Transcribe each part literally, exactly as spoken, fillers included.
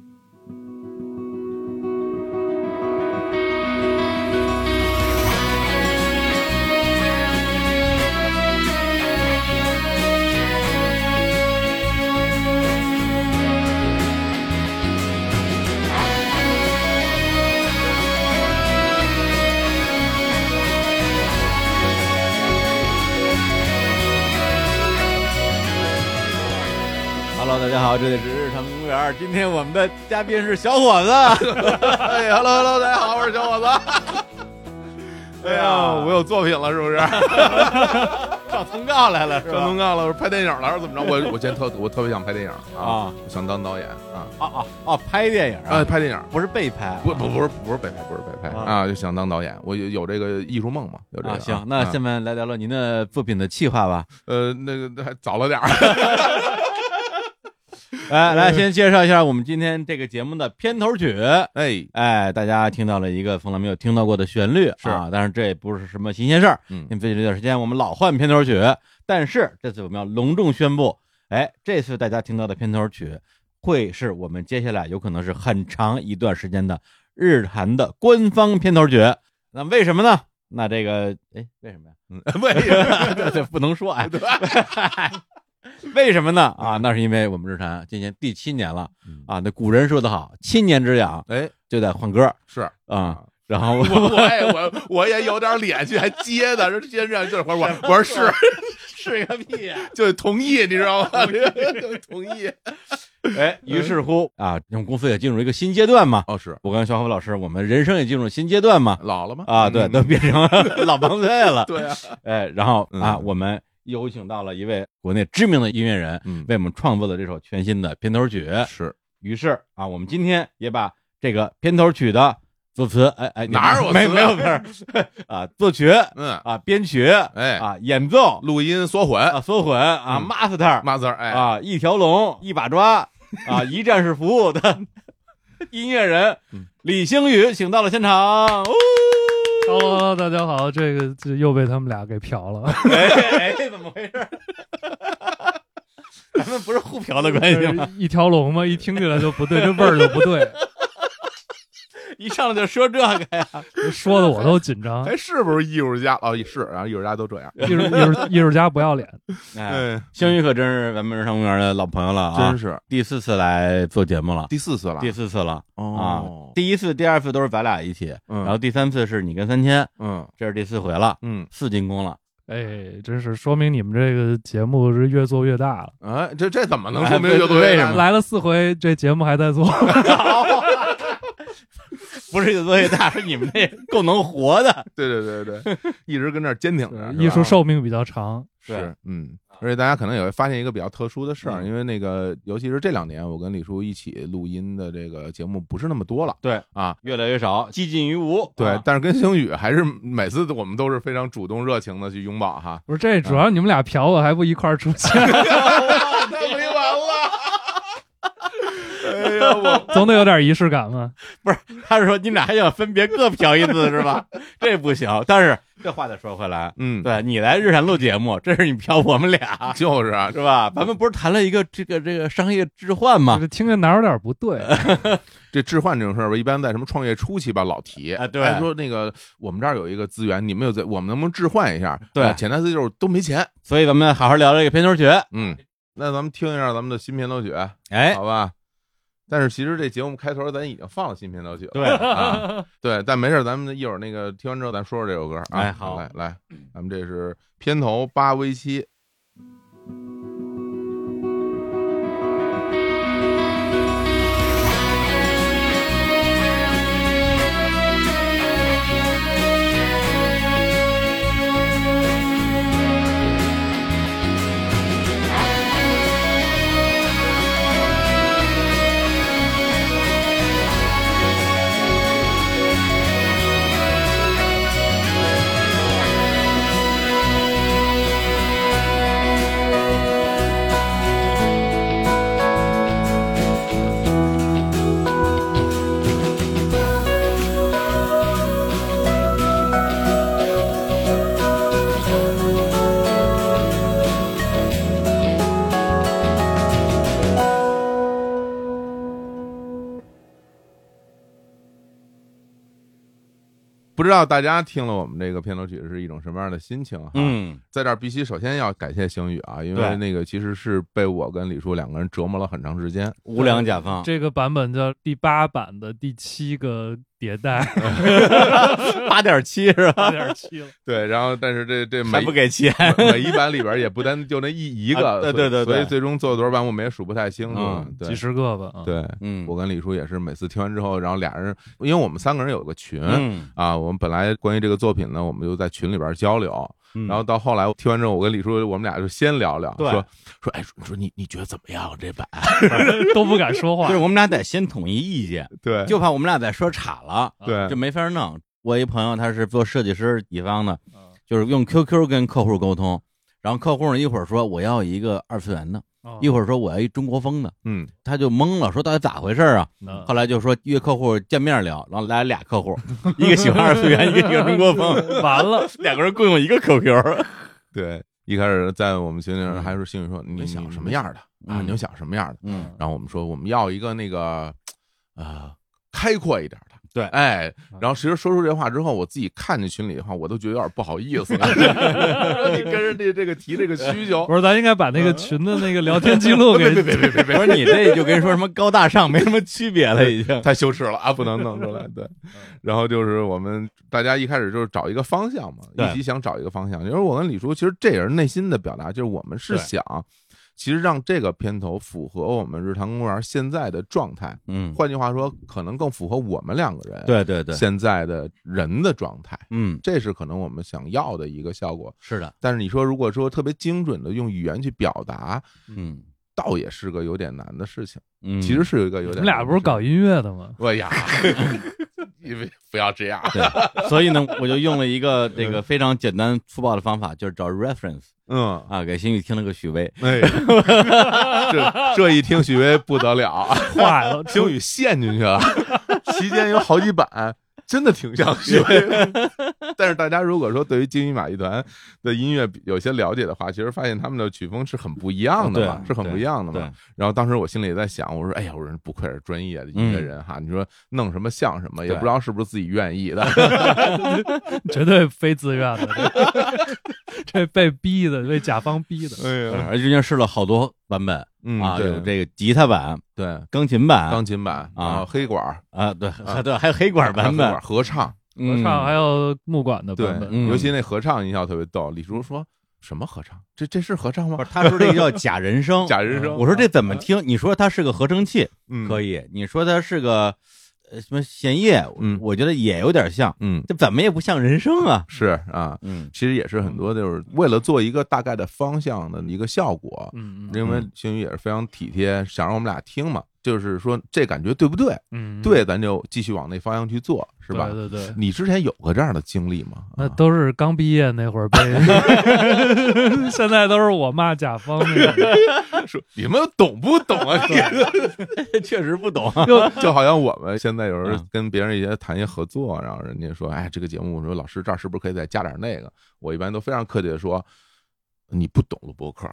大家好，这里是日常公园。今天我们的嘉宾是小伙子。 哎 ，Hello Hello， 大家好，我是小伙子。哎呀，我有作品了，是不是？ 上通告来了，是吧？ 上通告了，我拍电影了，是怎么着？我我今天特我特别想拍电影啊， 啊我想当导演啊。 哦哦哦，拍电影啊？ 啊，拍电影不是被拍， 不不不是不是被拍，不是被拍啊，就想当导演。我有有这个艺术梦嘛，有这个。 行，那下面来聊聊您的作品的企划吧。 呃，那个还早了点儿。 来来，先介绍一下我们今天这个节目的片头曲。 哎哎，大家听到了一个从来没有听到过的旋律， 是啊，但是这也不是什么新鲜事儿。 嗯， 因为最近这段时间我们老换片头曲，但是这次我们要隆重宣布，哎，这次大家听到的片头曲会是我们接下来有可能是很长一段时间的日韩的官方片头曲。那为什么呢？那这个，哎，为什么呀？ 嗯，为什么？ 这这不能说哎。为什么呢？啊，那是因为我们日坛今年第七年了啊。那古人说得好，七年之痒， 哎， 就得换歌是啊。然后我我也我我也有点脸去还接的，说先生就是我我我说是是个屁呀， 就同意，你知道吗？就同意。 哎，于是乎啊，我们公司也进入一个新阶段嘛。 哦，是我跟小虎老师，我们人生也进入新阶段嘛。 老了吗？ 啊，对，都变成老帮菜了。 对啊， 哎，然后啊，我们有请到了一位国内知名的音乐人， 嗯， 为我们创作了这首全新的片头曲。 是， 于是啊，我们今天也把这个片头曲的作词，哎哎， 哪有我没没有不是啊，作曲， 嗯啊，编曲， 哎啊，演奏， 录音缩混啊，缩混啊 ，master master， 哎啊，一条龙，一把抓啊，一站式服务的音乐人李星宇，请到了现场。哦 Hello， 大家好，这个这又被他们俩给嫖了。 哎哎，怎么回事？咱们不是互嫖的关系吗？ 一条龙嘛，一听起来就不对，这味儿就不对。 一上来就说这个呀， 说的我都紧张。 哎，是不是艺术家？哦，是，然后艺术家都这样。 艺术艺术艺术家不要脸。 哎，星宇可真是咱们日常公园的老朋友了啊， 真是第四次来做节目了， 第四次了， 第四次了、 哦、 啊！第一次、第二次都是咱俩一起， 嗯、 然后第三次是你跟三千， 嗯， 这是第四回了， 嗯， 四进宫了。 哎，真是说明你们这个节目是越做越大了。 哎，这这怎么能说明越做越大？ 来了四回，这节目还在做。 不是越做越大，是你们这够能活的。 对对对对，一直跟这儿坚挺着。 艺术寿命比较长， 是嗯，而且大家可能也会发现一个比较特殊的事儿、嗯，因为那个尤其是这两年，我跟李叔一起录音的这个节目不是那么多了。 对啊， 越来越少，几近于无。 对， 啊、 但是跟星宇还是每次我们都是非常主动热情的去拥抱哈。 不是，这主要你们俩嫖我还不一块儿出现。 太没完了。哎呀，我总得有点仪式感嘛。 不是，他是说你俩还想分别各嫖一次是吧？这不行。但是这话再说回来， 嗯， 对你来日产录节目，这是你嫖我们俩， 就是啊， 是吧？咱们不是谈了一个这个这个商业置换吗？ 这听着哪有点不对？ 这置换这种事儿吧，一般在什么创业初期吧，老提啊，对， 说那个我们这儿有一个资源，你们有在，我们能不能置换一下？ 对， 啊、潜台词就是都没钱， 所以咱们好好聊这个片头曲。 嗯，那咱们听一下咱们的新片头曲， 哎， 好吧。但是其实这节目开头咱已经放了新片头曲了， 对啊，对，但没事，咱们一会儿那个听完之后咱说说这首歌啊。 哎，好， 来来，咱们这是片头八 V 七。 不知道大家听了我们这个片头曲是一种什么样的心情哈？ 嗯， 在这儿必须首先要感谢星宇啊，因为对那个其实是被我跟李叔两个人折磨了很长时间。 无良甲方这个版本叫第八版的第七个迭代， 八点七是吧？ 八点七了。 对，然后但是这这还每不给钱， 每一版里边也不单就那一一个， 啊对对对对所以最终做了多少版我们也数不太清楚了。 嗯对几十个吧。啊， 对， 嗯， 我跟李叔也是每次听完之后，然后俩人，因为我们三个人有个群、 嗯啊，我们本来关于这个作品呢，我们就在群里边交流， 嗯然后到后来听完之后，我跟李叔我们俩就先聊聊， 对说说哎，说你你觉得怎么样这版？ 都不敢说话就是。我们俩得先统一意见， 对， 就怕我们俩再说岔了， 对这没法弄。我一朋友他是做设计师乙方的， 嗯就是用 Q Q 跟客户沟通，然后客户呢一会儿说我要一个二次元的， 哦一会儿说我要一中国风的， 嗯， 他就懵了，说到底咋回事啊？ 嗯后来就说约客户见面聊，然后来俩客户，一个喜欢二次元，一个喜欢中国风， 完了， 两个人共用一个 Q Q。 对，一开始在我们群里边还是星宇说嗯你想什么样的啊？ 嗯你想什么样的？ 嗯， 然后我们说我们要一个那个呃开阔一点的。 对哎，然后其实说出这话之后，我自己看见群里的话，我都觉得有点不好意思了。你跟人这这个提这个需求， 不是，咱应该把那个群的那个聊天记录给别别别别别我说你这就跟说什么高大上没什么区别了，已经。 太羞耻了啊，不能弄出来。对，然后就是我们大家一开始就是找一个方向嘛， 对一起想找一个方向。就是我跟李叔，其实这也是内心的表达，就是我们是对想，其实让这个片头符合我们日坛公园现在的状态。 嗯， 换句话说，可能更符合我们两个人对对对， 现在的人的状态。 嗯， 这是可能我们想要的一个效果。 是的， 但是你说，如果说特别精准的用语言去表达， 嗯倒也是个有点难的事情。 嗯， 其实是有一个有你点难的事情。 们俩不是搞音乐的吗？ 哎呀，因为不要这样。 对，所以呢，我就用了一个这个非常简单粗暴的方法，就是找 reference 嗯， 啊，给星宇听了个许巍， 哎，这这一听许巍不得了， 坏了， 星宇陷进去了。期间有好几版，真的挺像许巍。但是大家如果说对于金鱼马戏团的音乐有些了解的话，其实发现他们的曲风是很不一样的嘛， 对是很不一样的对嘛。然后当时我心里也在想，我说，哎呀，我说不愧是专业的音乐人哈，你说弄什么像什么，也对不知道是不是自己愿意的。 绝对非自愿的，这被逼的，被甲方逼的。 哎呀， 而且中间试了好多版本嗯， 啊， 对有这个吉他版、 对， 钢琴版钢琴版啊黑管啊，对啊对，还有黑管版本黑管，合唱。 合嗯唱还有木管的对版，本， 嗯尤其那合唱音效特别逗。李叔说什么合唱？这这是合唱吗不？是，他说这个叫假人声， 假人声。 我说这怎么听？你说它是个合成器， 嗯可以；你说它是个呃什么弦乐， 嗯我觉得也有点像， 嗯这怎么也不像人声啊。 是啊， 嗯其实也是很多就是为了做一个大概的方向的一个效果。 嗯因为星宇也是非常体贴，想让我们俩听嘛，就是说这感觉对不对？ 嗯， 对，咱就继续往那方向去做，是吧？ 对对对。 你之前有过这样的经历吗？ 那啊都是刚毕业那会儿被，现在都是我骂甲方那个， 说你们懂不懂啊？ 确实不懂。 就就好像我们现在有时候嗯跟别人一些谈一些合作，然后人家说，哎，这个节目，我说老师这儿是不是可以再加点那个？我一般都非常客气的说，你不懂录播客。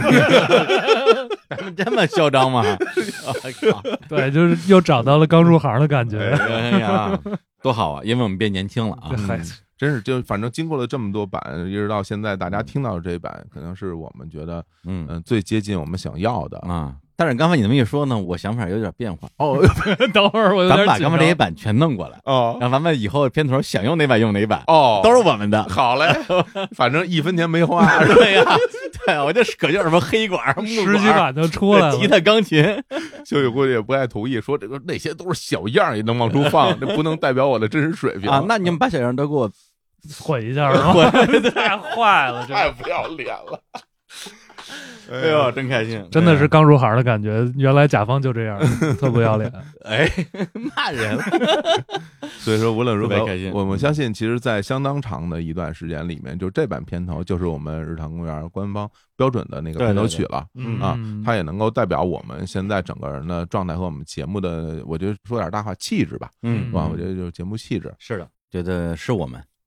咱们这么嚣张吗？我靠！ 对，就是又找到了刚入行的感觉。 哎呀，多好啊！因为我们变年轻了啊。 嗨嗯真是，就反正经过了这么多版，一直到现在，大家听到的这一版，可能是我们觉得， 嗯嗯，最接近我们想要的。 啊，但是刚才你这么一说呢，我想法有点变化。 哦等会儿我有咱们把点紧张刚才这些版全弄过来， 哦然后咱们以后片头想用哪版用哪版， 哦， 都是我们的。 好嘞，反正一分钱没花。 对呀，对，我就可就是什么黑管、木十几管、 版就出来吉了。 他、钢琴。 秀秀估计也不爱同意，说这个那些都是小样儿，也能往出放，这不能代表我的真实水平啊，那你们把小样都给我混一下是吧？太坏了，这太不要脸了。 哎呦，真开心！ 真的是刚入行的感觉。原来甲方就这样，特不要脸。 哎，骂人了。 所以说，无论如何特别开心， 我们相信，其实，在相当长的一段时间里面，就这版片头就是我们日坛公园官方标准的那个片头曲了。 嗯啊，它也能够代表我们现在整个人的状态和我们节目的，我觉得说点大话，气质吧， 嗯是吧？我觉得就是节目气质。 是的，觉得是我们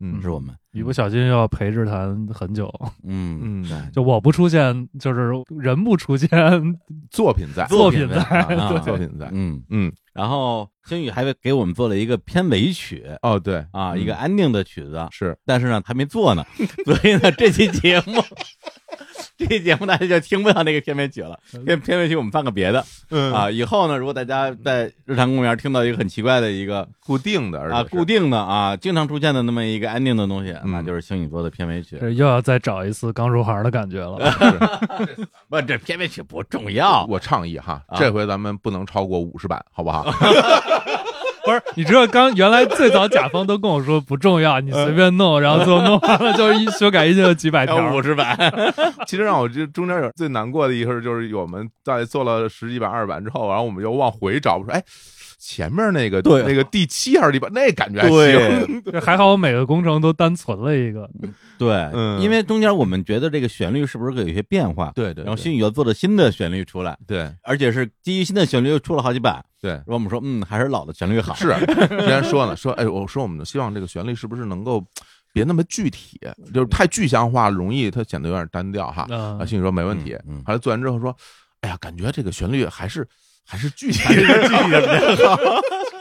嗯是我们， 一不小心又要陪日坛很久。 嗯嗯对， 就我不出现，就是人不出现， 作品在， 作品在啊对作品在， 嗯， 嗯， 然后星宇还给我们做了一个片尾曲哦，对啊， 嗯一个安定的曲子， 是， 但是呢还没做呢，所以呢这期节目。这期节目大家就听不到那个片尾曲了，片片尾曲我们放个别的， 嗯啊，以后呢，如果大家在日坛公园听到一个很奇怪的一个固定的，而且啊固定的啊经常出现的那么一个安定的东西， 嗯那就是星宇做的片尾曲。 这又要再找一次刚入行的感觉了。 不，这片尾曲不重要， 我倡议哈， 啊这回咱们不能超过五十版，好不好？ 不是，你知道刚原来最早甲方都跟我说不重要，你随便弄，然后最后弄完了就是一修改一就几百条， 五十版。 其实让我这中间有最难过的一事就是我们在做了十几版、二十版之后，然后我们又往回找，我说哎。前面那个对那个第七还是第八，那感觉还对行。 这还好我每个工程都单存了一个。 对， 嗯因为中间我们觉得这个旋律是不是有一些变化？ 对对， 然后星宇又做了新的旋律出来， 对而且是基于新的旋律又出了好几版。 对， 然后我们说，嗯，还是老的旋律好。 是之前说呢，说哎，我说我们希望这个旋律是不是能够别那么具体，就是太具象化，容易它显得有点单调哈。 嗯啊，星宇说没问题。 嗯嗯后来做完之后说，哎呀，感觉这个旋律还是还是具体还是具体的比较好。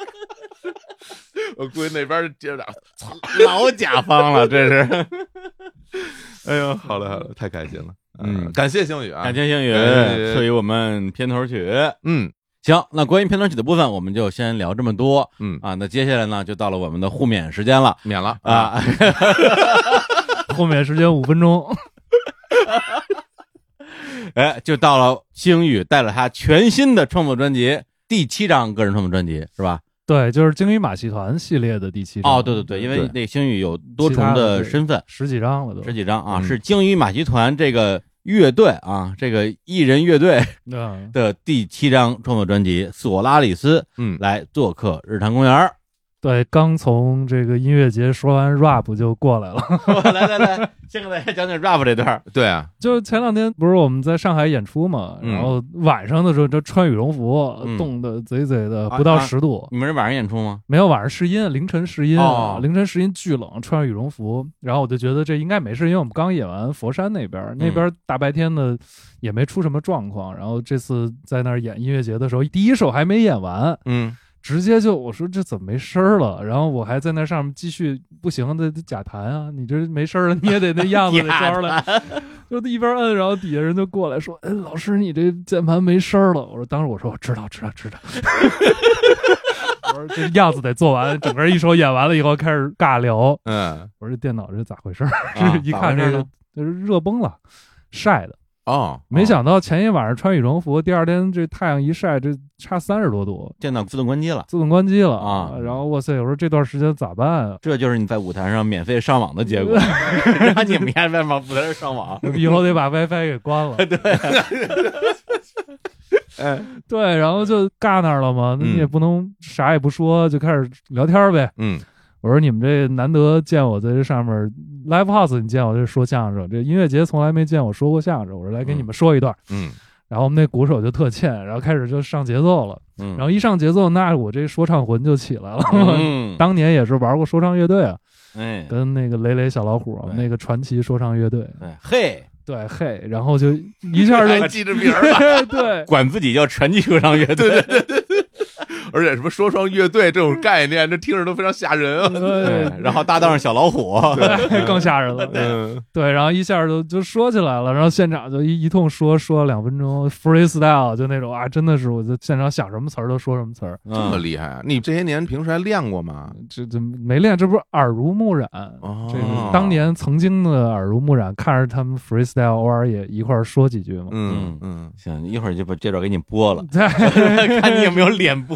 我估计那边接着， 老甲方了，这是。 哎呦，好了好了，太开心了， 嗯感谢星宇啊， 感谢星宇感谢赐予我们片头曲。 嗯行，那关于片头曲的部分，我们就先聊这么多嗯， 啊。那接下来呢，就到了我们的互勉时间了免了， 啊。 后面时间五分钟。 哎，就到了星宇带了他全新的创作专辑第七张个人创作专辑，是吧？ 对，就是鲸鱼马戏团系列的第七章。 哦，对对对，因为对那个星宇有多重的身份， 十几章了都。 十几张啊， 嗯是鲸鱼马戏团这个乐队啊，这个艺人乐队嗯， 的第七张创作专辑《索拉里斯》 嗯来做客日坛公园。 对，刚从这个音乐节说完 rap 就过来了。 来来来，先给大家讲讲 rap 这段。 对啊， 就前两天不是我们在上海演出嘛， 嗯然后晚上的时候就穿羽绒服， 嗯冻得贼贼的， 啊不到十度。 你们是晚上演出吗？ 没有晚上试音，凌晨试音， 哦凌晨试音巨冷，穿着羽绒服，然后我就觉得这应该没事，因为我们刚演完佛山那边，那边大白天的也没出什么状况，然后这次在那儿演音乐节的时候，第一首还没演完， 嗯直接就我说这怎么没声儿了？然后我还在那上面继续不行的假弹啊，你这没声儿了，你也得那样子得招出来，就一边摁，然后底下人就过来说：“哎，老师，你这键盘没声儿了。”我说：“当时我说我知道，知道，知道。”我说这样子得做完，整个一首演完了以后开始尬聊。 嗯我说这电脑这咋回事？ 啊一看这个咋回事呢就是热崩了，晒的。 哦， 没想到前一晚上穿羽绒服，第二天这太阳一晒，这差三十多度， 电脑自动关机了， 自动关机了啊然后哇塞，我说这段时间咋办啊？ 这就是你在舞台上免费上网的结果。让你们还在往舞台上上网。 以后得把 WiFi 给关了。 对， 哎对，然后就尬那儿了嘛，那你嗯也不能啥也不说，就开始聊天呗。 嗯我说你们这难得见我在这上面 live house，你见我这说相声，这音乐节从来没见我说过相声。我说来给你们说一段。 嗯然后我们那鼓手就特欠，然后开始就上节奏了。 嗯， 然后一上节奏，那我这说唱魂就起来了。 嗯， 当年也是玩过说唱乐队啊， 哎， 跟那个雷雷小老虎对那个传奇说唱乐队。 对，嘿， 对，嘿，然后就一下就还记着名儿了， 对。 管自己叫传奇说唱乐队。 而且什么说唱乐队这种概念，这听着都非常吓人啊。 对， 然后搭档上小老虎， 对，更吓人了。 嗯对，然后一下就就说起来了，然后现场就一一通说说了两分钟 freestyle，就那种啊，真的是我在现场想什么词儿都说什么词儿， 这么嗯， 厉害啊！你这些年平时还练过吗？ 这这没练，这不是耳濡目染。 哦这个当年曾经的耳濡目染，看着他们 freestyle，偶尔也一块儿说几句嘛。 嗯嗯， 行，一会儿就把这段给你播了， 对， 看你有没有脸播。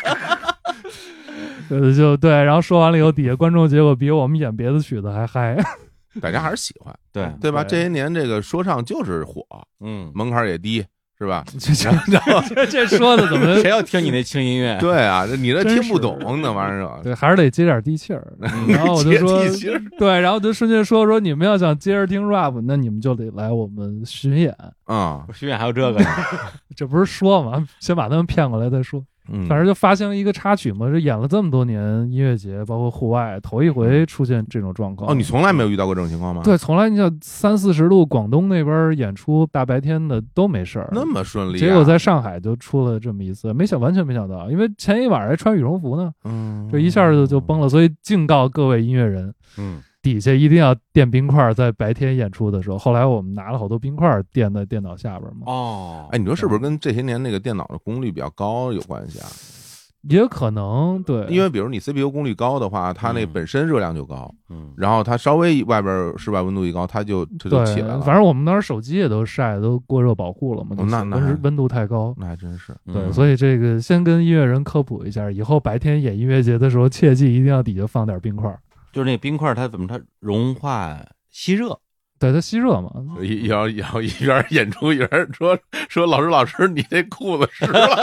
呃，就对，然后说完了以后，底下观众结果比我们演别的曲子还嗨。 大家还是喜欢， 对， 对吧？ 对这些年这个说唱就是火， 嗯， 门槛也低，是吧？ 这这这这说的怎么？ 谁要听你那轻音乐？ 对啊，这你这真听不是懂那玩意儿， 对，还是得接点地气儿。 嗯然后我就说接地气儿， 对，然后就顺便说说，你们要想接着听 rap，那你们就得来我们巡演。 啊， 巡演还有这个呢？ 这不是说嘛，先把他们骗过来再说。 嗯， 反正就发行一个插曲嘛，这演了这么多年音乐节，包括户外，头一回出现这种状况。 哦，你从来没有遇到过这种情况吗？ 对，从来你想三四十度广东那边演出，大白天的都没事儿， 那么顺利、啊， 结果在上海就出了这么一次，没想完全没想到，因为前一晚还穿羽绒服呢， 嗯， 这一下就就崩了。所以敬告各位音乐人， 嗯， 底下一定要垫冰块，在白天演出的时候。后来我们拿了好多冰块垫在电脑下边嘛。 哦， 哎，你说是不是跟这些年那个电脑的功率比较高有关系啊？ 也可能对， 因为比如你 C P U 功率高的话，它那本身热量就高， 嗯， 然后它稍微外边室外温度一高，它就它就起来了。 反正我们当时手机也都晒，都过热保护了嘛， 哦、那那温温度太高， 那还真是。 对， 嗯、 所以这个先跟音乐人科普一下，以后白天演音乐节的时候，切记一定要底下放点冰块。 就是那冰块它怎么它融化吸热？ 对，它吸热嘛。 一要要一边演出一边说说老师老师，你这裤子湿了。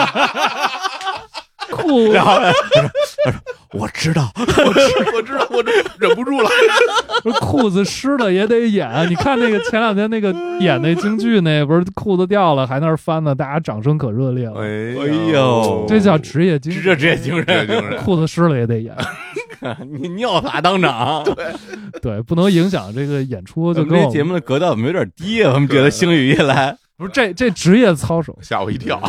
裤， 然后他说：“他说我知道， 我知我知道，我忍不住了。 裤子湿了也得演。你看那个前两天那个演那京剧那，不是裤子掉了还那儿翻呢，大家掌声可热烈了。 哎呦， 这叫职业精神， 这职业精神， 裤子湿了也得演。 你尿洒当场， 对对，不能影响这个演出。就跟这节目的格调怎么有点低啊？我们觉得星宇一来， 不是这这职业操守， 吓我一跳。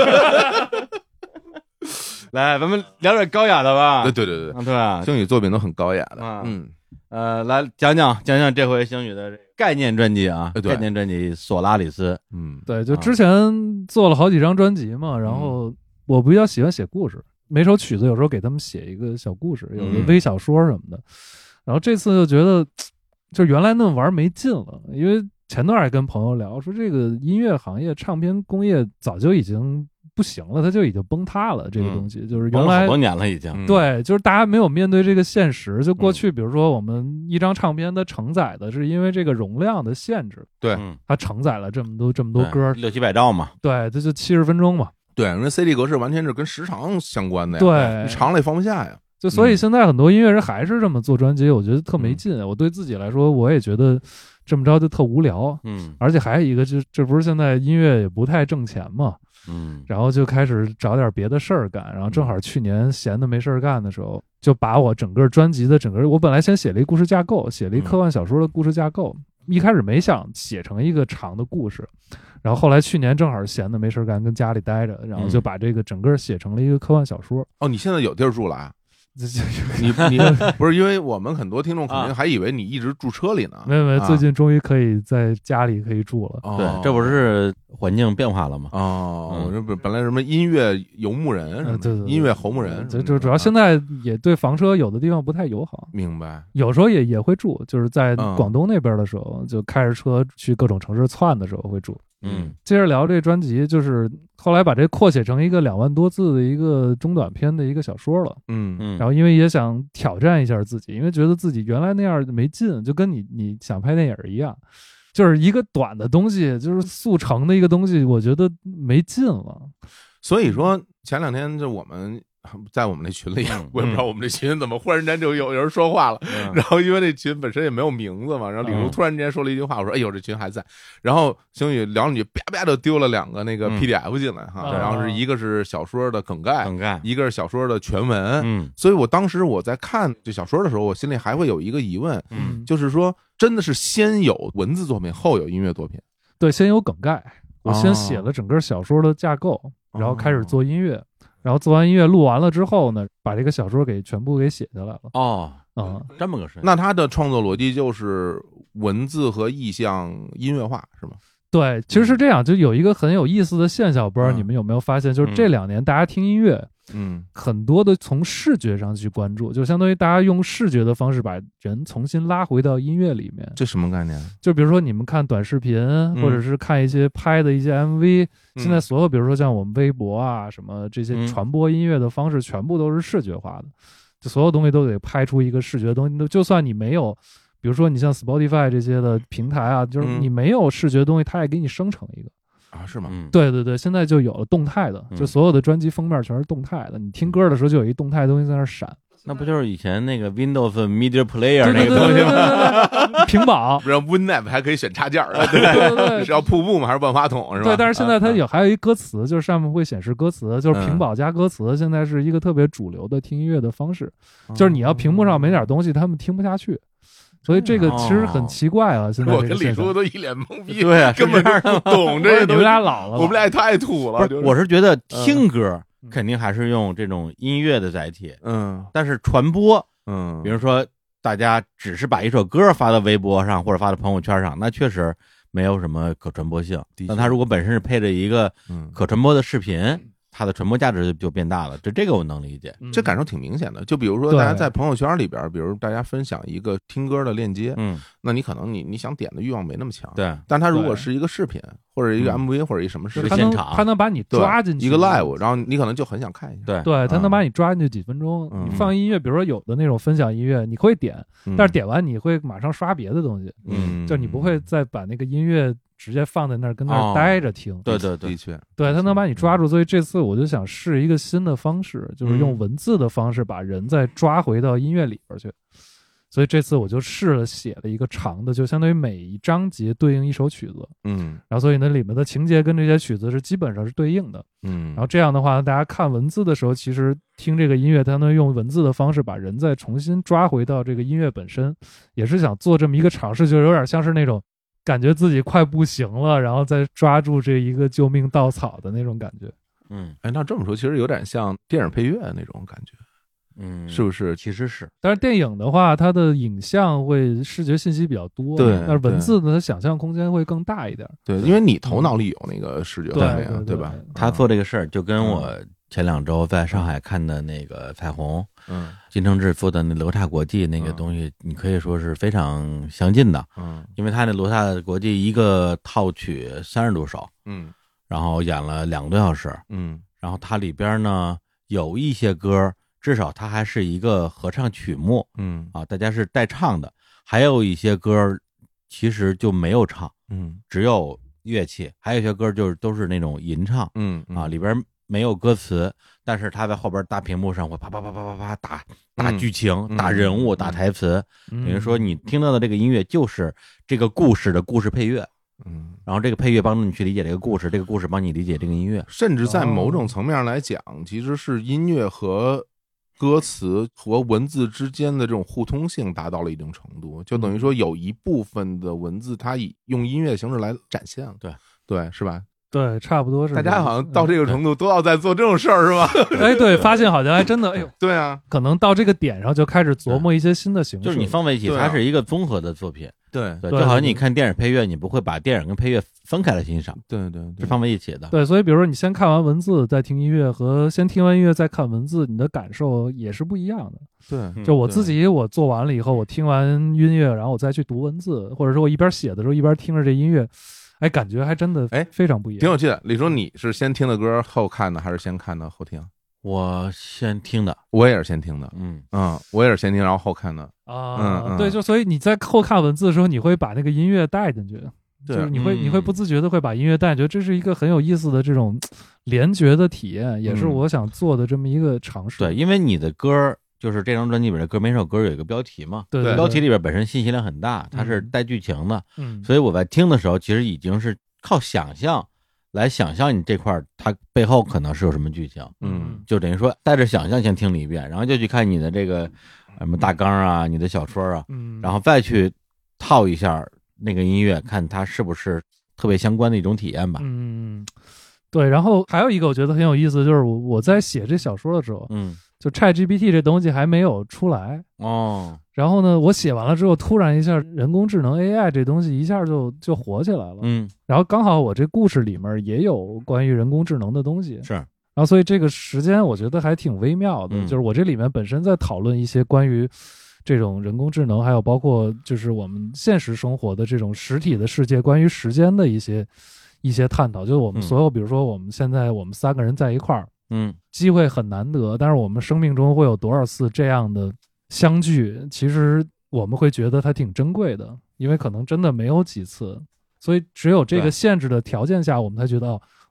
来，咱们聊点高雅的吧。 对对对对， 对吧？ 星宇作品都很高雅的。 嗯，呃，来讲讲讲讲这回星宇的概念专辑啊，概念专辑《索拉里斯》。 嗯， 对，就之前做了好几张专辑嘛，然后我比较喜欢写故事，每首曲子有时候给他们写一个小故事，有个微小说什么的。然后这次就觉得，就原来那么玩没劲了，因为前段还跟朋友聊说，这个音乐行业、唱片工业早就已经不行了，它就已经崩塌了。这个东西、嗯、就是原来好多年了已经。 对，就是大家没有面对这个现实。就过去，比如说我们一张唱片它承载的是因为这个容量的限制， 对， 它承载了这么多这么多歌， 六七百兆嘛， 对，这就七十分钟嘛。 对，因为 C D 格式完全是跟时长相关的呀， 对， 你长了也放不下呀。 就所以现在很多音乐人还是这么做专辑，我觉得特没劲。我对自己来说，我也觉得这么着就特无聊。 嗯， 而且还有一个，就这不是现在音乐也不太挣钱嘛。 嗯， 然后就开始找点别的事儿干，然后正好去年闲的没事儿干的时候，就把我整个专辑的整个，我本来先写了一故事架构，写了一科幻小说的故事架构，一开始没想写成一个长的故事，然后后来去年正好闲的没事儿干，跟家里待着，然后就把这个整个写成了一个科幻小说。 哦，你现在有地儿住了啊？ 你你不是因为我们很多听众肯定还以为你一直住车里呢， 没有没有，最近终于可以在家里可以住了。 哦、 对，这不是环境变化了吗？ 哦，我这不本来什么音乐游牧人， 嗯、对, 对, 对， 音乐侯牧人， 就就主要现在也对房车有的地方不太友好。 明白。 有时候也也会住，就是在广东那边的时候，嗯、就开着车去各种城市窜的时候会住。 嗯， 接着聊这专辑，就是后来把这扩写成一个两万多字的一个中短篇的一个小说了。 嗯嗯， 然后因为也想挑战一下自己，因为觉得自己原来那样没劲，就跟你你想拍电影一样，就是一个短的东西，就是速成的一个东西，我觉得没劲了。 所以说前两天就我们在我们那群里， 嗯、 我也不知道我们这群怎么忽然间就有人说话了， 嗯、 然后因为那群本身也没有名字嘛，然后李如突然间说了一句话，我说哎呦这群还在，然后星宇聊两句，啪啪就丢了两个那个 P D F 进来哈， 嗯、 然后是一个是小说的梗概， 梗概， 一个是小说的全文， 嗯， 所以我当时我在看这小说的时候，我心里还会有一个疑问， 嗯， 就是说真的是先有文字作品后有音乐作品？ 对，先有梗概，我先写了整个小说的架构， 哦、 然后开始做音乐。然后做完音乐录完了之后呢，把这个小说给全部给写下来了。 哦， 啊、 嗯，这么个事。 那他的创作逻辑就是文字和意象音乐化，是吗？ 对，其实是这样，就有一个很有意思的现象，不知道你们有没有发现，就是这两年大家听音乐， 嗯， 很多的从视觉上去关注，就相当于大家用视觉的方式把人重新拉回到音乐里面。 这什么概念？ 就比如说你们看短视频，或者是看一些拍的一些 M V，、嗯、现在所有比如说像我们微博啊什么这些传播音乐的方式，全部都是视觉化的，就所有东西都得拍出一个视觉的东西。就算你没有。比如说你像 Spotify 这些的平台啊，就是你没有视觉的东西，它也给你生成一个啊，是吗？ 对对对，现在就有了动态的，就所有的专辑封面全是动态的，你听歌的时候就有一动态的东西在那闪。 那不就是以前那个 Windows Media Player 对对对那个东西吗？ 对对对，屏保。 然后 WinApp 还可以选插件儿， 对对对， 是要瀑布吗？还是万花筒是吧？ 对，但是现在它啊有还有一歌词，就是上面会显示歌词，就是屏嗯保加歌词，现在是一个特别主流的听音乐的方式。就是你要屏幕上没点东西，他们听不下去。所以这个其实很奇怪啊！现在我跟这个现象李叔都一脸懵逼， 对啊， 根本就不懂这个东西。 你们俩老了吧， 我们俩也太土了。 不是，我是觉得听歌嗯肯定还是用这种音乐的载体， 嗯但是传播， 嗯， 比如说大家只是把一首歌发到微博上或者发到朋友圈上，那确实没有什么可传播性。 的确但它如果本身是配着一个嗯可传播的视频，它的传播价值就变大了。这这个我能理解。 嗯这感受挺明显的。就比如说， 对大家在朋友圈里边，比如大家分享一个听歌的链接， 嗯， 那你可能你你想点的欲望没那么强，。 对， 但它如果对是一个视频，或者一个嗯 M V，或者一什么视频， 他能是现场他能把你对抓进去一个 live，然后你可能就很想看一下。 对对，他嗯能把你抓进去几分钟。 嗯你放音乐，比如说有的那种分享音乐，你会点， 嗯， 但是点完你会马上刷别的东西， 嗯， 就你不会再把那个音乐直接放在那儿跟那哦儿待着听。 对对对的，确， 对，他能把你抓住，所以这次我就想试一个新的方式，就是用嗯文字的方式把人再抓回到音乐里边去。所以这次我就试了写了一个长的，就相当于每一章节对应一首曲子， 嗯然后所以呢里面的情节跟这些曲子是基本上是对应的。 嗯， 然后这样的话，大家看文字的时候，其实听这个音乐，它能用文字的方式把人再重新抓回到这个音乐本身，也是想做这么一个尝试，就有点像是那种感觉自己快不行了，然后再抓住这一个救命稻草的那种感觉。 嗯哎，那这么说，其实有点像电影配乐那种感觉， 嗯， 是不是？ 其实是但是电影的话，它的影像会视觉信息比较多， 对但是文字呢，它想象空间会更大一点。 对，因为你头脑里有那个视觉画面， 对对吧？ 他做这个事儿，就跟我前两周在上海看的那个彩虹， 嗯金承志做的那罗刹国际那个东西，你可以说是非常相近的， 嗯因为他那罗刹国际一个套曲三十多首， 嗯然后演了两个多小时， 嗯然后它里边呢有一些歌，至少它还是一个合唱曲目嗯啊，大家是带唱的，还有一些歌其实就没有唱， 嗯只有乐器，还有一些歌就是都是那种吟唱嗯啊，里边没有歌词，但是他在后边大屏幕上会啪啪啪啪啪啪打打剧情、 嗯打人物、 嗯打台词， 等等于说你听到的这个音乐就是这个故事的故事配乐， 嗯， 然后这个配乐帮助你去理解这个故事，这个故事帮你理解这个音乐。 甚至在某种层面上来讲，其实是音乐和歌词和文字之间的这种互通性达到了一定程度，就等于说有一部分的文字它以用音乐形式来展现了， 对对，是吧？ 对，差不多是大这样。 家好像到这个程度都要在做这种事儿，是吧？ 嗯哎，对，发现好像还真的，哎呦， 对啊， 可能到这个点上就开始琢磨一些新的形式。 就是你放在一起， 对啊它是一个综合的作品。 对对， 对就好像对你看电影配乐，你不会把电影跟配乐分开来欣赏， 对对对， 是放在一起的。 对，所以比如说你先看完文字再听音乐，和先听完音乐再看文字，你的感受也是不一样的。 对， 嗯就我自己，我做完了以后，我听完音乐，然后我再去读文字，或者说我一边写的时候一边听着这音乐，哎，感觉还真的哎非常不一样。 挺有趣的。李叔，你是先听的歌后看的，还是先看的后听？ 我先听的， 我也是先听的， 嗯， 嗯，我也是先听，然后后看的。 啊， 嗯嗯对，就所以你在后看文字的时候，你会把那个音乐带进去， 对就是你会、 嗯你会不自觉的会把音乐带进去，这是一个很有意思的这种联觉的体验，也是嗯我想做的这么一个尝试。 对，因为你的歌就是这张专辑里边的歌，每首歌有一个标题嘛， 对对， 标题里边本身信息量很大，它是嗯带剧情的， 嗯， 所以我在听的时候，其实已经是靠想象来想象你这块儿它背后可能是有什么剧情， 嗯就等于说带着想象先听了一遍，然后就去看你的这个什么大纲啊，你的小说啊， 嗯， 然后再去套一下那个音乐，看它是不是特别相关的一种体验吧。 嗯，对，然后还有一个我觉得很有意思，就是我我在写这小说的时候， 嗯， 就 ChatGPT 这东西还没有出来。 哦， 然后呢，我写完了之后，突然一下，人工智能 A I 这东西一下就就火起来了。 嗯， 然后刚好我这故事里面也有关于人工智能的东西， 是， 然后所以这个时间我觉得还挺微妙的， 嗯就是我这里面本身在讨论一些关于这种人工智能，还有包括就是我们现实生活的这种实体的世界关于时间的一些一些探讨。就是我们嗯所有，比如说我们现在我们三个人在一块儿， 嗯机会很难得，但是我们生命中会有多少次这样的相聚，其实我们会觉得它挺珍贵的，因为可能真的没有几次，所以只有这对个限制的条件下，我们才觉得哦，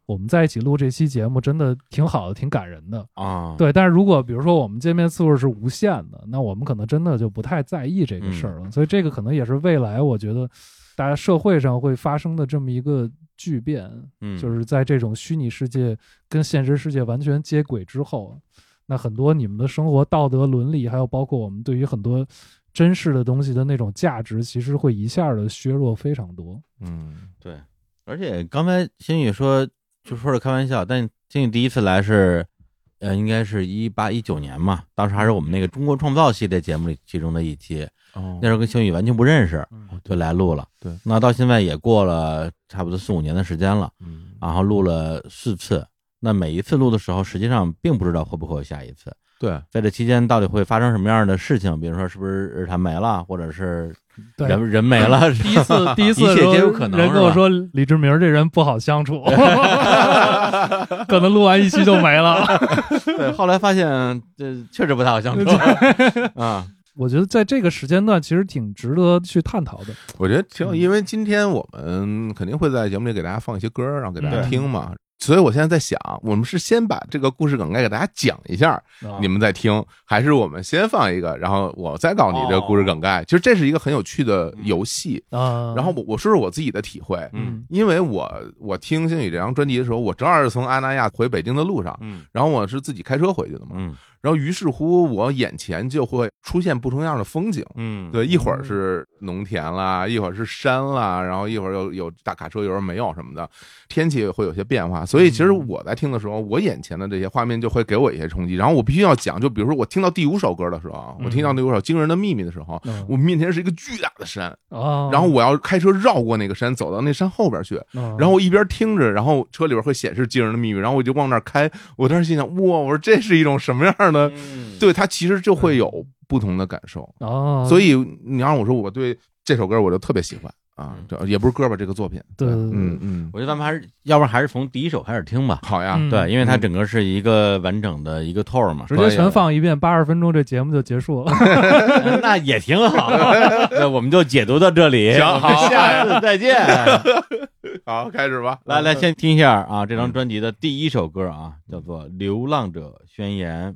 我们在一起录这期节目真的挺好的，挺感人的啊。 对，但是如果比如说我们见面次数是无限的，那我们可能真的就不太在意这个事儿了。 嗯、 所以这个可能也是未来我觉得大家社会上会发生的这么一个巨变， 嗯， 就是在这种虚拟世界跟现实世界完全接轨之后，那很多你们的生活道德伦理，还有包括我们对于很多真实的东西的那种价值，其实会一下的削弱非常多。 嗯， 对。而且刚才星宇说就说是开玩笑，但星宇第一次来是呃，应该是一八一九年嘛，当时还是我们那个中国创造系列节目里其中的一期。 哦， 那时候跟星宇完全不认识， 嗯、 就来录了。 对， 那到现在也过了差不多四五年的时间了， 嗯， 然后录了四次。那每一次录的时候，实际上并不知道会不会有下一次。 对， 在这期间到底会发生什么样的事情？比如说是不是日坛没了，或者是人人没了？ 第一次第一次一切皆有可能。 人跟我说李志明这人不好相处，可能录完一期就没了。 对，后来发现这确实不太好相处啊。 我觉得在这个时间段其实挺值得去探讨的。 我觉得挺有，因为今天我们肯定会在节目里给大家放一些歌，然后给大家听嘛。嗯，所以我现在在想，我们是先把这个故事梗概给大家讲一下，哦，你们再听，还是我们先放一个，然后我再告诉你这个故事梗概？哦，其实这是一个很有趣的游戏啊。然后我我说说我自己的体会， 嗯， 因为我我听星宇这张专辑的时候，我正好是从阿那亚回北京的路上，嗯，然后我是自己开车回去的嘛，嗯。然后于是乎我眼前就会出现不同样的风景，嗯，对，一会儿是农田啦，一会儿是山啦，然后一会儿有有大卡车，有时候没有什么的，天气会有些变化。所以其实我在听的时候，我眼前的这些画面就会给我一些冲击。然后我必须要讲，就比如说我听到第五首歌的时候，我听到第五首《惊人的秘密》的时候，我面前是一个巨大的山，然后我要开车绕过那个山，走到那山后边去，然后我一边听着，然后车里边会显示《惊人的秘密》，然后我就往那儿开。我当时心想，哇，我说这是一种什么样的？嗯，对，他其实就会有不同的感受哦。所以你让我说，我对这首歌我就特别喜欢啊，这也不是歌吧，这个作品。 对， 嗯嗯， 我觉得咱们还是，要不然还是从第一首开始听吧。 好呀， 对，因为它整个是一个完整的一个透嘛， 直接全放一遍，八十分钟这节目就结束了。 那也挺好。那我们就解读到这里， 行，好， 下次再见。 好，开始吧。 来来，先听一下啊，这张专辑的第一首歌啊，叫做《流浪者宣言》。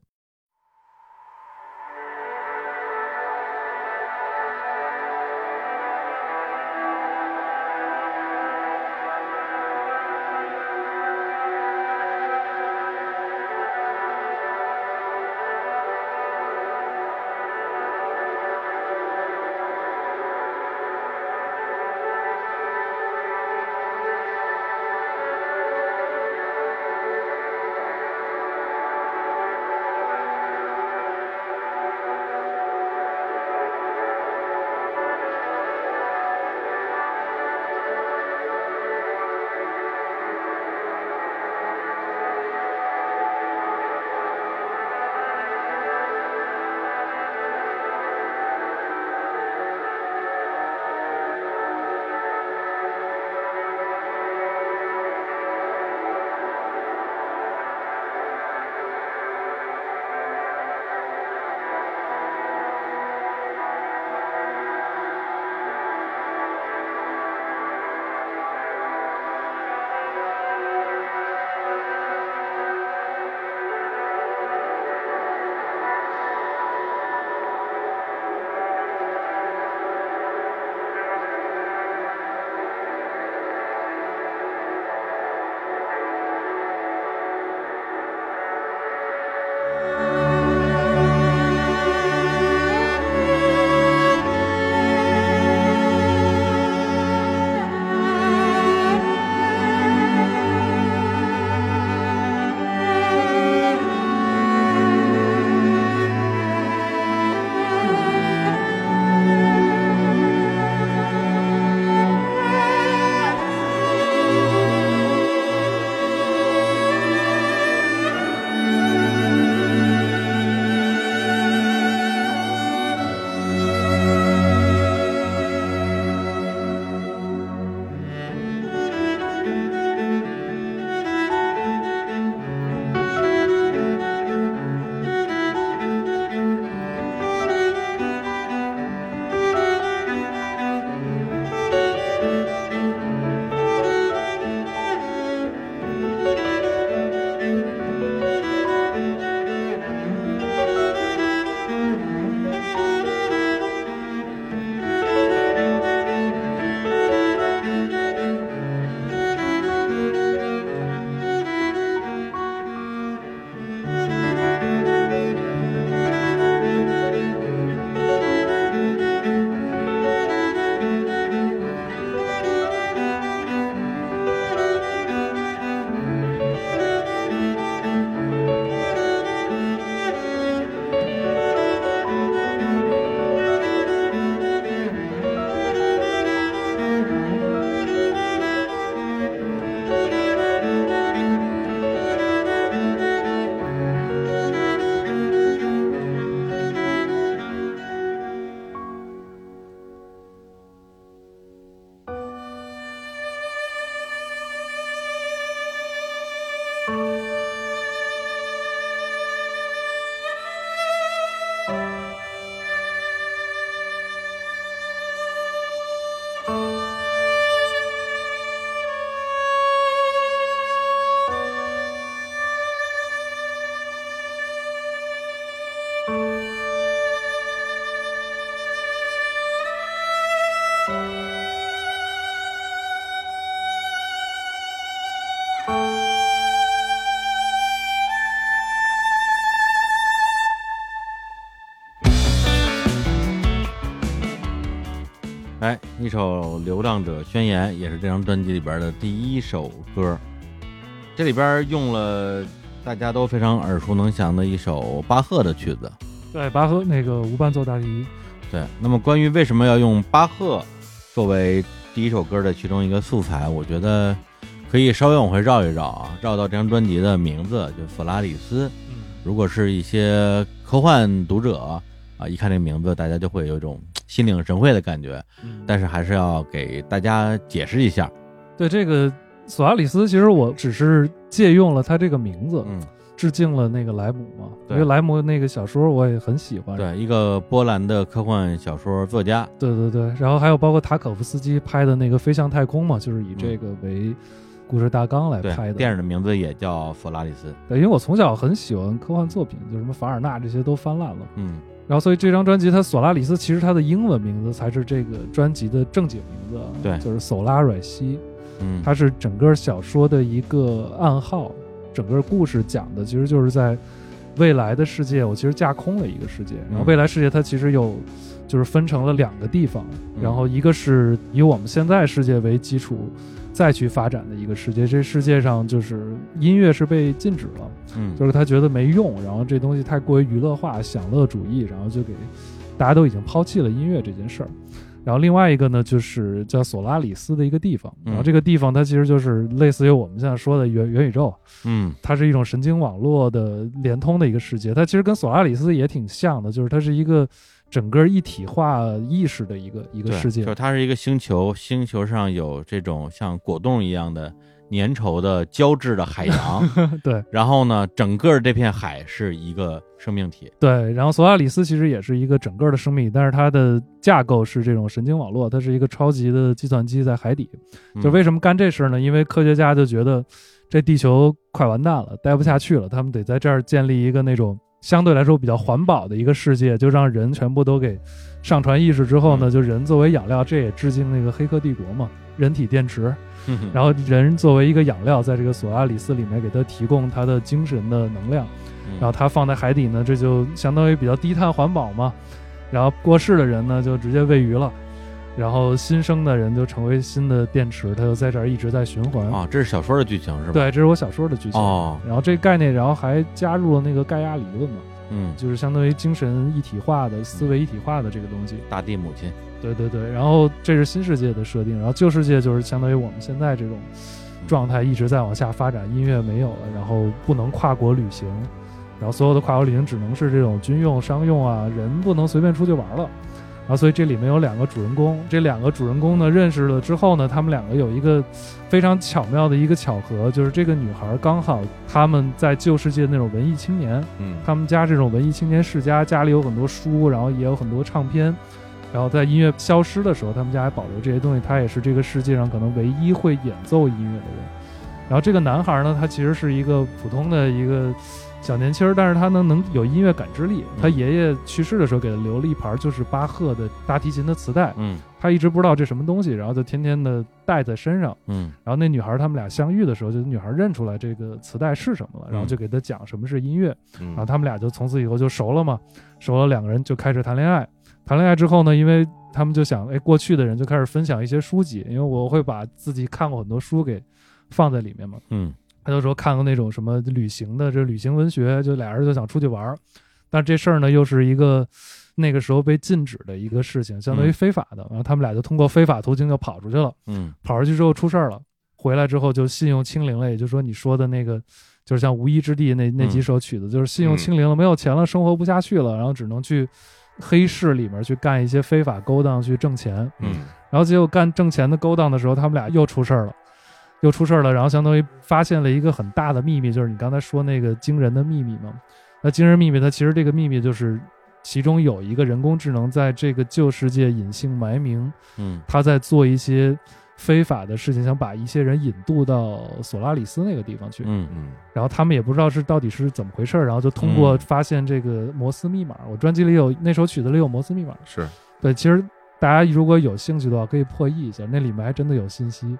哎，一首《流浪者宣言》也是这张专辑里边的第一首歌，这里边用了大家都非常耳熟能详的一首巴赫的曲子。 对，巴赫那个无伴奏大第一。 对，那么关于为什么要用巴赫作为第一首歌的其中一个素材，我觉得可以稍微往回绕一绕啊，绕到这张专辑的名字，就索拉里斯。 嗯， 如果是一些科幻读者啊，一看这个名字，大家就会有一种心领神会的感觉。 嗯， 但是还是要给大家解释一下。 对，这个索拉里斯，其实我只是借用了他这个名字， 嗯， 致敬了那个莱姆嘛。 对， 因为莱姆那个小说我也很喜欢。 对，一个波兰的科幻小说作家。 对对对，然后还有包括塔可夫斯基拍的那个《飞向太空》嘛，就是以这个为故事大纲来拍的。 对，电影的名字也叫索拉里斯。 对，因为我从小很喜欢科幻作品，就什么凡尔纳这些都翻烂了。 嗯。 然后，所以这张专辑，它索拉里斯其实它的英文名字才是这个专辑的正经名字， 对， 就是索拉蕊西。 嗯， 它是整个小说的一个暗号，整个故事讲的其实就是在未来的世界，我其实架空了一个世界，然后未来世界它其实有就是分成了两个地方，然后一个是以我们现在世界为基础再去发展的一个世界，这世界上就是音乐是被禁止了， 嗯， 就是他觉得没用，然后这东西太过于娱乐化、享乐主义，然后就给大家都已经抛弃了音乐这件事儿。然后另外一个呢，就是叫索拉里斯的一个地方，然后这个地方它其实就是类似于我们现在说的元元宇宙， 嗯， 它是一种神经网络的连通的一个世界，它其实跟索拉里斯也挺像的，就是它是一个整个一体化意识的一个一个世界， 就它是一个星球，星球上有这种像果冻一样的粘稠的胶质的海洋， 对， 然后呢，整个这片海是一个生命体， 对，然后索拉里斯其实也是一个整个的生命体，但是它的架构是这种神经网络，它是一个超级的计算机在海底。就为什么干这事呢？因为科学家就觉得这地球快完蛋了，待不下去了，他们得在这儿建立一个那种相对来说比较环保的一个世界，就让人全部都给上传意识之后呢，就人作为养料，这也致敬那个黑客帝国嘛，人体电池，然后人作为一个养料，在这个索拉里斯里面给他提供他的精神的能量，然后他放在海底呢，这就相当于比较低碳环保嘛，然后过世的人呢就直接喂鱼了，然后新生的人就成为新的电池，他就在这儿一直在循环啊、哦。这是小说的剧情是吧？ 对，这是我小说的剧情哦。 然后这个概念，然后还加入了那个盖亚理论嘛， 嗯， 就是相当于精神一体化的、思维一体化的这个东西。 大地母亲。 对对对，然后这是新世界的设定，然后旧世界就是相当于我们现在这种状态一直在往下发展，音乐没有了，然后不能跨国旅行，然后所有的跨国旅行只能是这种军用、商用啊，人不能随便出去玩了。然后所以这里面有两个主人公，这两个主人公呢认识了之后呢，他们两个有一个非常巧妙的一个巧合，就是这个女孩刚好他们在旧世界那种文艺青年， 嗯， 他们家这种文艺青年世家，家里有很多书，然后也有很多唱片，然后在音乐消失的时候，他们家还保留这些东西，他也是这个世界上可能唯一会演奏音乐的人。然后这个男孩呢，他其实是一个普通的一个小年轻，但是他能能有音乐感知力。他爷爷去世的时候给他留了一盘就是巴赫的大提琴的磁带， 嗯， 他一直不知道这什么东西，然后就天天的带在身上， 嗯， 然后那女孩他们俩相遇的时候，就女孩认出来这个磁带是什么了，然后就给他讲什么是音乐， 嗯、 然后他们俩就从此以后就熟了嘛，熟了两个人就开始谈恋爱。谈恋爱之后呢，因为他们就想，哎，过去的人就开始分享一些书籍，因为我会把自己看过很多书给放在里面嘛， 嗯。 他就说看过那种什么旅行的，这旅行文学，就俩人就想出去玩，但这事儿呢又是一个那个时候被禁止的一个事情，相当于非法的。然后他们俩就通过非法途径就跑出去了， 嗯， 跑出去之后出事儿了，回来之后就信用清零了，也就是说你说的那个，就是像《无依之地》那那几首曲子，就是信用清零了，没有钱了，生活不下去了，然后只能去黑市里面去干一些非法勾当去挣钱， 嗯， 然后结果干挣钱的勾当的时候，他们俩又出事儿了。又出事了，然后相当于发现了一个很大的秘密，就是你刚才说那个惊人的秘密嘛。那惊人秘密，它其实这个秘密就是其中有一个人工智能在这个旧世界隐姓埋名， 嗯， 他在做一些非法的事情，想把一些人引渡到索拉里斯那个地方去， 嗯嗯， 然后他们也不知道是到底是怎么回事，然后就通过发现这个摩斯密码，嗯、我专辑里有那首曲子里有摩斯密码， 是对， 其实大家如果有兴趣的话，可以破译一下，那里面还真的有信息。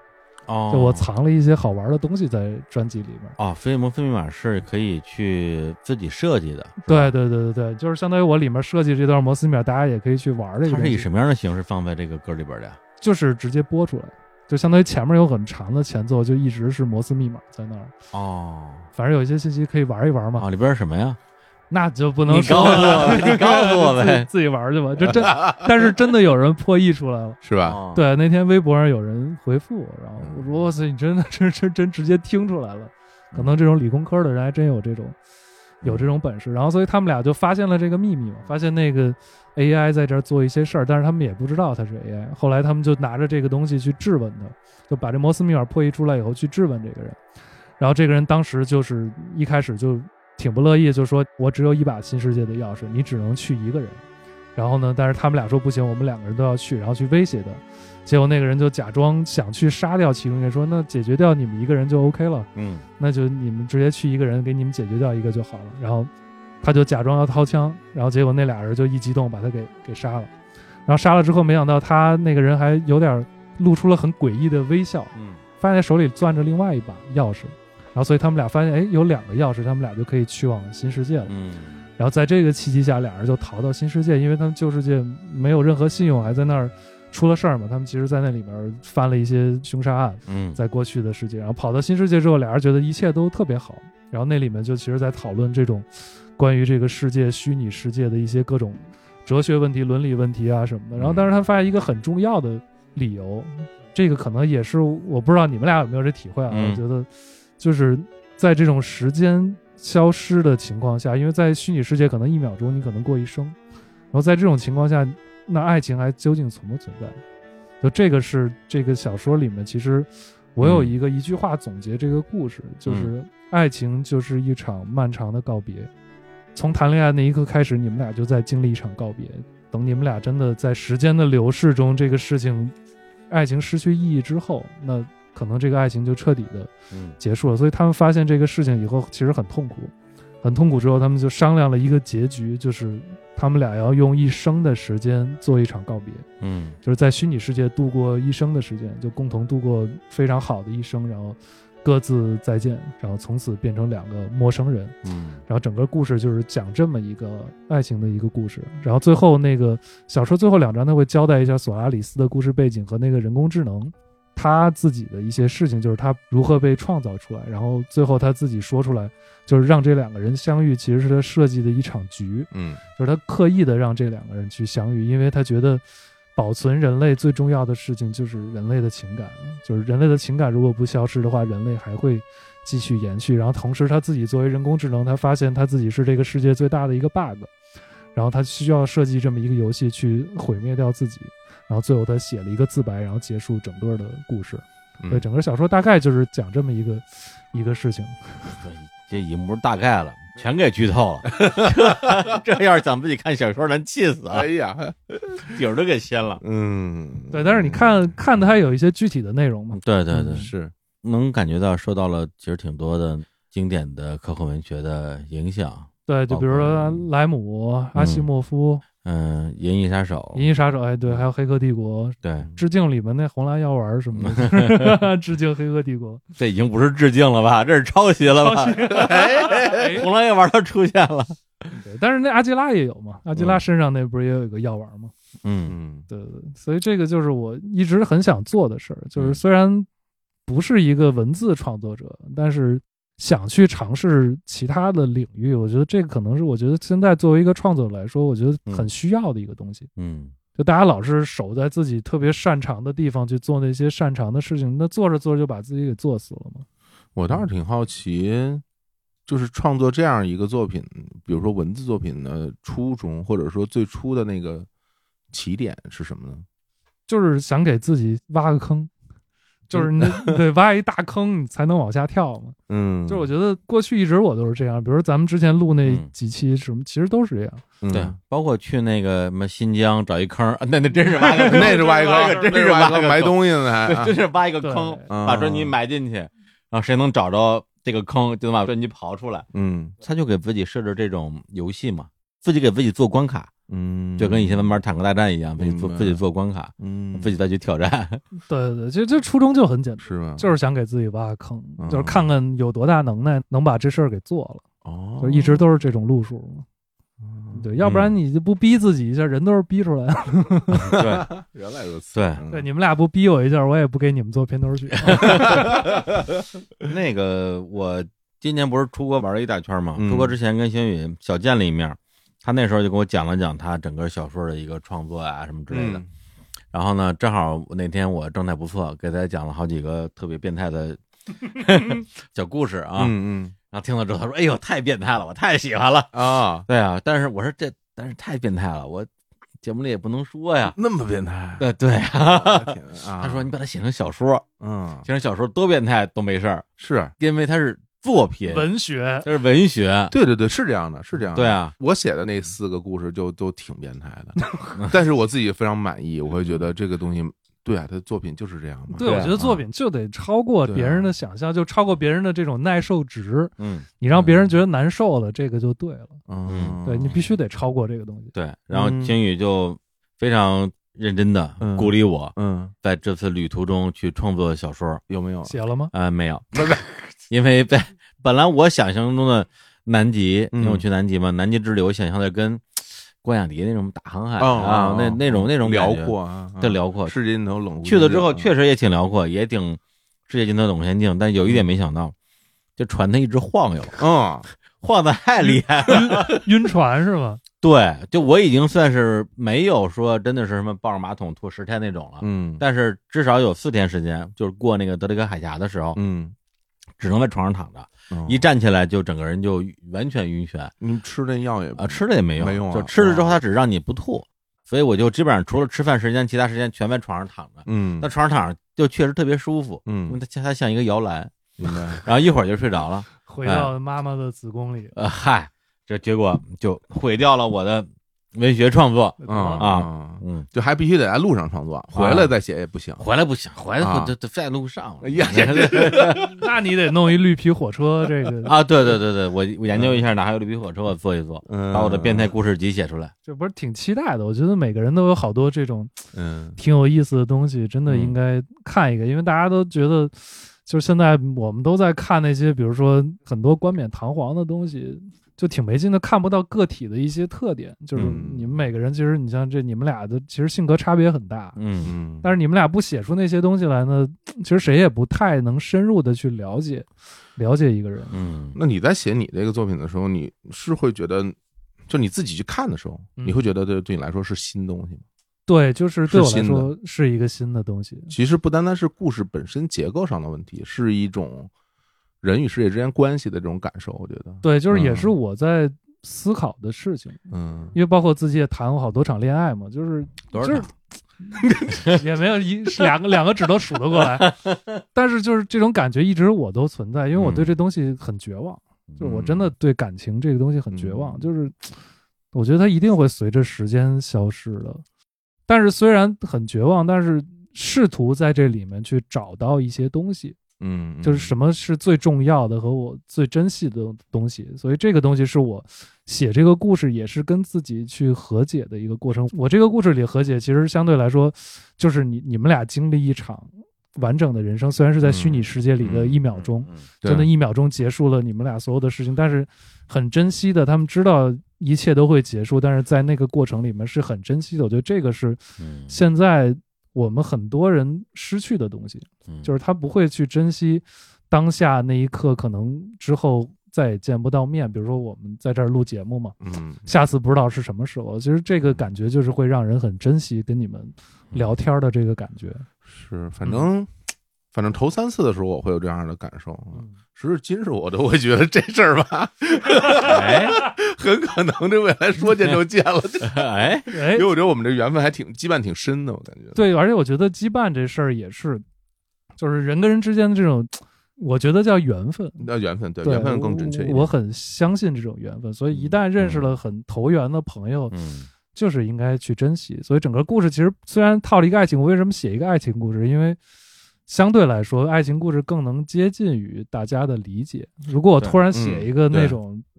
哦， 就我藏了一些好玩的东西在专辑里面。 哦，飞摩斯密码是可以去自己设计的。 对对对对对，就是相当于我里面设计这段摩斯密码，大家也可以去玩这个。 它是以什么样的形式放在这个歌里边的呀？ 就是直接播出来，就相当于前面有很长的前奏，就一直是摩斯密码在那儿。 哦， 反正有一些信息可以玩一玩嘛。 啊，里边是什么呀？ 那就不能说了，你告诉我呗， 自己玩去吧。这真，但是真的有人破译出来了， 是吧？ 哦、 对，那天微博上有人回复，然后我说：“哇塞，你真的真真真直接听出来了。”可能这种理工科的人还真有这种有这种本事。然后，所以他们俩就发现了这个秘密嘛，发现那个 A I 在这儿做一些事儿，但是他们也不知道它是 A I。后来他们就拿着这个东西去质问他，就把这摩斯密码破译出来以后去质问这个人。然后这个人当时就是一开始就挺不乐意，就说我只有一把新世界的钥匙，你只能去一个人。然后呢，但是他们俩说不行，我们两个人都要去，然后去威胁他。结果那个人就假装想去杀掉其中一个人，说那解决掉你们一个人就 OK 了， 嗯， 那就你们直接去一个人，给你们解决掉一个就好了。然后他就假装要掏枪，然后结果那俩人就一激动把他给给杀了。然后杀了之后，没想到他那个人还有点露出了很诡异的微笑， 嗯， 发现手里攥着另外一把钥匙。然后所以他们俩发现，哎，有两个钥匙，他们俩就可以去往新世界了。 嗯， 然后在这个契机下，俩人就逃到新世界，因为他们旧世界没有任何信用，还在那儿出了事儿嘛。他们其实在那里面翻了一些凶杀案， 嗯，在过去的世界。然后跑到新世界之后，俩人觉得一切都特别好。然后那里面就其实在讨论这种关于这个世界虚拟世界的一些各种哲学问题、伦理问题啊什么的。然后但是他发现一个很重要的理由，这个可能也是我不知道你们俩有没有这体会啊？ 嗯、 我觉得就是在这种时间消失的情况下，因为在虚拟世界可能一秒钟你可能过一生，然后在这种情况下，那爱情还究竟存不存在？就这个是这个小说里面，其实我有一个一句话总结这个故事，嗯、就是爱情就是一场漫长的告别。从谈恋爱那一刻开始，你们俩就在经历一场告别。等你们俩真的在时间的流逝中，这个事情，爱情失去意义之后，那可能这个爱情就彻底的结束了。所以他们发现这个事情以后，其实很痛苦，很痛苦之后，他们就商量了一个结局，就是他们俩要用一生的时间做一场告别。 嗯， 就是在虚拟世界度过一生的时间，就共同度过非常好的一生，然后各自再见，然后从此变成两个陌生人。 嗯， 然后整个故事就是讲这么一个爱情的一个故事。然后最后那个小说最后两章，他会交代一下索拉里斯的故事背景和那个人工智能他自己的一些事情，就是他如何被创造出来。然后最后他自己说出来，就是让这两个人相遇，其实是他设计的一场局。 嗯， 就是他刻意的让这两个人去相遇，因为他觉得保存人类最重要的事情就是人类的情感，就是人类的情感如果不消失的话，人类还会继续延续。然后同时他自己作为人工智能，他发现他自己是这个世界最大的一个 bug， 然后他需要设计这么一个游戏去毁灭掉自己。然后最后他写了一个自白，然后结束整个的故事。 嗯、 对，整个小说大概就是讲这么一个一个事情。 这已经不是大概了，全给剧透了。这要是想自己看小说，咱气死啊！ 哎呀， 底儿都给掀了。 嗯， 对，但是你看看的还有一些具体的内容嘛？ 对对对， 嗯、是能感觉到受到了其实挺多的经典的科幻文学的影响。 对，就比如说莱姆、嗯、阿西莫夫。 嗯，银翼杀手， 银翼杀手，哎，对，还有黑客帝国， 对， 致敬里面那红蓝药丸什么的，致敬黑客帝国， 这已经不是致敬了吧？这是抄袭了吧？哎、红蓝药丸都出现了， 对，但是那阿基拉也有嘛，阿基拉身上那不是也有一个药丸吗？ 嗯嗯， 对对，所以这个就是我一直很想做的事儿，就是虽然不是一个文字创作者，但是想去尝试其他的领域，我觉得这个可能是我觉得现在作为一个创作者来说，我觉得很需要的一个东西。 嗯， 就大家老是守在自己特别擅长的地方去做那些擅长的事情，那做着做着就把自己给做死了嘛。 我倒是挺好奇，就是创作这样一个作品，比如说文字作品的初衷，或者说最初的那个起点是什么呢？ 就是想给自己挖个坑。就是你得挖一大坑，你才能往下跳嘛。 嗯， 就是我觉得过去一直我都是这样，比如咱们之前录那几期什么，嗯、其实都是这样。 嗯、 对，包括去那个什么新疆找一坑，那那真是挖个坑， 那是挖一个， 真是挖个埋东西呢，还真是挖一个坑，把专辑埋进去，然后谁能找着这个坑，就能把专辑刨出来。 嗯， 他就给自己设置这种游戏嘛，自己给自己做关卡。 嗯， 就跟以前咱们玩坦克大战一样，自己做明白自己做关卡， 嗯， 自己再去挑战。 对对对，就就初衷就很简单， 是吗？ 就是想给自己挖个坑， 嗯就是看看有多大能耐能把这事儿给做了， 哦， 就一直都是这种路数嘛。 嗯对，要不然你就不逼自己一下，人都是逼出来的。 对原来如此， 对嗯对，你们俩不逼我一下，我也不给你们做片头曲。 那个我今年不是出国玩了一大圈嘛？ 嗯出国之前跟星宇小见了一面，他那时候就跟我讲了讲他整个小说的一个创作啊什么之类的。 嗯然后呢，正好那天我状态不错，给他讲了好几个特别变态的小故事啊。 嗯嗯然后听了之后，他说：“哎呦，太变态了，我太喜欢了。 啊，” 对啊，但是我说这，但是太变态了，我节目里也不能说呀。 那么变态， 对对我啊， 的天啊， 他说你把它写成小说， 嗯写成小说多变态都没事儿， 是， 因为它是作品， 文学， 它是文学。 对对对，是这样的，是这样的。 对啊， 我写的那四个故事就都挺变态的，但是我自己非常满意，我会觉得这个东西，对啊，他的作品就是这样嘛。 对， 对我觉得作品就得超过别人的想象，就超过别人的这种耐受值。 嗯， 你让别人觉得难受了，这个就对了。 嗯， 对，你必须得超过这个东西。 对。然后青宇就非常认真的鼓励我， 嗯， 在这次旅途中去创作小说。 有没有？ 写了吗？ 呃，没有，因为在本来我想象中的南极， 嗯因为我去南极嘛，南极之旅我想象的跟关雅迪那种大航海哦啊，那那种那种感辽觉阔啊， 特辽阔。 世界尽头冷， 去了之后确实也挺辽阔，也挺世界尽头冷仙境，但有一点没想到，这船它一直晃悠， 嗯， 晃的太厉害了。 晕船是吧？ 对，就我已经算是没有说真的是什么抱着马桶吐十天那种了， 嗯， 但是至少有四天时间，就是过那个德雷克海峡的时候， 嗯， 只能在床上躺着， 哦一站起来就整个人就完全晕眩你吃那药也啊，吃的也没用， 没用啊就吃了之后它只让你不吐，所以我就基本上除了吃饭时间，其他时间全在床上躺着。 嗯， 那床上躺着就确实特别舒服， 嗯因为它它像一个摇篮， 明白， 然后一会儿就睡着了。 回到妈妈的子宫里。 呃，嗨，这结果就毁掉了我的文学创作。 啊啊，嗯， 就还必须得在路上创作，回来再写也不行。 回来不行，回来啊就就在路上了。 哎呀， 那你得弄一绿皮火车，这个啊，对对对对，我我研究一下，哪还有绿皮火车，我做一做， 嗯把我的变态故事集写出来。 这不是挺期待的？我觉得每个人都有好多这种嗯挺有意思的东西，真的应该看一个，因为大家都觉得，就是现在我们都在看那些，比如说很多冠冕堂皇的东西，就挺没劲的，看不到个体的一些特点。就是嗯你们每个人，其实你像这你们俩的，其实性格差别很大。 嗯嗯， 但是你们俩不写出那些东西来呢，其实谁也不太能深入的去了解了解一个人。 嗯， 那你在写你这个作品的时候，你是会觉得，就你自己去看的时候， 嗯你会觉得这对你来说是新东西吗？ 对，就是对我来是新说是一个新的东西。 其实不单单是故事本身结构上的问题，是一种人与世界之间关系的这种感受。我觉得， 对，就是也是嗯我在思考的事情。 嗯， 因为包括自己也谈过好多场恋爱嘛，就是就是多少场？ 也没有一两个两个指头数得过来，但是就是这种感觉一直我都存在，因为我对这东西很绝望，就是我真的对感情这个东西很绝望， 嗯就是我觉得它一定会随着时间消失的。但是虽然很绝望，但是试图在这里面去找到一些东西， 嗯， 就是什么是最重要的和我最珍惜的东西，所以这个东西是我写这个故事也是跟自己去和解的一个过程。我这个故事里和解，其实相对来说，就是你你们俩经历一场完整的人生，虽然是在虚拟世界里的一秒钟， 嗯对就那一秒钟结束了你们俩所有的事情，但是很珍惜的，他们知道一切都会结束，但是在那个过程里面是很珍惜的。我觉得这个是嗯现在我们很多人失去的东西。 嗯就是他不会去珍惜当下那一刻，可能之后再也见不到面。比如说我们在这儿录节目嘛， 嗯， 下次不知道是什么时候。其实这个感觉就是会让人很珍惜跟你们聊天的这个感觉。 是，反正反正头三次的时候我会有这样的感受， 嗯时至今日我都会觉得这事儿吧， 哎很可能这未来说见就见了， 哎， 哎因为，我觉得我们这缘分还挺羁绊挺深的，我感觉。 对，而且我觉得羁绊这事儿也是，就是人跟人之间的这种，我觉得叫缘分。 那缘分，对对， 缘分更准确一点。 我我很相信这种缘分，所以一旦认识了很投缘的朋友， 嗯就是应该去珍惜。所以整个故事其实虽然套了一个爱情，我为什么写一个爱情故事？因为相对来说，爱情故事更能接近于大家的理解。如果我突然写一个那种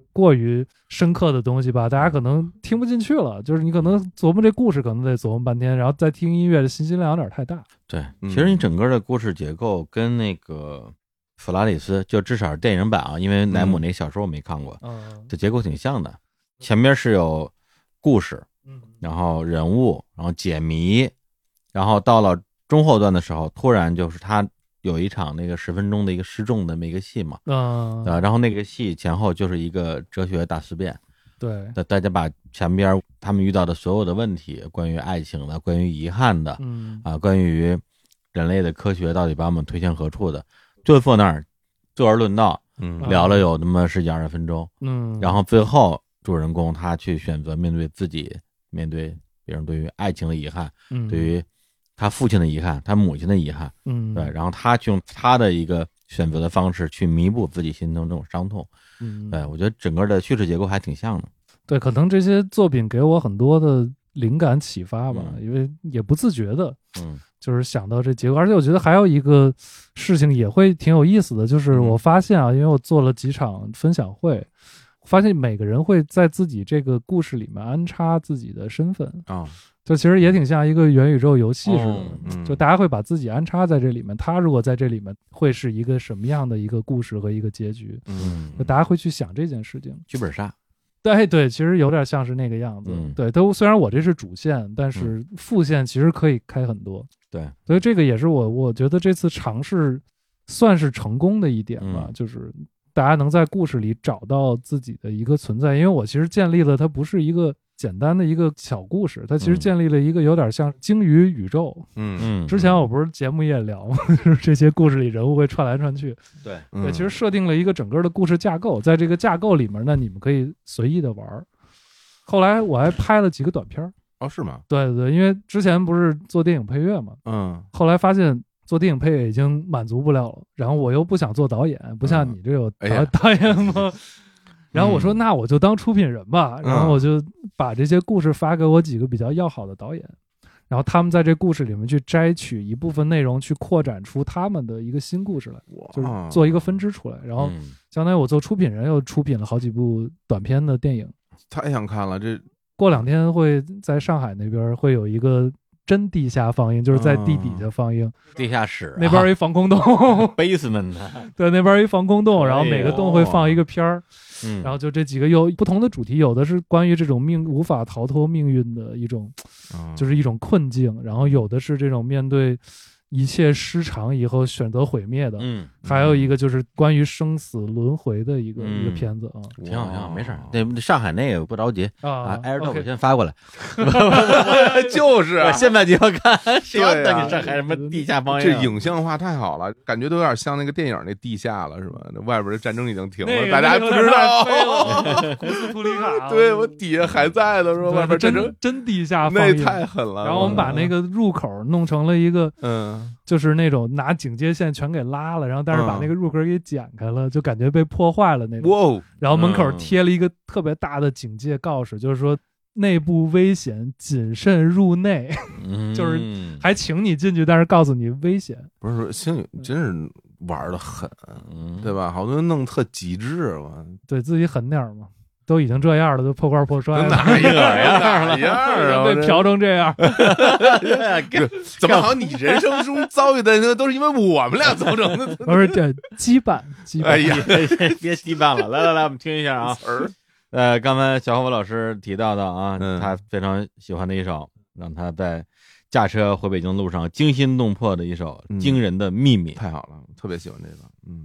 过于深刻的东西吧，大家可能听不进去了。就是你可能琢磨这故事，可能得琢磨半天，然后再听音乐的信息量有点太大。 对， 嗯其实你整个的故事结构跟那个弗拉里斯，就至少是电影版啊，因为乃姆那小说我没看过， 嗯， 这结构挺像的。前边是有故事， 嗯然后人物，然后解谜，然后到了中后段的时候，突然就是他有一场那个十分钟的一个失重的那么一个戏嘛， 嗯， 啊，然后那个戏前后就是一个哲学大思辨， 对， 大大家把前边他们遇到的所有的问题，关于爱情的，关于遗憾的， 嗯啊，关于人类的科学到底把我们推向何处的，就坐那儿坐而论道， 嗯聊了有那么十几二十分钟， 嗯， 然后最后主人公他去选择面对自己，面对别人对于爱情的遗憾， 嗯对于他父亲的遗憾，他母亲的遗憾， 嗯对，然后他去用他的一个选择的方式去弥补自己心中这种伤痛， 嗯对，我觉得整个的叙事结构还挺像的， 对，可能这些作品给我很多的灵感启发吧， 嗯因为也不自觉的。 嗯就是想到这结果，而且我觉得还有一个事情也会挺有意思的，就是我发现啊，因为我做了几场分享会，发现每个人会在自己这个故事里面安插自己的身份啊， 就其实也挺像一个元宇宙游戏似的， 哦嗯就大家会把自己安插在这里面，他如果在这里面会是一个什么样的一个故事和一个结局， 嗯就大家会去想这件事情。 剧本杀， 对对，其实有点像是那个样子。 嗯对，都虽然我这是主线，但是副线其实可以开很多。 对， 所以这个也是我我觉得这次尝试算是成功的一点吧， 嗯就是大家能在故事里找到自己的一个存在。因为我其实建立了它不是一个简单的一个小故事，它其实嗯建立了一个有点像鲸鱼宇宙。 嗯嗯， 之前我不是节目也聊吗？就是这些故事里人物会串来串去。 对， 嗯对，其实设定了一个整个的故事架构，在这个架构里面呢，你们可以随意的玩儿。后来我还拍了几个短片儿。 哦是吗？ 对对对，因为之前不是做电影配乐嘛， 嗯后来发现做电影配乐已经满足不了了，然后我又不想做导演，不像嗯你这有导,、 哎呀导演吗？然后我说嗯那我就当出品人吧， 嗯然后我就把这些故事发给我几个比较要好的导演，然后他们在这故事里面去摘取一部分内容，去扩展出他们的一个新故事来，就是做一个分支出来，然后嗯相当于我做出品人又出品了好几部短片的电影。 太想看了，这过两天会在上海那边会有一个真地下放映，就是在地底下放映， 地下室那边有一防空洞， basement， 对，那边有一防空洞，然后每个洞会放一个片儿， 嗯， 然后就这几个有不同的主题，有的是关于这种命无法逃脱命运的一种， 嗯就是一种困境，然后有的是这种面对一切失常以后选择毁灭的， 嗯， 还有一个就是关于生死轮回的一个、 嗯一个片子啊挺好挺好，没事儿，那上海那个不着急啊啊，挨着豆 OK 我先发过来， 就是啊我现在就要看，谁要对啊等你上海什么地下放映这啊？ 影像化太好了，感觉都有点像那个电影那地下了，是吧？那外边的战争已经停了， 那个大家还不知道。 古斯图里卡， 对我底下还在的是吧？外边战争真真地下放那映， 太狠了。 然后我们把那个入口弄成了一个， 嗯就是那种拿警戒线全给拉了，然后但是把那个入口给剪开了，就感觉被破坏了那种。 哇哦， 然后门口贴了一个特别大的警戒告示，就是说内部危险，谨慎入内， 嗯就是还请你进去，但是告诉你危险。 不是说星宇真是玩的狠， 嗯对吧？好多人弄特极致嘛， 对自己狠点儿嘛，都已经这样了，都破罐破摔了， 哪样哪样啊？ 被嫖成这样。 怎么好像你人生中遭遇的那都是因为我们俩造成的？ 不是这羁绊，羁绊。 哎呀， 别稀办了，来来来，我们听一下啊。呃，刚才小虎老师提到的啊， 嗯他非常喜欢的一首，让他在驾车回北京路上惊心动魄的一首嗯惊人的秘密。 太好了，特别喜欢这个，嗯。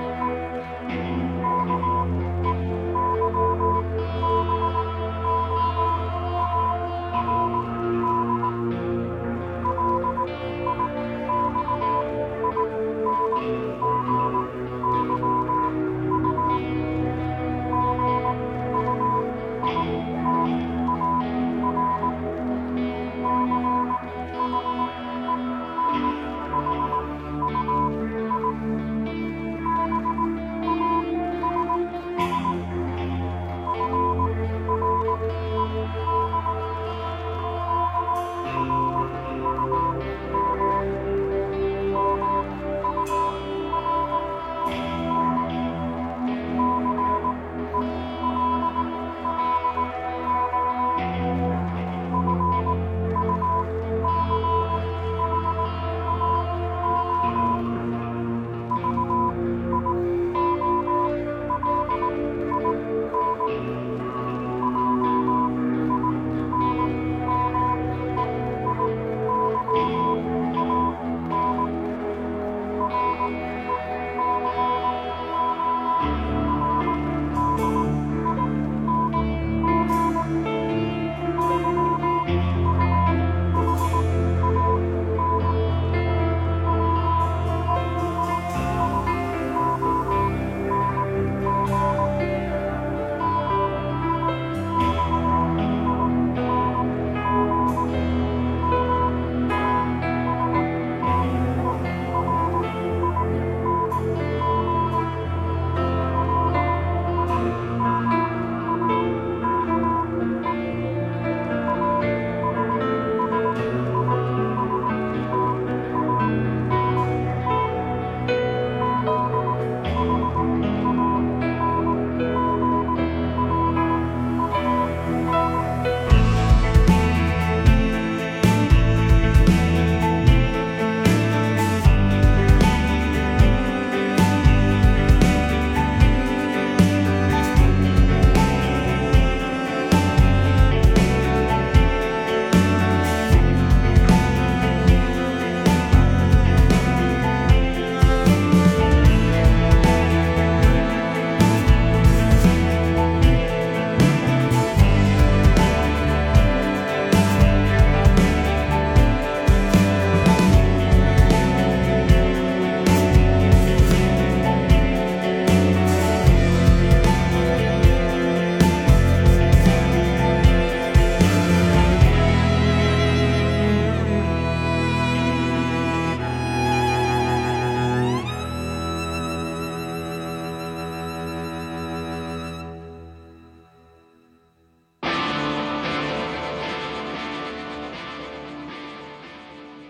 Thank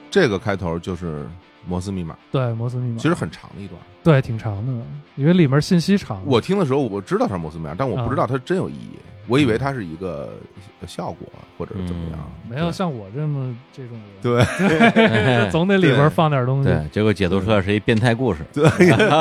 这个开头就是摩斯密码， 对，摩斯密码其实很长的一段， 对，挺长的，因为里面信息长。 我听的时候我知道它是摩斯密码，但我不知道它真有意义， 嗯、 我以为它是一个效果或者怎么样， 嗯、没有像我这么这种人， 对， 对总得里边放点东西， 对，结果解读出来是一变态故事， 对，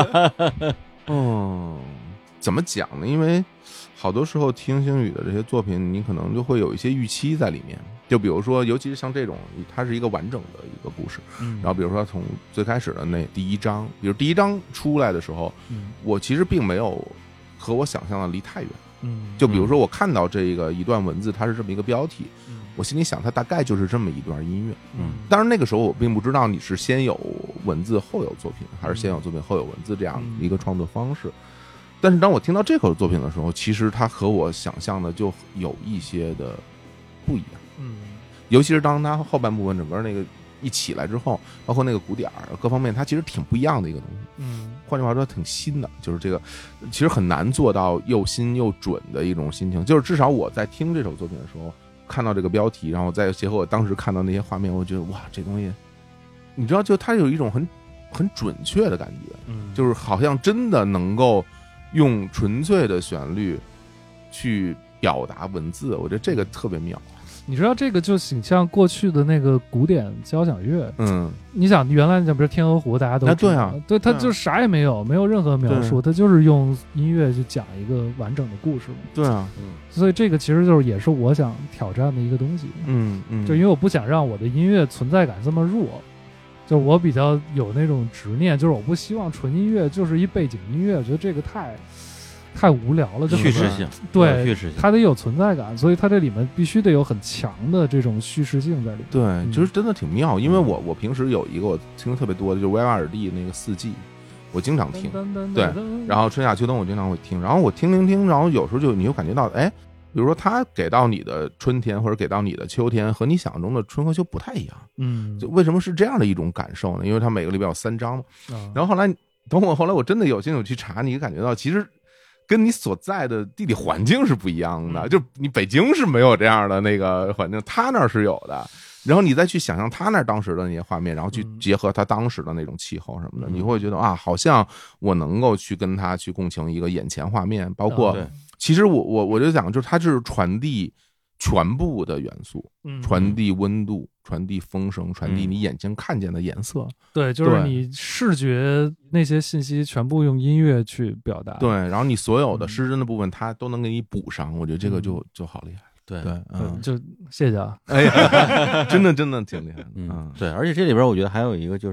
嗯，怎么讲呢？因为好多时候听星宇的这些作品，你可能就会有一些预期在里面。就比如说，尤其是像这种，它是一个完整的一个故事。嗯，然后比如说从最开始的那第一章，比如第一章出来的时候，嗯，我其实并没有和我想象的离太远。嗯，就比如说我看到这个一段文字，它是这么一个标题，嗯，我心里想它大概就是这么一段音乐。嗯，当然那个时候我并不知道你是先有文字后有作品，还是先有作品后有文字这样一个创作方式。但是当我听到这口作品的时候，其实它和我想象的就有一些的不一样。嗯，尤其是当它后半部分整个那个一起来之后，包括那个鼓点各方面，它其实挺不一样的一个东西。嗯，换句话说，挺新的，就是这个其实很难做到又新又准的一种心情。就是至少我在听这首作品的时候，看到这个标题，然后再结合我当时看到那些画面，我觉得哇，这东西，你知道，就它有一种很很准确的感觉。嗯，就是好像真的能够用纯粹的旋律去表达文字，我觉得这个特别妙。 你知道这个就挺像过去的那个古典交响乐，嗯，你想原来讲，比如天鹅湖，大家都知道， 对啊， 对，它就啥也没有，没有任何描述，它就是用音乐去讲一个完整的故事嘛。 对啊， 嗯，所以这个其实就是也是我想挑战的一个东西， 嗯嗯， 就因为我不想让我的音乐存在感这么弱，就我比较有那种执念，就是我不希望纯音乐就是一背景音乐，我觉得这个太。太无聊了， 叙事性， 对， 叙事性， 它得有存在感，所以它这里面必须得有很强的这种叙事性在里面。 对，嗯、其实真的挺妙，因为我我平时有一个我听的特别多的，就是维瓦尔第那个四季，我经常听，对，然后春夏秋冬我经常会听，然后我听听听，然后有时候就你就感觉到，哎，比如说他给到你的春天或者给到你的秋天和你想象中的春和秋不太一样，嗯，就为什么是这样的一种感受呢？因为它每个里边有三章嘛，嗯、然后后来等我后来我真的有心有去查，你感觉到其实。跟你所在的地理环境是不一样的，就你北京是没有这样的那个环境，他那儿是有的。然后你再去想象他那儿当时的那些画面，然后去结合他当时的那种气候什么的，你会觉得啊，好像我能够去跟他去共情一个眼前画面，包括其实我我我就讲，就是它是传递全部的元素，传递温度，传递风声，传递你眼睛看见的颜色。 对，就是你视觉那些信息全部用音乐去表达。 对，然后你所有的失真的部分，它都能给你补上。我觉得这个就就好厉害。 对对，嗯， 就谢谢啊。 哎呀，真的真的挺厉害。 嗯，对，而且这里边我觉得还有一个就是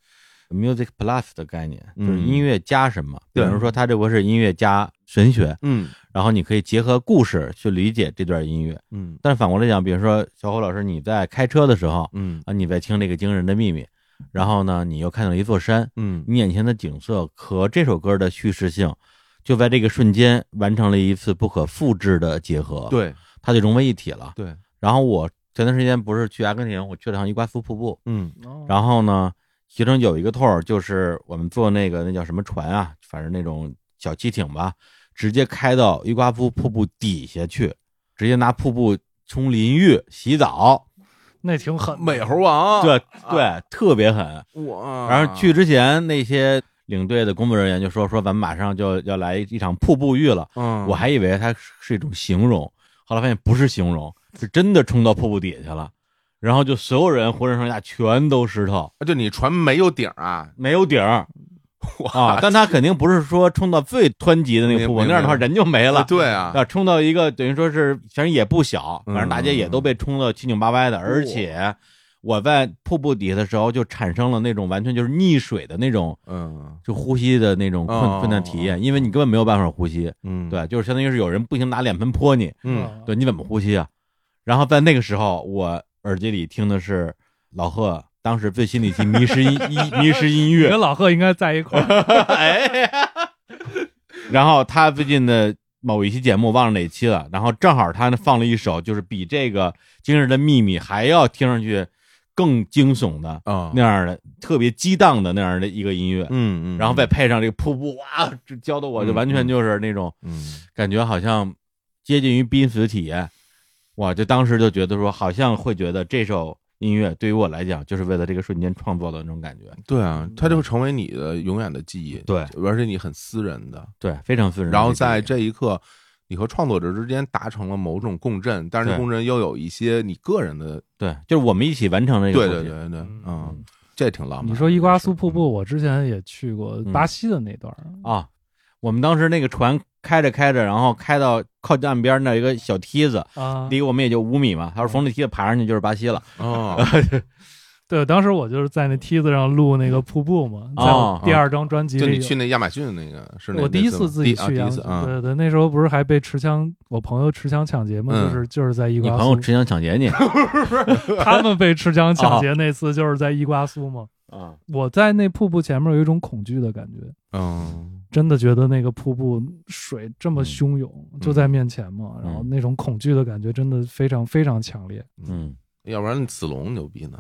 music plus 的概念，就是音乐加什么。比如说，它这不是音乐加神学，嗯，然后你可以结合故事去理解这段音乐，嗯。但是反过来讲，比如说小虎老师你在开车的时候，嗯啊，你在听这个惊人的秘密，然后呢，你又看到了一座山，嗯，你眼前的景色和这首歌的叙事性，就在这个瞬间完成了一次不可复制的结合， 对， 它就融为一体了， 对。 然后我前段时间不是去阿根廷，我去了趟伊瓜苏瀑布，嗯，然后呢，其中有一个托儿就是我们坐那个那叫什么船啊，反正那种小汽艇吧，直接开到伊瓜苏瀑布底下去，直接拿瀑布冲淋浴洗澡。 那挺狠， 美猴王， 对对、啊，特别狠。哇！然后去之前，那些领队的工作人员就说说咱们马上就要来一场瀑布浴了。嗯，我还以为它是一种形容，后来发现不是形容，是真的冲到瀑布底下去了。然后就所有人浑身上下全都湿透。 就你船没有顶啊？ 没有顶。啊！但他肯定不是说冲到最湍急的那个瀑布，那样的话人就没了。 对啊， 要冲到一个等于说是，反正也不小，反正大家也都被冲到七扭八歪的。而且我在瀑布底下的时候，就产生了那种完全就是溺水的那种，嗯，就呼吸的那种困困难体验，因为你根本没有办法呼吸。嗯，对，就是相当于是有人不停拿脸盆泼你。嗯，对，你怎么呼吸啊？然后在那个时候，我耳机里听的是老贺。当时最新的一期迷失音迷失音乐， 跟老贺应该在一块儿。 哎，然后他最近的某一期节目忘了哪期了，然后正好他放了一首就是比这个惊人的秘密还要听上去更惊悚的啊、哦、那样的特别激荡的那样的一个音乐，嗯嗯，然后再配上这个瀑布，哇，这教的我就完全就是那种，嗯，感觉好像接近于濒死体验，哇，就当时就觉得说好像会觉得这首音乐对于我来讲，就是为了这个瞬间创作的那种感觉。 对啊，它就会成为你的永远的记忆， 对， 而且你很私人的， 对，非常私人。 然后在这一刻，你和创作者之间达成了某种共振，但是共振又有一些你个人的， 对，就是我们一起完成这个。 对对对对，嗯，这挺浪漫。 你说伊瓜苏瀑布，我之前也去过巴西的那段啊。我们当时那个船开着开着，然后开到靠近岸边那一个小梯子， 啊， 离我们也就五米嘛。他说从那梯子爬上去就是巴西了。 哦， 对，当时我就是在那梯子上录那个瀑布嘛，在我第二张专辑里。 就你去那亚马逊那个是那我第一次自己去亚马逊，对对，那时候不是还被持枪，我朋友持枪抢劫嘛，就是就是在伊瓜苏。 你朋友持枪抢劫你？ 不是，他们被持枪抢劫那次就是在伊瓜苏嘛。 啊， 我在那瀑布前面有一种恐惧的感觉。 嗯。 真的觉得那个瀑布水这么汹涌， 嗯、 就在面前嘛，然后那种恐惧的感觉真的非常非常强烈。 嗯， 要不然子龙牛逼呢？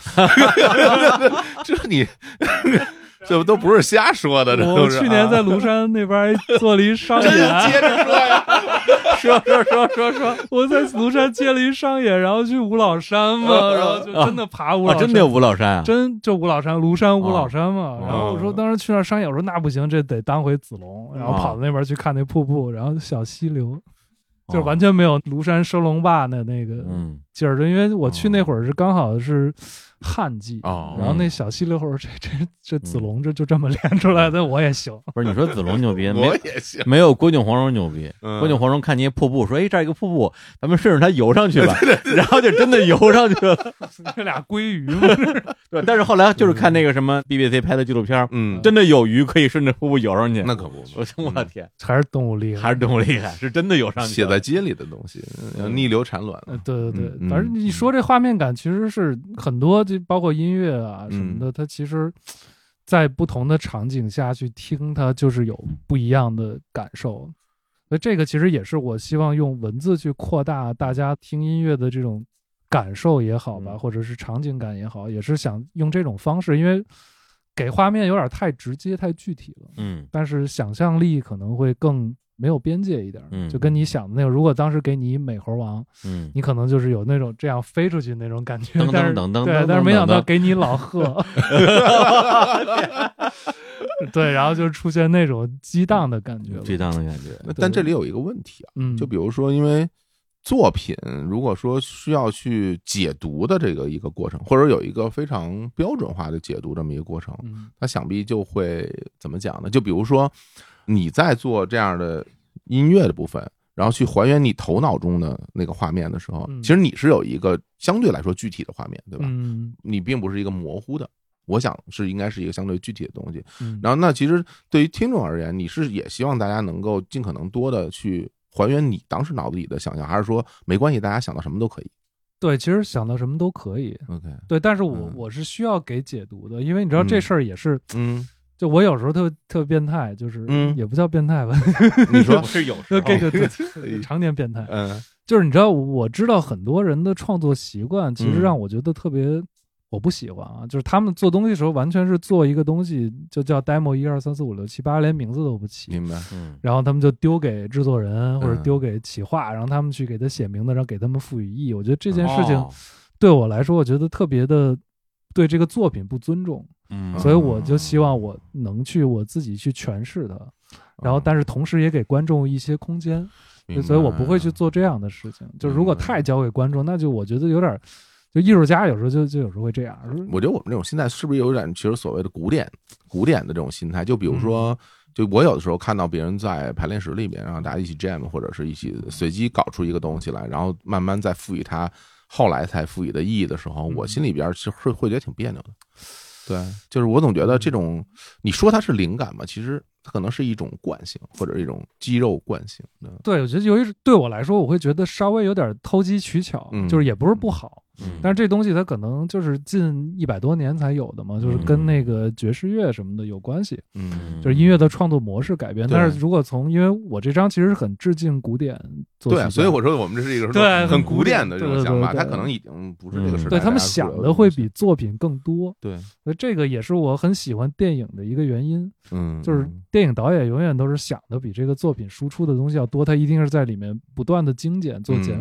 这你这都不是瞎说的。这我去年在庐山那边做了一商演， 接着说呀， 说说说说说， 我在庐山接了一商演，然后去五老山嘛，然后就真的爬五老山， 啊、真的有五老山啊， 真就五老山，庐山五老山嘛。 哦、 然后我说当时去那商演，我说那不行，这得当回子龙，然后跑到那边去看那瀑布，然后小溪流。就是完全没有庐山升龙坝的那个劲儿，因为我去那会儿是刚好是旱季， 哦、 然后那小溪流会儿这这这子龙这就这么练出来的，我也行。 不是你说子龙牛逼， 我也行， 没有郭靖黄蓉牛逼。 嗯、 郭靖黄蓉看见瀑布，说：“哎，这儿一个瀑布，咱们顺着它游上去吧。”然后就真的游上去了， 这俩鲑鱼嘛。 对，但是后来就是看那个什么 B B C 拍的纪录片， 嗯， 真的有鱼可以顺着瀑布游上去。 那可不， 我我的天， 还是动物厉害， 还是动物厉害，是真的游上去。 写在街里的东西，逆流产卵了。 对对对， 嗯、 反正你说这画面感其实是很多，就包括音乐啊什么的， 嗯、 它其实，在不同的场景下去听，它就是有不一样的感受。所以这个其实也是我希望用文字去扩大大家听音乐的这种感受也好吧， 嗯、 或者是场景感也好，也是想用这种方式，因为给画面有点太直接、太具体了。 嗯， 但是想象力可能会更没有边界一点， 嗯， 就跟你想的那种。如果当时给你美猴王， 嗯， 你可能就是有那种这样飞出去那种感觉， 噔噔噔噔， 对，但是没想到给你老贺，对，然后就出现那种激荡的感觉， 激荡的感觉。 但这里有一个问题啊， 嗯， 就比如说，因为作品如果说需要去解读的这个一个过程，或者有一个非常标准化的解读这么一个过程， 嗯， 它想必就会怎么讲呢？就比如说你在做这样的音乐的部分，然后去还原你头脑中的那个画面的时候， 嗯、 其实你是有一个相对来说具体的画面，对吧？ 嗯， 你并不是一个模糊的。我想是应该是一个相对具体的东西。 嗯、 然后那其实对于听众而言，你是也希望大家能够尽可能多的去还原你当时脑子里的想象，还是说没关系，大家想到什么都可以？ 对，其实想到什么都可以。 OK， 对，但是我、 嗯、 我是需要给解读的，因为你知道这事儿也是， 嗯， 就我有时候特特变态，就是， 嗯， 也不叫变态吧？ 你说是有时候， 对对对，常年变态。 嗯， 就是你知道，我知道很多人的创作习惯，其实让我觉得特别。我不喜欢啊，就是他们做东西的时候，完全是做一个东西，就叫 demo 一二三四五六七八，连名字都不起。 明白。 嗯。 然后他们就丢给制作人或者丢给企划，让他们去给他写名字，然后给他们赋予意义。我觉得这件事情对我来说，我觉得特别的对这个作品不尊重。 嗯。 所以我就希望我能去我自己去诠释它，然后但是同时也给观众一些空间。所以我不会去做这样的事情。就如果太交给观众，那就我觉得有点。就艺术家有时候就就有时候会这样。 我觉得我们这种心态是不是有点其实所谓的古典古典的这种心态？就比如说，就我有的时候看到别人在排练室里面，然后大家一起 jam 或者是一起随机搞出一个东西来，然后慢慢再赋予它后来才赋予的意义的时候，我心里边是会会觉得挺别扭的。对，就是我总觉得这种你说它是灵感嘛，其实它可能是一种惯性或者一种肌肉惯性。 对，我觉得由于对我来说，我会觉得稍微有点偷机取巧， 嗯、 就是也不是不好。 嗯、 但是这东西它可能就是近一百多年才有的嘛，就是跟那个爵士乐什么的有关系。 嗯， 就是音乐的创作模式改变。但是如果从，因为我这张其实是很致敬古典作曲家， 对，所以我说我们这是一个对很古典的这种想法， 对对对对它可能已经不是这个时代。 对，他们想的会比作品更多。 对， 所以这个也是我很喜欢电影的一个原因。 嗯， 就是电影导演永远都是想的比这个作品输出的东西要多，他一定是在里面不断的精简做减法。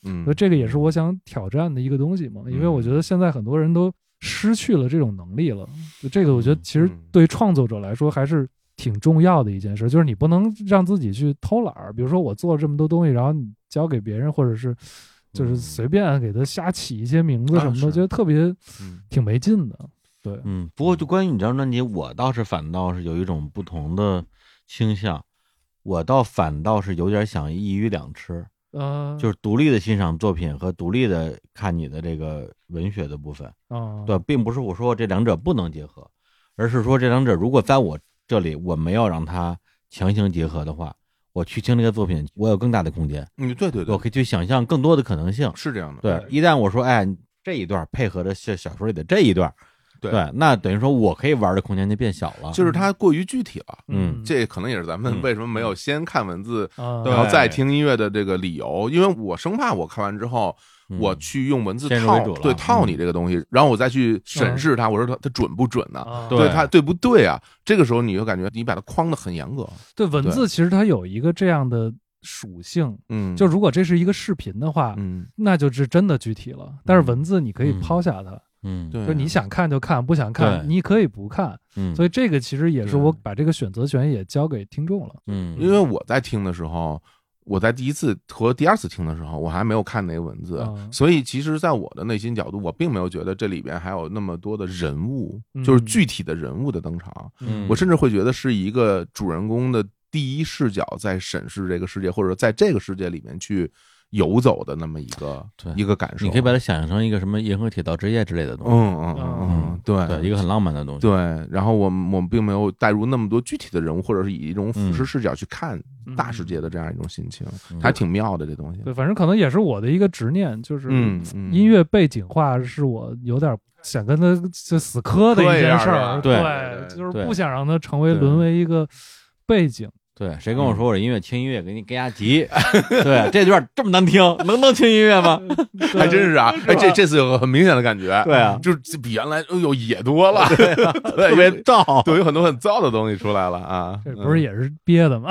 嗯， 所以这个也是我想挑战的一个东西嘛，因为我觉得现在很多人都失去了这种能力了，就这个我觉得其实对创作者来说还是挺重要的一件事，就是你不能让自己去偷懒儿，比如说我做了这么多东西，然后你交给别人，或者是就是随便给他瞎起一些名字什么的， 啊、 我觉得特别挺没劲的。对， 嗯，不过就关于你这张专辑，我倒是反倒是有一种不同的倾向，我倒反倒是有点想一鱼两吃， 呃， 就是独立的欣赏作品和独立的看你的这个文学的部分， 啊， 对，并不是我说这两者不能结合，而是说这两者如果在我这里我没有让它强行结合的话，我去听这个作品，我有更大的空间， 嗯，对对对， 我可以去想象更多的可能性， 是这样的。 对，一旦我说，哎，这一段配合着小小说里的这一段。 对, 对，那等于说我可以玩的空间就变小了， 就是它过于具体了。 嗯， 这可能也是咱们为什么没有先看文字， 嗯、 然后再听音乐的这个理由，因为我生怕我看完之后， 嗯、 我去用文字套对套你这个东西， 嗯、 然后我再去审视它，我说它它准不准呢、 啊？ 对它对不对啊？这个时候你就感觉你把它框得很严格。 对，文字其实它有一个这样的属性， 嗯， 就如果这是一个视频的话， 嗯， 那就是真的具体了。但是文字你可以抛下它。 嗯嗯， 对， 就你想看就看，不想看你可以不看， 嗯， 所以这个其实也是我把这个选择权也交给听众了， 嗯， 因为我在听的时候，我在第一次和第二次听的时候，我还没有看那个文字， 嗯、 所以其实在我的内心角度，我并没有觉得这里边还有那么多的人物， 嗯、 就是具体的人物的登场， 嗯， 我甚至会觉得是一个主人公的第一视角在审视这个世界，或者在这个世界里面去游走的那么一个一个感受， 你可以把它想象成一个什么银河铁道之夜之类的东西， 嗯嗯嗯嗯，对对，一个很浪漫的东西， 对。然后我们我们并没有带入那么多具体的人物，或者是以一种俯视视角去看大世界的这样一种心情， 嗯、 还挺妙的这东西。 对，反正可能也是我的一个执念，就是音乐背景化是我有点想跟他就死磕的一件事儿， 对， 对，就是不想让它成为沦为一个背景。 对，谁跟我说我这音乐听音乐给你跟压急？对，这段这么难听，能当轻音乐吗？ 还真是啊！哎，这这次有个很明显的感觉， 对啊， 就是比原来哎呦野多了， 对啊、特别燥， 对，有很多很燥的东西出来了啊！ 这不是也是憋的吗？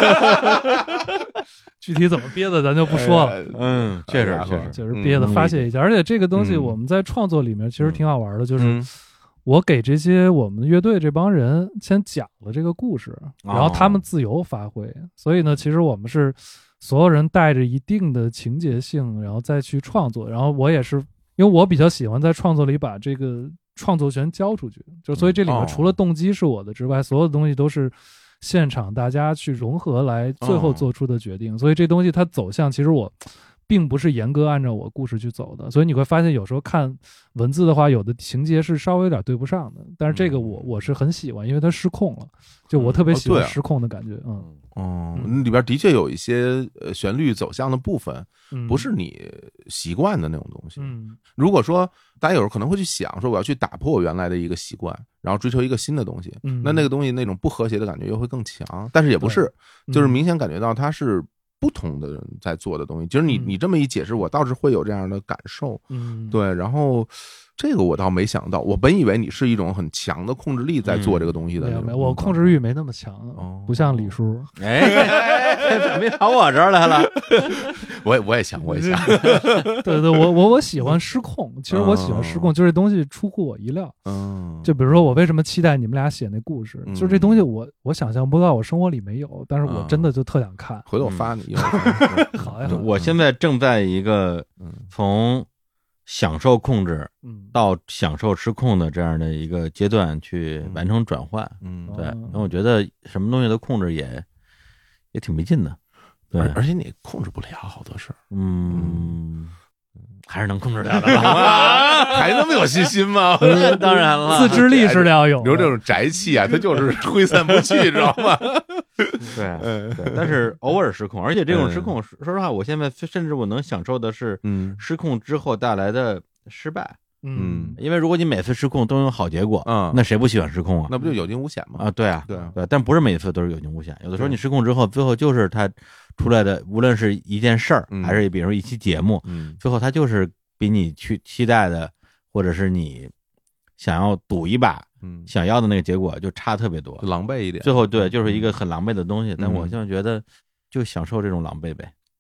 具体怎么憋的咱就不说了。 嗯，确实确实就是憋的发泄一下，而且这个东西我们在创作里面其实挺好玩的，就是我给这些我们乐队这帮人先讲了这个故事，然后他们自由发挥。所以呢，其实我们是所有人带着一定的情节性，然后再去创作。然后我也是，因为我比较喜欢在创作里把这个创作权交出去，就所以这里面除了动机是我的之外，所有的东西都是现场大家去融合来最后做出的决定。所以这东西它走向其实我并不是严格按照我故事去走的，所以你会发现有时候看文字的话，有的情节是稍微有点对不上的，但是这个我我是很喜欢，因为它失控了，就我特别喜欢失控的感觉。嗯， 哦，里边的确有一些呃旋律走向的部分，不是你习惯的那种东西。 嗯， 如果说大家有时候可能会去想说我要去打破我原来的一个习惯，然后追求一个新的东西， 嗯， 那那个东西那种不和谐的感觉又会更强，但是也不是，就是明显感觉到它是不同的人在做的东西。其实你你这么一解释，我倒是会有这样的感受。 嗯， 对，然后这个我倒没想到，我本以为你是一种很强的控制力在做这个东西的。 没有没有，我控制欲没那么强，不像李叔。 哎，怎么没跑我这儿来了？ 我也我也想，我也想。 对对，我我我喜欢失控。其实我喜欢失控，就这东西出乎我意料。 嗯， 就比如说我为什么期待你们俩写那故事，就这东西我我想象不到，我生活里没有，但是我真的就特想看。 回头我发你。 好呀， 我现在正在一个从享受控制到享受失控的这样的一个阶段去完成转换。 嗯， 对，因为我觉得什么东西都控制也也挺没劲的。对， 而且你控制不了好多事儿。 嗯，还是能控制了的吧？ 还那么有信心吗？ 当然了， 自制力是要有。 比如这种宅气啊，它就是挥散不去，知道吗？ 对，对，但是偶尔失控，而且这种失控，说实话，我现在甚至我能享受的是， 嗯， 失控之后带来的失败。 嗯， 因为如果你每次失控都有好结果， 嗯， 那谁不喜欢失控啊？ 那不就有惊无险吗？ 啊，对啊， 对啊， 对，但不是每次都是有惊无险，有的时候你失控之后，最后就是它出来的，无论是一件事儿，还是比如说一期节目， 嗯， 最后它就是比你去期待的，或者是你想要赌一把， 嗯， 想要的那个结果就差特别多， 狼狈一点。 最后对，就是一个很狼狈的东西。但我现在觉得，就享受这种狼狈呗。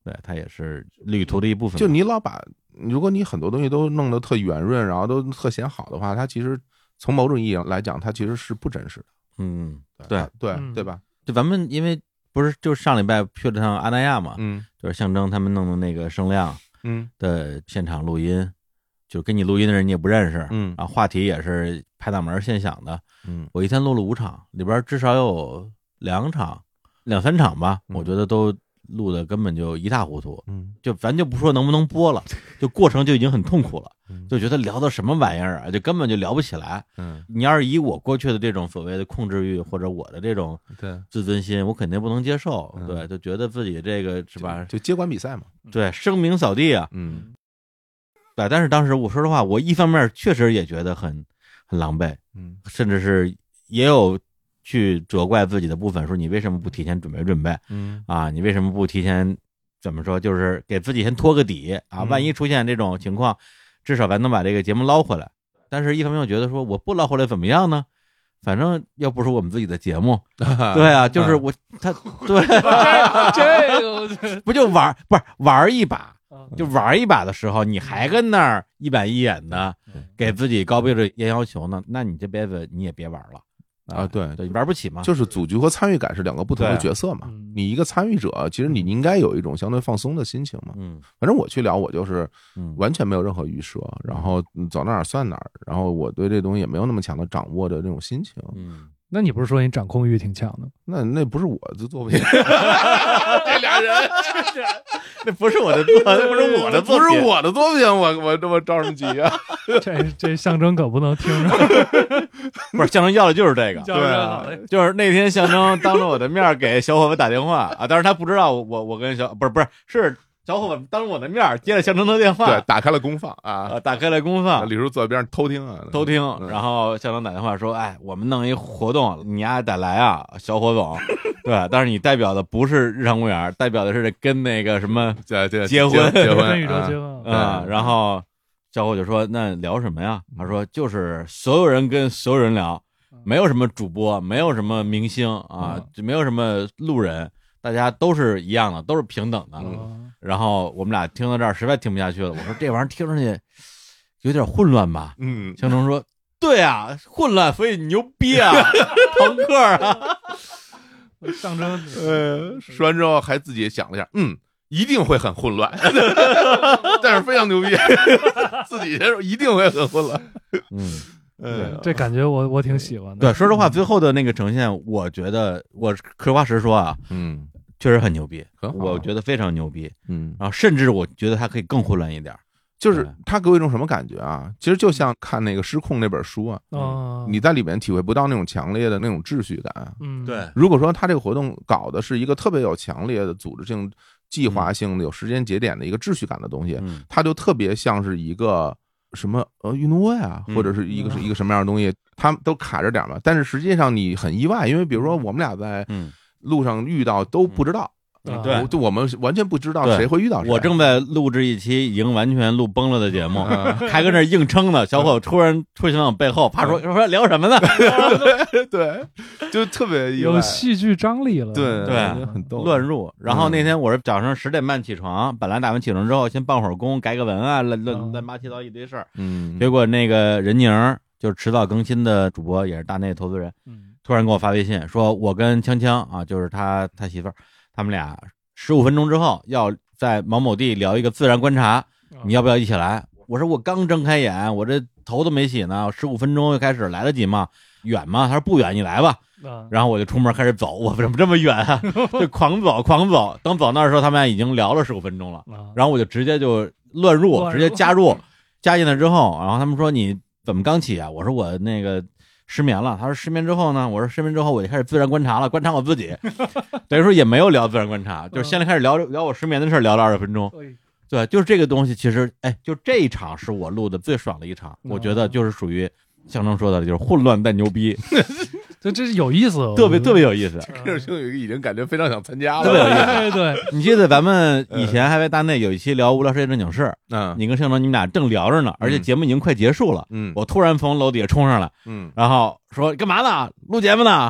对，它也是旅途的一部分。 就你老把，如果你很多东西都弄得特圆润，然后都特显好的话，它其实从某种意义上来讲，它其实是不真实的。 嗯，对对嗯对吧？ 就咱们因为不是就上礼拜去了趟阿那亚嘛， 嗯就是象征他们弄的那个声量嗯的现场录音，就跟你录音的人你也不认识， 嗯然后话题也是拍大门现想的。 嗯我一天录了五场，里边至少有两场、两三场吧， 嗯我觉得都录的根本就一塌糊涂。 嗯就咱就不说能不能播了，就过程就已经很痛苦了， 嗯就觉得聊的什么玩意儿啊，就根本就聊不起来。 嗯， 你要是以我过去的这种所谓的控制欲或者我的这种对， 自尊心，我肯定不能接受。 嗯对，就觉得自己这个是吧？ 就接管比赛嘛。 对，声名扫地啊。 嗯对，但是当时我说实话，我一方面确实也觉得很很狼狈， 嗯甚至是也有去责怪自己的部分，说你为什么不提前准备准备嗯啊？你为什么不提前怎么说？就是给自己先托个底啊， 嗯万一出现这种情况，至少咱能把这个节目捞回来。但是，一方面我觉得说我不捞回来怎么样呢？反正又不是我们自己的节目，对啊，就是我他对这个我觉得不就玩不是玩一把， 啊就玩一把的时候，你还跟那儿一板一眼的给自己高标准严要求呢，那你这辈子你也别玩了啊，对， 对，玩不起嘛。 就是组局和参与感是两个不同的对角色嘛嗯。 你一个参与者，其实你应该有一种相对放松的心情嘛。 嗯反正我去聊，我就是嗯， 完全没有任何预设，然后走到哪儿算哪儿，然后我对这东西也没有那么强的掌握的这种心情。 嗯， 那你不是说你掌控欲挺强的？ 那那不是我的作品，这俩人那不是我的作，那不是我的作不品， 是我的作品，我我这么着什么急啊？ 这这象征可不能听着。 不是象征要的就是这个。 叫人好嘞就是那天象征当着我的面给小伙子打电话啊，当然他不知道我我跟小不是不是是小伙子当着我的面接了象征的电话， 对，打开了功放啊， 啊，打开了公放李叔坐在边上偷听啊， 偷听， 嗯然后象征打电话说，哎，我们弄一活动，你丫得来啊，小伙总，对，但是你代表的不是日常公园，代表的是跟那个什么这这结婚结跟婚宇宙结啊婚啊、然后小伙就说，那聊什么呀？他说就是所有人跟所有人聊，没有什么主播，没有什么明星啊嗯， 就没有什么路人，大家都是一样的，都是平等的。 嗯然后我们俩听到这儿实在听不下去了，我说这玩意儿听上去有点混乱吧？ 嗯， 象征说，对啊，混乱，所以牛逼啊，朋克啊。 象征呃，说完之后还自己想了一下，嗯，一定会很混乱，但是非常牛逼，自己说一定会很混乱。 嗯， 嗯， 这感觉我我挺喜欢的。 对，说实话，最后的那个呈现，我觉得我实话实说啊， 嗯确实很牛逼， 很好我觉得非常牛逼。 嗯， 然后甚至我觉得它可以更混乱一点。 就是他给我一种什么感觉啊？其实就像看那个《失控》那本书啊， 啊， 你在里面体会不到那种强烈的那种秩序感。 嗯， 如果说他这个活动搞的是一个特别有强烈的组织性、计划性的、有时间节点的一个秩序感的东西， 嗯它就特别像是一个什么呃运动会啊， 嗯或者是一个是一个什么样的东西，他们都卡着点嘛。但是实际上你很意外，因为比如说我们俩在嗯， 路上遇到都不知道， 啊对就我们完全不知道对谁会遇到谁。 我正在录制一期已经完全录崩了的节目， 嗯还跟那儿硬撑呢。小伙突然出现在我背后，怕说说聊什么呢？ 对，就特别意外有戏剧张力了。 对对很逗乱入。然后那天我是早上十点半起床，本来打完起床之后先办会儿工，改个文啊，乱乱嗯乱八七糟一堆事儿。 嗯， 结果那个任宁儿就是迟早更新的主播，也是大内投资人， 嗯， 突然给我发微信说，我跟锵锵啊，就是他他媳妇儿，他们俩十五分钟之后要在某某地聊一个自然观察，你要不要一起来？我说我刚睁开眼，我这头都没洗呢，十五分钟就开始，来得及吗？远吗？他说不远，你来吧。 啊然后我就出门开始走，我怎么这么远啊？就狂走狂走。等走那儿的时候，他们俩已经聊了十五分钟了。 啊然后我就直接就乱入， 乱入直接加入，加进来之后，然后他们说你怎么刚起啊？我说我那个失眠了。他说失眠之后呢？我说失眠之后我就开始自然观察了，观察我自己。等于说也没有聊自然观察，就是现在开始聊聊我失眠的事儿，聊了二十分钟。 哎对，就是这个东西，其实哎，就这一场是我录的最爽的一场， 嗯我觉得就是属于象征说的，就是混乱但牛逼， 这这是有意思， 特别特别有意思。 这种就已经感觉非常想参加了， 特别有意思对对， 你记得咱们以前还在大内有一期聊无聊世界正经事， 嗯你跟盛征你们俩正聊着呢，而且节目已经快结束了， 嗯我突然从楼底下冲上来， 嗯然后说干嘛呢？录节目呢？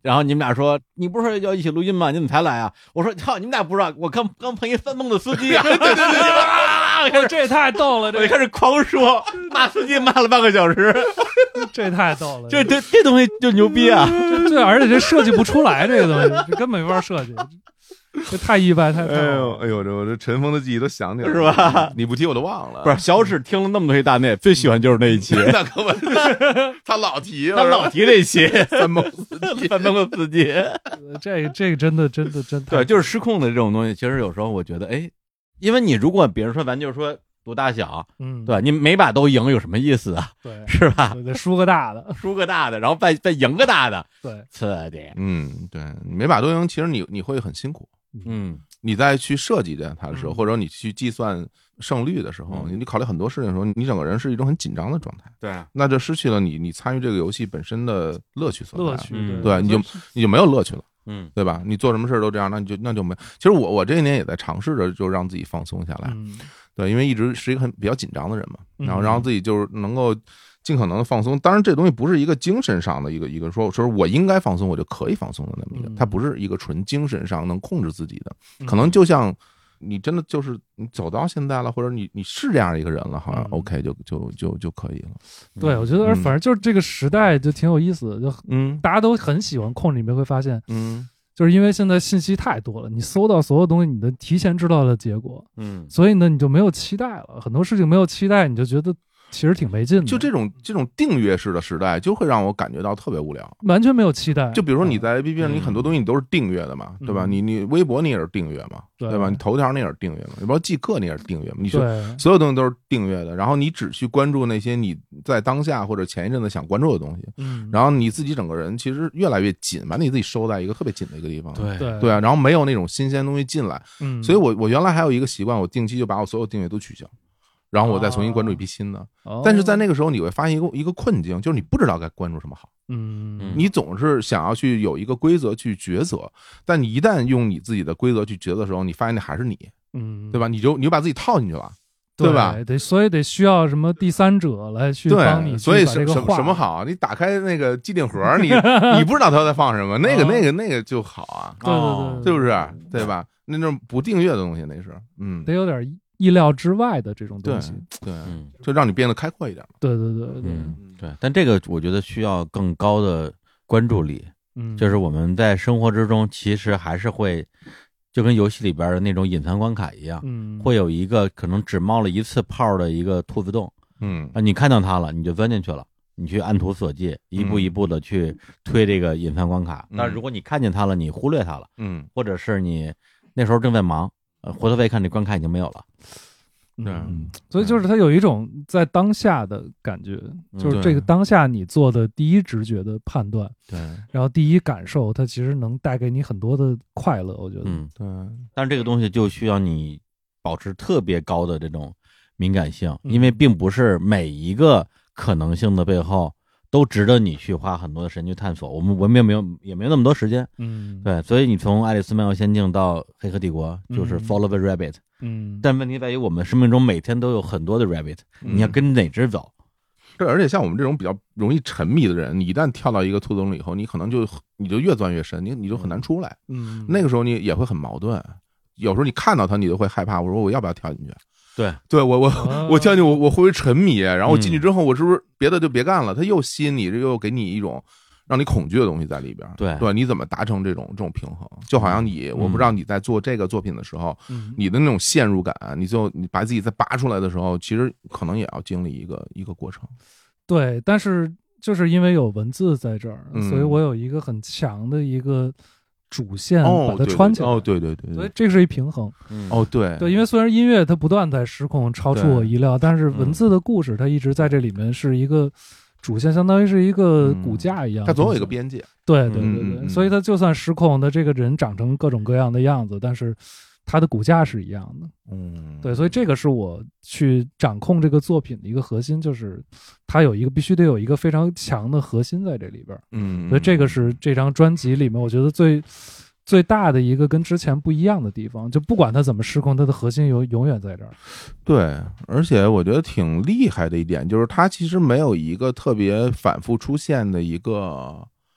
然后你们俩说你不是说要一起录音吗？你怎么才来啊？我说操，你们俩不知道，我刚刚碰一翻蹦的司机，对对对对啊！ 我这也太逗了， 我这就开始狂说，骂司机骂了半个小时， 这也太逗了， 这这这东西就牛逼啊！ 这这而且这设计不出来，这个东西这根本没法设计。这太意外，太哎呦哎呦，这我这尘封的记忆都想起来了， 是吧？ 你不提我都忘了。 不是小史听了那么多期大内，最喜欢就是那一期， 那可不，他老提， 他老提这一期翻蹦司机， 翻蹦的司机。 这个这个真的真的真的对，就是失控的这种东西，其实有时候我觉得，哎，因为你如果比如说咱就是说赌大小， 嗯， 对你每把都赢有什么意思啊？ 对， 是吧？ 得输个大的， 输个大的，然后再再赢个大的， 对， 刺激。 嗯，对，每把都赢，其实你你会很辛苦。 嗯， 你在去设计这它的时候， 嗯或者你去计算胜率的时候， 嗯你考虑很多事情的时候，你整个人是一种很紧张的状态， 对， 那就失去了你你参与这个游戏本身的乐趣所在。 乐趣， 嗯对，你就你就没有乐趣了。 嗯对吧？你做什么事儿都这样，那你就那就没。其实我我这一年也在尝试着就让自己放松下来， 嗯对，因为一直是一个很比较紧张的人嘛， 嗯然后让自己就是能够尽可能的放松。当然，这东西不是一个精神上的一个一个说说我应该放松我就可以放松的那么一个， 嗯它不是一个纯精神上能控制自己的， 嗯可能就像你真的就是你走到现在了，或者你你是这样一个人了，好像嗯 OK 就就就就可以了。 对，我觉得嗯反正就是这个时代就挺有意思的，就嗯大家都很喜欢控制，你们会发现， 嗯就是因为现在信息太多了，你搜到所有东西，你都提前知道了结果， 嗯， 所以呢，你就没有期待了。很多事情没有期待，你就觉得其实挺没劲的。 就这种这种订阅式的时代，就会让我感觉到特别无聊。 完全没有期待。 就比如说你在 A P P 上， 嗯你很多东西你都是订阅的嘛，对吧？ 嗯你你微博你也是订阅嘛， 对对吧？你头条你也是订阅嘛，你包括即刻你也是订阅嘛，你是对所有东西都是订阅的，然后你只去关注那些你在当下或者前一阵子想关注的东西， 嗯， 然后你自己整个人其实越来越紧，把你自己收在一个特别紧的一个地方。 对对对啊，然后没有那种新鲜东西进来， 嗯， 所以我我原来还有一个习惯，我定期就把我所有订阅都取消。然后我再重新关注一批新的， 哦但是在那个时候你会发现一个一个困境，就是你不知道该关注什么好。 嗯， 你总是想要去有一个规则去抉择，但你一旦用你自己的规则去抉择的时候，你发现那还是你， 嗯， 对吧？你就你就把自己套进去了， 对吧？ 得所以得需要什么第三者来去帮你对， 去所以什什把这个画什么好？你打开那个机顶盒，你你不知道它在放什么，那个那个那个就好啊， 对对对， 是不是？对吧？那种不订阅的东西，那是，嗯， 得有点意料之外的这种对东西。 对， 嗯就让你变得开阔一点。 对对对对对， 嗯对，但这个我觉得需要更高的关注力， 嗯， 就是我们在生活之中其实还是会，就跟游戏里边的那种隐藏关卡一样， 嗯会有一个可能只冒了一次泡的一个兔子洞嗯啊，你看到它了，你就钻进去了。你去按图索骥，一步一步的去推这个隐藏关卡。 嗯但是如果你看见它了，你忽略它了， 嗯， 或者是你那时候正在忙，呃，回头再一看，这关卡已经没有了。 对嗯，所以就是它有一种在当下的感觉， 嗯就是这个对当下你做的第一直觉的判断， 对然后第一感受，它其实能带给你很多的快乐，我觉得。 嗯， 对， 但是这个东西就需要你保持特别高的这种敏感性， 嗯因为并不是每一个可能性的背后都值得你去花很多的时间去探索。我们文明没有也没有那么多时间， 嗯， 对，所以你从《爱丽丝梦游仙境》到《黑客帝国》，就是嗯 follow the rabbit，、 嗯， 但问题在于我们生命中每天都有很多的 rabbit，、 嗯你要跟哪只走？ 对，而且像我们这种比较容易沉迷的人，你一旦跳到一个兔洞里以后，你可能就你就越钻越深，你你就很难出来。 嗯， 那个时候你也会很矛盾，有时候你看到它，你都会害怕。我说我要不要跳进去？ 对， 对我我啊我跳进去，我我会不会沉迷？然后我进去嗯之后，我是不是别的就别干了？它又吸引你，又给你一种让你恐惧的东西在里边。 对对，你怎么达成这种这种平衡？就好像你，我不知道你在做这个作品的时候， 嗯你的那种陷入感，你最后你把自己再拔出来的时候，其实可能也要经历一个一个过程。 对，但是就是因为有文字在这儿， 嗯所以我有一个很强的一个主线哦， 把它对穿起来。 哦，对对对对， 所以这是一平衡。 嗯， 哦对对，因为虽然音乐它不断在失控，超出对我意料，但是文字的故事它一直在这里面是一个主线，相当于是一个骨架一样。 它总有一个边界。 对对对对， 嗯嗯嗯所以它就算失控的这个人长成各种各样的样子，但是它的骨架是一样的。 嗯， 对，所以这个是我去掌控这个作品的一个核心，就是它有一个必须得有一个非常强的核心在这里边儿。 嗯， 所以这个是这张专辑里面我觉得最最大的一个跟之前不一样的地方，就不管它怎么失控，它的核心永永远在这儿。 对，而且我觉得挺厉害的一点就是它其实没有一个特别反复出现的一个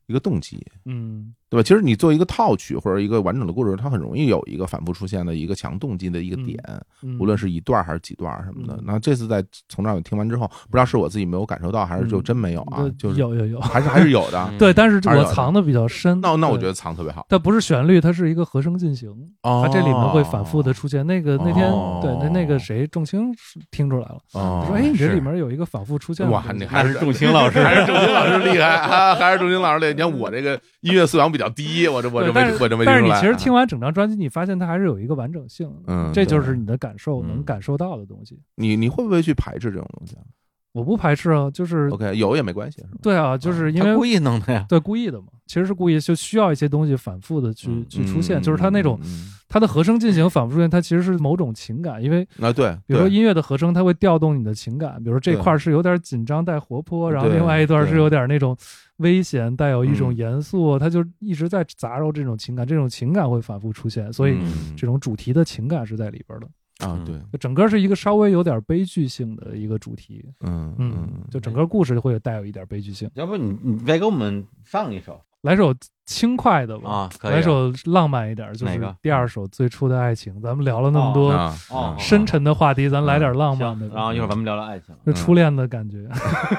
一个动机， 嗯， 对吧？其实你做一个套曲或者一个完整的故事，它很容易有一个反复出现的一个强动机的一个点， 嗯、 无论是一段还是几段什么的。 嗯、 那这次在从这儿听完之后，不知道是我自己没有感受到，还是就真没有啊？ 嗯、 就是有有有， 还是还是有的。 对，但是我藏的比较深。 那那我觉得藏特别好。 它不是旋律，它是一个和声进行， 哦、 它这里面会反复的出现。那个那天、 哦、 对那那个谁仲卿听出来了， 哦、 说哎，你这里面有一个反复出现。 哇，你还是仲卿老师， 还是仲卿老师厉害啊！还是仲卿老师厉害。你看我这个音乐素养比较低，我这我这没我这没听出来。 但是你其实听完整张专辑，你发现它还是有一个完整性， 嗯， 这就是你的感受， 嗯、 能感受到的东西。 你你会不会去排斥这种东西啊？ 我不排斥啊，就是 OK 有也没关系，是吧？ 对啊，就是因为他故意弄的呀， 对，故意的嘛，其实是故意，就需要一些东西反复的去、嗯、去出现，就是他那种、 嗯、 他的和声进行反复出现，它其实是某种情感，因为啊对， 比如说音乐的和声，它会调动你的情感，比如说这块是有点紧张带活泼，然后另外一段是有点那种危险带有一种严肃，它就一直在杂糅这种情感，这种情感会反复出现，所以这种主题的情感是在里边的。 啊，对， 整个是一个稍微有点悲剧性的一个主题， 嗯嗯，就整个故事会带有一点悲剧性。 要不你你再给我们上一首， 来首轻快的吧， 啊，可以、 来首浪漫一点，就是第二首《最初的爱情》。咱们聊了那么多深沉的话题，咱来点浪漫的。 然后一会儿咱们聊聊爱情， 就初恋的感觉。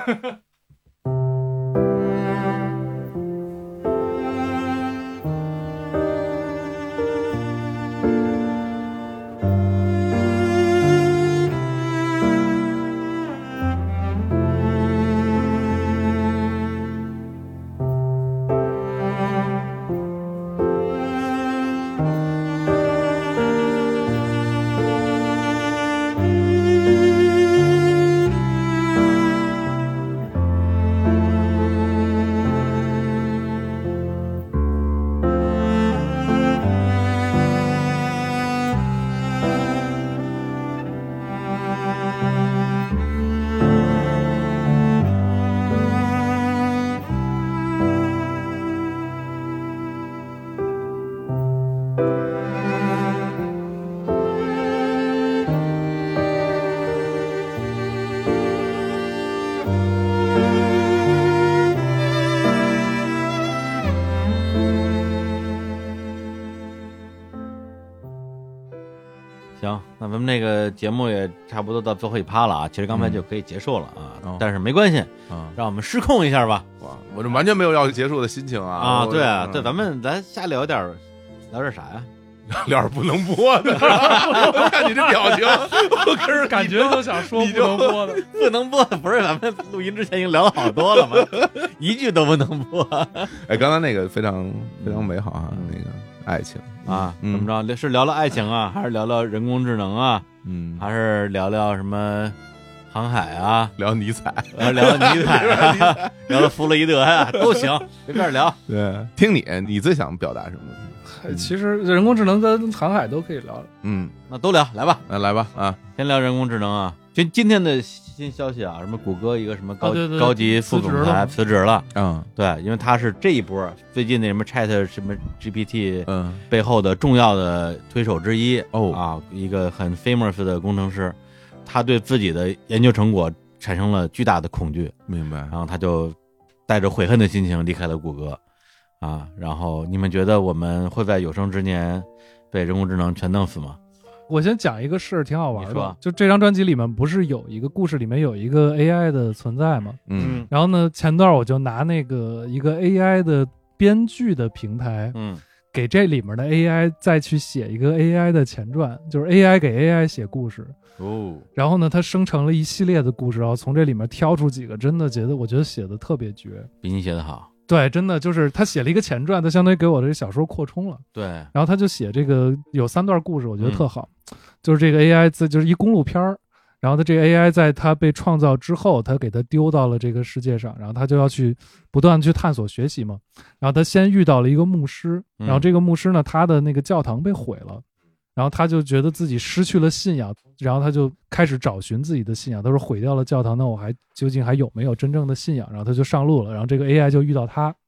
行，那咱们那个节目也差不多到最后一趴了啊，其实刚才就可以结束了啊， 嗯、 但是没关系啊， 让我们失控一下吧。 哇，我这完全没有要结束的心情啊！ 啊，对啊， 嗯、 对，咱们咱瞎聊点，聊点啥呀？ 聊点不能播的。我看你这表情，我可是感觉都想说不能播的， 不能播的不是咱们录音之前已经聊了好多了吗？一句都不能播。 哎，刚才那个非常非常美好啊，嗯、那个。爱情啊，怎么着？是聊聊爱情啊，还是聊聊人工智能啊？ 嗯， 还是聊聊什么航海啊？ 聊尼采， 聊聊尼采啊，聊聊弗洛伊德呀、啊，都行，随便聊。 对，听你，你最想表达什么？ 其实人工智能跟航海都可以聊。 嗯， 那都聊，来吧， 那来吧啊， 先聊人工智能啊。就今天的新消息啊，什么谷歌一个什么高、 哦、对对高级副总裁辞职了， 嗯， 对，因为他是这一波最近那什么 Chat 什么 G P T 嗯背后的重要的推手之一哦啊，一个很 famous 的工程师，他对自己的研究成果产生了巨大的恐惧， 明白， 然后他就带着悔恨的心情离开了谷歌啊。然后你们觉得我们会在有生之年被人工智能全弄死吗？ 我先讲一个事儿，挺好玩的。就这张专辑里面不是有一个故事里面有一个 A I 的存在吗？ 嗯， 然后呢，前段我就拿那个一个 A I 的编剧的平台， 嗯， 给这里面的 A I 再去写一个 A I 的前传，就是 A I 给 A I 写故事。 哦， 然后呢，它生成了一系列的故事，然后从这里面挑出几个，真的觉得我觉得写的特别绝， 比你写的好。 对，真的就是他写了一个前传，他相当于给我这个小说扩充了。 对， 然后他就写这个有三段故事，我觉得特好，嗯、就是这个 A I 在就是一公路片儿，然后他这个 A I 在他被创造之后，他给他丢到了这个世界上，然后他就要去不断去探索学习嘛。然后他先遇到了一个牧师，然后这个牧师呢，他的那个教堂被毁了。然后他就觉得自己失去了信仰，然后他就开始找寻自己的信仰。他说毁掉了教堂，那我还究竟还有没有真正的信仰？然后他就上路了。然后这个 A I 就遇到他，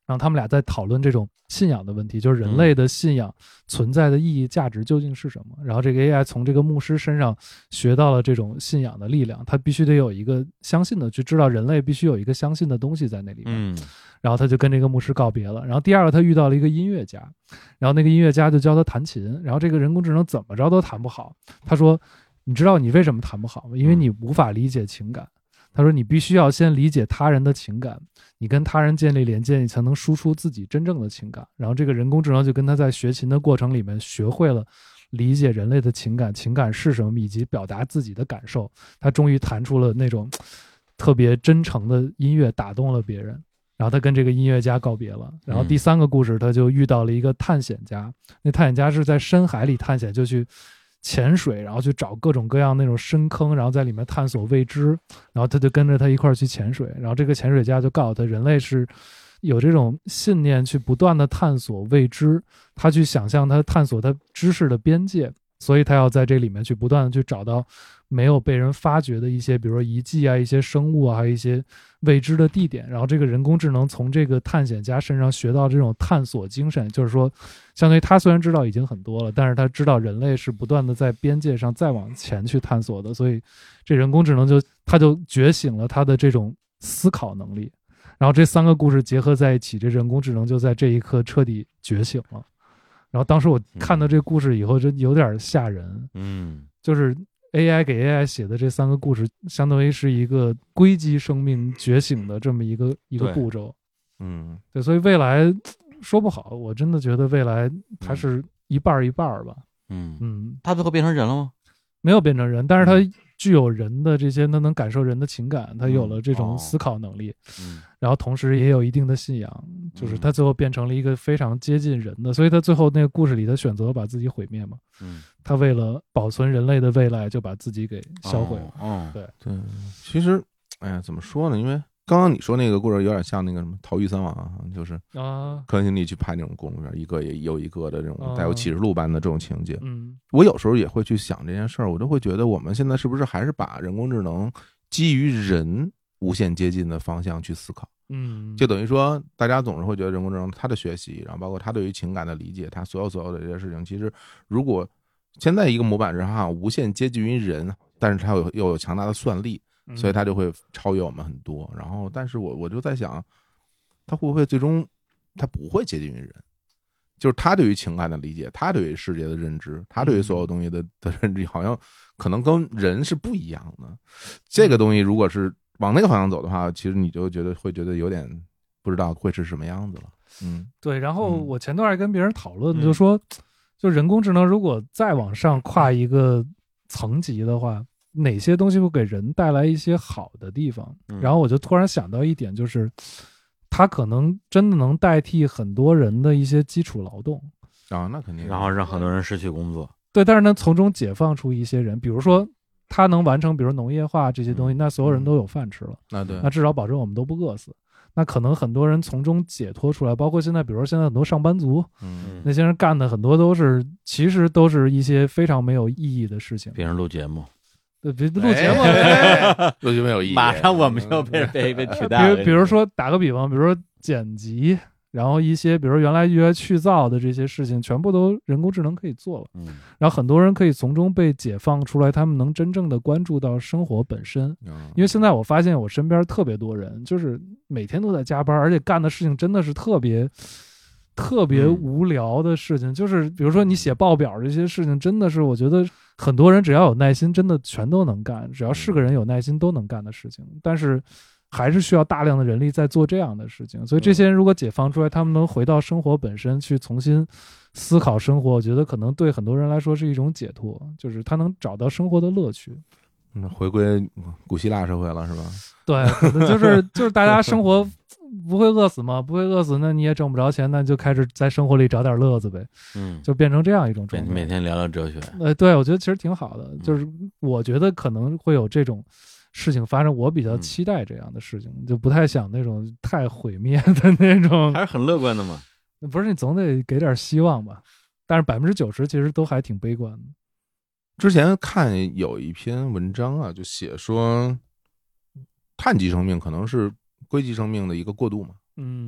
然后他们俩在讨论这种信仰的问题，就是人类的信仰存在的意义价值究竟是什么。然后这个 A I 从这个牧师身上学到了这种信仰的力量，他必须得有一个相信的，就知道人类必须有一个相信的东西在那里面。 嗯， 然后他就跟这个牧师告别了。然后第二个他遇到了一个音乐家，然后那个音乐家就教他弹琴，然后这个人工智能怎么着都弹不好。他说你知道你为什么弹不好吗？因为你无法理解情感。他说你必须要先理解他人的情感，你跟他人建立连接，你才能输出自己真正的情感。然后这个人工智能就跟他在学琴的过程里面学会了理解人类的情感，情感是什么，以及表达自己的感受。他终于弹出了那种特别真诚的音乐，打动了别人。然后他跟这个音乐家告别了。然后第三个故事他就遇到了一个探险家，那探险家是在深海里探险，就去潜水，然后去找各种各样那种深坑，然后在里面探索未知。然后他就跟着他一块儿去潜水，然后这个潜水家就告诉他，人类是有这种信念去不断的探索未知，他去想象他探索他知识的边界，所以他要在这里面去不断的去找到没有被人发掘的一些，比如说遗迹啊，一些生物啊，还有一些未知的地点。然后这个人工智能从这个探险家身上学到这种探索精神，就是说相当于他虽然知道已经很多了，但是他知道人类是不断的在边界上再往前去探索的，所以这人工智能就他就觉醒了他的这种思考能力。然后这三个故事结合在一起，这人工智能就在这一刻彻底觉醒了。然后当时我看到这个故事以后真有点吓人， 嗯， 就是 A I 给 A I 写的这三个故事相当于是一个硅基生命觉醒的这么一个一个步骤。 嗯， 对，所以未来说不好，我真的觉得未来它是一半一半吧。 嗯嗯， 他最后变成人了吗？ 没有变成人，但是它具有人的这些，它能感受人的情感，它有了这种思考能力， 嗯， 然后同时也有一定的信仰，就是它最后变成了一个非常接近人的，所以它最后那个故事里，他选择把自己毁灭嘛， 嗯， 他为了保存人类的未来，就把自己给销毁了。 哦， 对对，其实，哎呀，怎么说呢？因为刚刚你说那个故事有点像那个什么《逃狱三王》啊，就是啊， 科恩兄弟去拍那种公路片，一个也有一个的这种啊带有启示录般的这种情节。 嗯我有时候也会去想这件事儿，我就会觉得我们现在是不是还是把人工智能基于人无限接近的方向去思考？ 嗯， 就等于说，大家总是会觉得人工智能它的学习，然后包括它对于情感的理解，它所有所有的这些事情，其实如果现在一个模板是它无限接近于人，但是它有又有强大的算力，所以它就会超越我们很多。然后，但是我我就在想，它会不会最终它不会接近于人？就是他对于情感的理解，他对于世界的认知，他对于所有东西的的认知，好像可能跟人是不一样的。这个东西如果是往那个方向走的话，其实你就觉得会觉得有点不知道会是什么样子了。嗯， 对。然后嗯我前段还跟别人讨论， 嗯就说，就人工智能如果再往上跨一个层级的话，哪些东西会给人带来一些好的地方？ 嗯然后我就突然想到一点，就是它可能真的能代替很多人的一些基础劳动。 啊，那肯定。 然后让很多人失去工作。 对，但是呢，从中解放出一些人，比如说它能完成，比如农业化这些东西， 嗯那所有人都有饭吃了， 那对那至少保证我们都不饿死。那可能很多人从中解脱出来，包括现在，比如说现在很多上班族， 嗯那些人干的很多都是，其实都是一些非常没有意义的事情。 别人录节目， 对，比录节目， 哎录节目有意义， 马上我们就被被被取代了。 比如比如说打个比方，比如说剪辑，然后一些比如原来约去噪的这些事情，全部都人工智能可以做了。 嗯然后很多人可以从中被解放出来，他们能真正的关注到生活本身。 嗯因为现在我发现我身边特别多人，就是每天都在加班，而且干的事情真的是特别特别无聊的事情。就是比如说你写报表这些事情，真的是我觉得很多人只要有耐心，真的全都能干，只要是个人有耐心都能干的事情。但是还是需要大量的人力在做这样的事情。所以这些人如果解放出来，他们能回到生活本身去重新思考生活，我觉得可能对很多人来说是一种解脱，就是他能找到生活的乐趣。 嗯回归古希腊社会了是吧？ 对，可能就是就是大家生活不会饿死吗？不会饿死，那你也挣不着钱，那就开始在生活里找点乐子呗， 嗯， 就变成这样一种状态。 每每天聊聊哲学。 呃，对，我觉得其实挺好的，就是我觉得可能会有这种事情发生，我比较期待这样的事情，就不太想那种太毁灭的那种。 还是很乐观的嘛。 不是，你总得给点希望吧？但是百分之九十其实都还挺悲观的。 之前看有一篇文章啊，就写说，碳基生命可能是硅基生命的一个过渡嘛。 嗯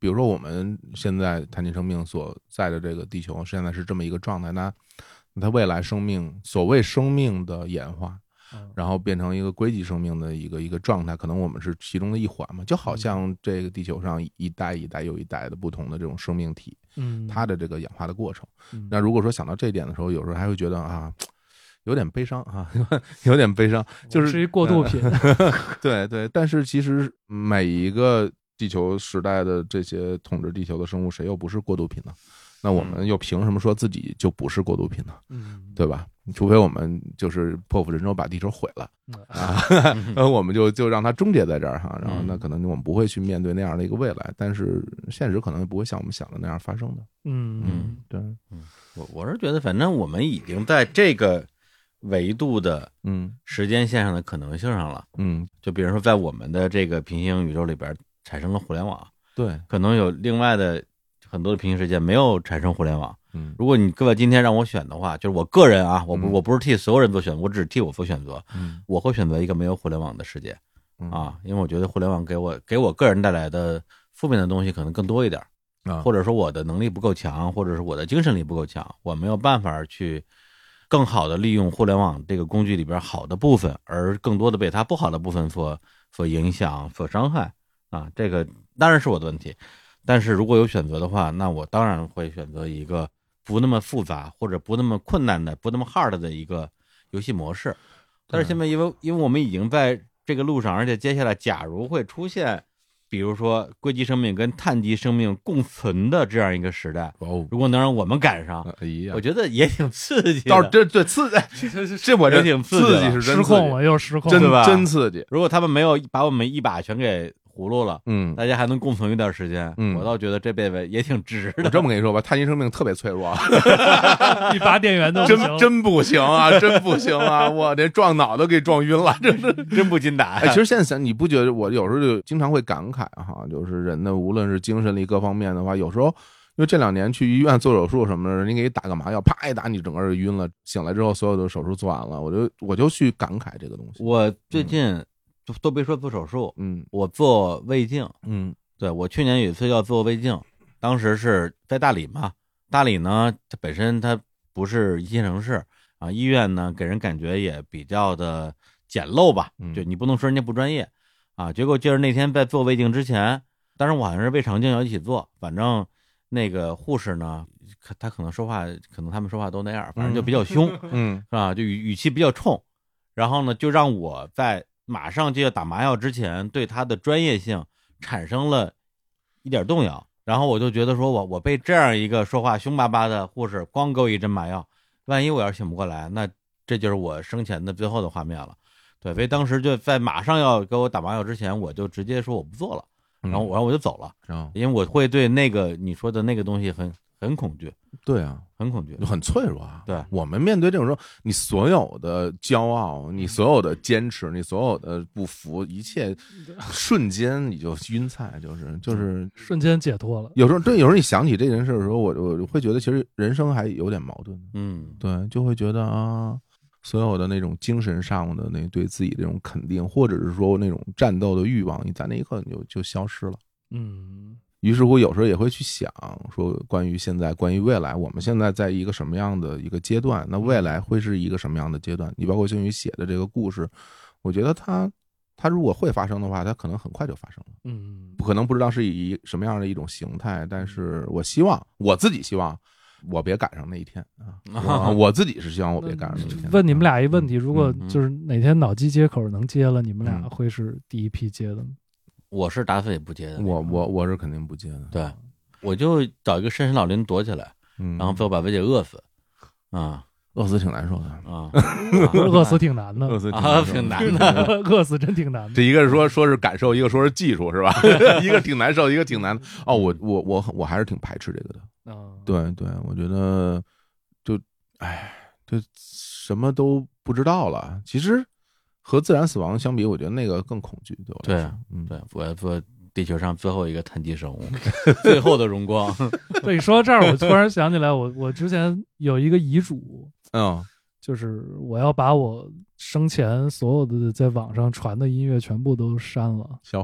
比如说我们现在谈进生命所在的这个地球现在是这么一个状态，那它未来生命所谓生命的演化，然后变成一个硅基生命的一个一个状态，可能我们是其中的一环嘛，就好像这个地球上一代一代又一代的不同的这种生命体， 嗯， 它的这个演化的过程。 嗯那如果说想到这一点的时候，有时候还会觉得啊，有点悲伤啊，有点悲伤，就是是一过渡品。 对对，但是其实每一个地球时代的这些统治地球的生物，谁又不是过渡品呢？那我们又凭什么说自己就不是过渡品呢？ 嗯， 对吧？除非我们就是破釜沉舟把地球毁了啊，那我们就就让它终结在这儿哈，然后那可能我们不会去面对那样的一个未来，但是现实可能不会像我们想的那样发生的。 嗯嗯，对， 我我是觉得，反正我们已经在这个维度的嗯时间线上的可能性上了。 嗯， 就比如说，在我们的这个平行宇宙里边产生了互联网， 对， 可能有另外的很多的平行世界没有产生互联网。 嗯如果你各位今天让我选的话，就是我个人啊，我不嗯我不是替所有人做选择，我只是替我做选择。 嗯我会选择一个没有互联网的世界嗯啊，因为我觉得互联网给我给我个人带来的负面的东西可能更多一点， 啊， 或者说我的能力不够强，或者是我的精神力不够强，我没有办法去更好的利用互联网这个工具里边好的部分，而更多的被它不好的部分所所影响、所伤害啊。这个当然是我的问题，但是如果有选择的话，那我当然会选择一个不那么复杂或者不那么困难的、不那么 hard 的一个游戏模式。但是现在因为因为我们已经在这个路上，而且接下来假如会出现比如说硅基生命跟碳基生命共存的这样一个时代， 哦， 如果能让我们赶上， 哎呀我，觉得也挺刺激的。 到这对刺激，这我这也挺刺激的刺激是真失刺激控了，又失控了， 真对吧真刺激， 如果他们没有把我们一把全给葫芦了， 嗯。 大家还能共存一段时间， 嗯我倒觉得这辈子也挺值我的。 这么跟你说吧，碳基生命特别脆弱啊， 一拔电源都不真行。 真不行啊，真不行啊！我这撞脑都给撞晕了，这是。 真不禁打。 哎，其实现在想，你不觉得我有时候就经常会感慨哈，就是人的无论是精神力各方面的话，有时候因为这两年去医院做手术什么的，人家给你打个麻药，啪一打你整个人晕了，醒来之后所有的手术做完了，我就我就去感慨这个东西。 我最近就都别说做手术， 嗯我做胃镜。 嗯对，我去年有一次要做胃镜，当时是在大理嘛。大理呢，它本身它不是一线城市啊，医院呢给人感觉也比较的简陋吧， 嗯就你不能说人家不专业啊。结果就是那天在做胃镜之前，当然我好像是胃肠镜要一起做，反正那个护士呢，可他可能说话，可能他们说话都那样，反正就比较凶， 嗯是吧？就语语气比较冲，然后呢，就让我在马上就要打麻药之前，对他的专业性产生了一点动摇。然后我就觉得说我我被这样一个说话凶巴巴的护士光给我一针麻药，万一我要是醒不过来，那这就是我生前的最后的画面了。对，所以当时就在马上要给我打麻药之前，我就直接说我不做了，然后然后我就走了， 啊， 因为我会对那个你说的那个东西很很恐惧， 对啊， 很恐惧。 很脆弱啊。 对， 我们面对这种时候，你所有的骄傲，你所有的坚持，你所有的不服，一切瞬间你就晕菜，就是就是瞬间解脱了。 有时候对，有时候你想起这件事的时候，我我会觉得其实人生还有点矛盾。 嗯， 对，就会觉得啊，所有的那种精神上的那对自己这种肯定，或者是说那种战斗的欲望，你在那一刻你就就消失了。 嗯于是乎，有时候也会去想说，关于现在，关于未来，我们现在在一个什么样的一个阶段？那未来会是一个什么样的阶段？你包括星宇写的这个故事，我觉得它它如果会发生的话，它可能很快就发生了， 嗯， 不可能不知道是以什么样的一种形态。但是我希望，我自己希望，我别赶上那一天啊！我我自己是希望我别赶上那一天。 问你们俩一问题：如果嗯就是哪天脑机接口能接了，你们俩嗯会是第一批接的吗？ 我是打死也不接的那种。 我我我是肯定不接的。 对，我就找一个深山老林躲起来， 嗯， 然后最后把自己饿死。啊饿死挺难受的， 啊， 饿死挺难的， 饿死啊受挺难的。 饿死真挺难的。 这一个是说说是感受，一个说是技术，是吧？一个挺难受，一个挺难的。哦，我我我我还是挺排斥这个的。 嗯， 对对，我觉得就哎，就什么都不知道了。其实和自然死亡相比，我觉得那个更恐惧，对我来对说。嗯， 对，我要做地球上最后一个碳基生物，最后的荣光。 对，你说到这儿，我突然想起来，我我之前有一个遗嘱， 嗯就是我要把我生前所有的在网上传的音乐全部都删了。 销毁。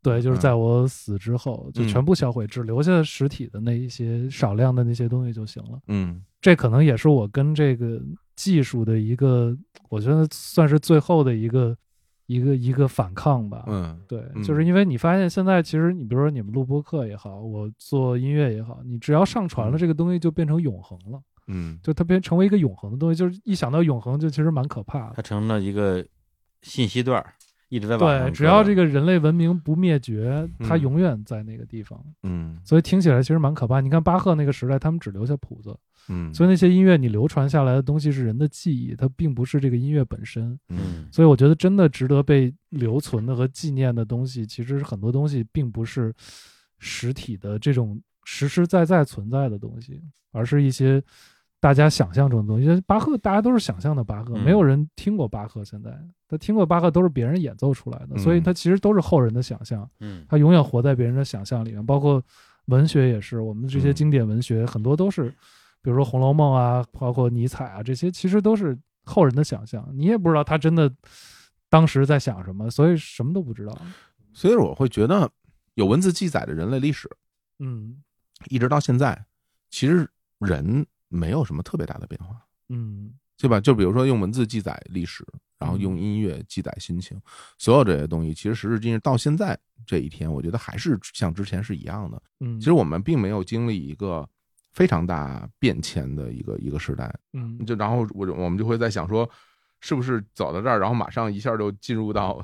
对，就是在我死之后就全部销毁， 嗯、 只留下实体的那一些少量的那些东西就行了。 嗯， 这可能也是我跟这个技术的一个，我觉得算是最后的一个一个一个反抗吧。 嗯， 对， 嗯、 就是因为你发现现在其实你比如说你们录播课也好，我做音乐也好，你只要上传了，这个东西就变成永恒了。 嗯， 就它变成为一个永恒的东西，就是一想到永恒就其实蛮可怕的。 它成了一个信息段，一直在往上。 对，只要这个人类文明不灭绝，它嗯永远在那个地方。 嗯， 所以听起来其实蛮可怕。你看巴赫那个时代，他们只留下谱子， 嗯， 所以那些音乐你流传下来的东西是人的记忆，它并不是这个音乐本身。 嗯， 所以我觉得真的值得被留存的和纪念的东西，其实很多东西并不是实体的这种实实在在存在的东西，而是一些大家想象中的东西。巴赫大家都是想象的巴赫， 嗯、 没有人听过巴赫，现在他听过巴赫都是别人演奏出来的， 嗯、 所以他其实都是后人的想象。 嗯， 他永远活在别人的想象里面，包括文学也是，我们这些经典文学、嗯、很多都是，比如说《红楼梦》啊，包括尼采啊，这些其实都是后人的想象，你也不知道他真的当时在想什么，所以什么都不知道。 所以我会觉得有文字记载的人类历史， 嗯， 一直到现在，其实人没有什么特别大的变化， 嗯， 对吧？就比如说用文字记载历史，然后用音乐记载心情，嗯、所有这些东西，其实时至今日到现在这一天，我觉得还是像之前是一样的。 嗯， 其实我们并没有经历一个非常大变迁的一个一个时代， 嗯， 就然后我我们就会在想说，是不是走到这儿，然后马上一下就进入到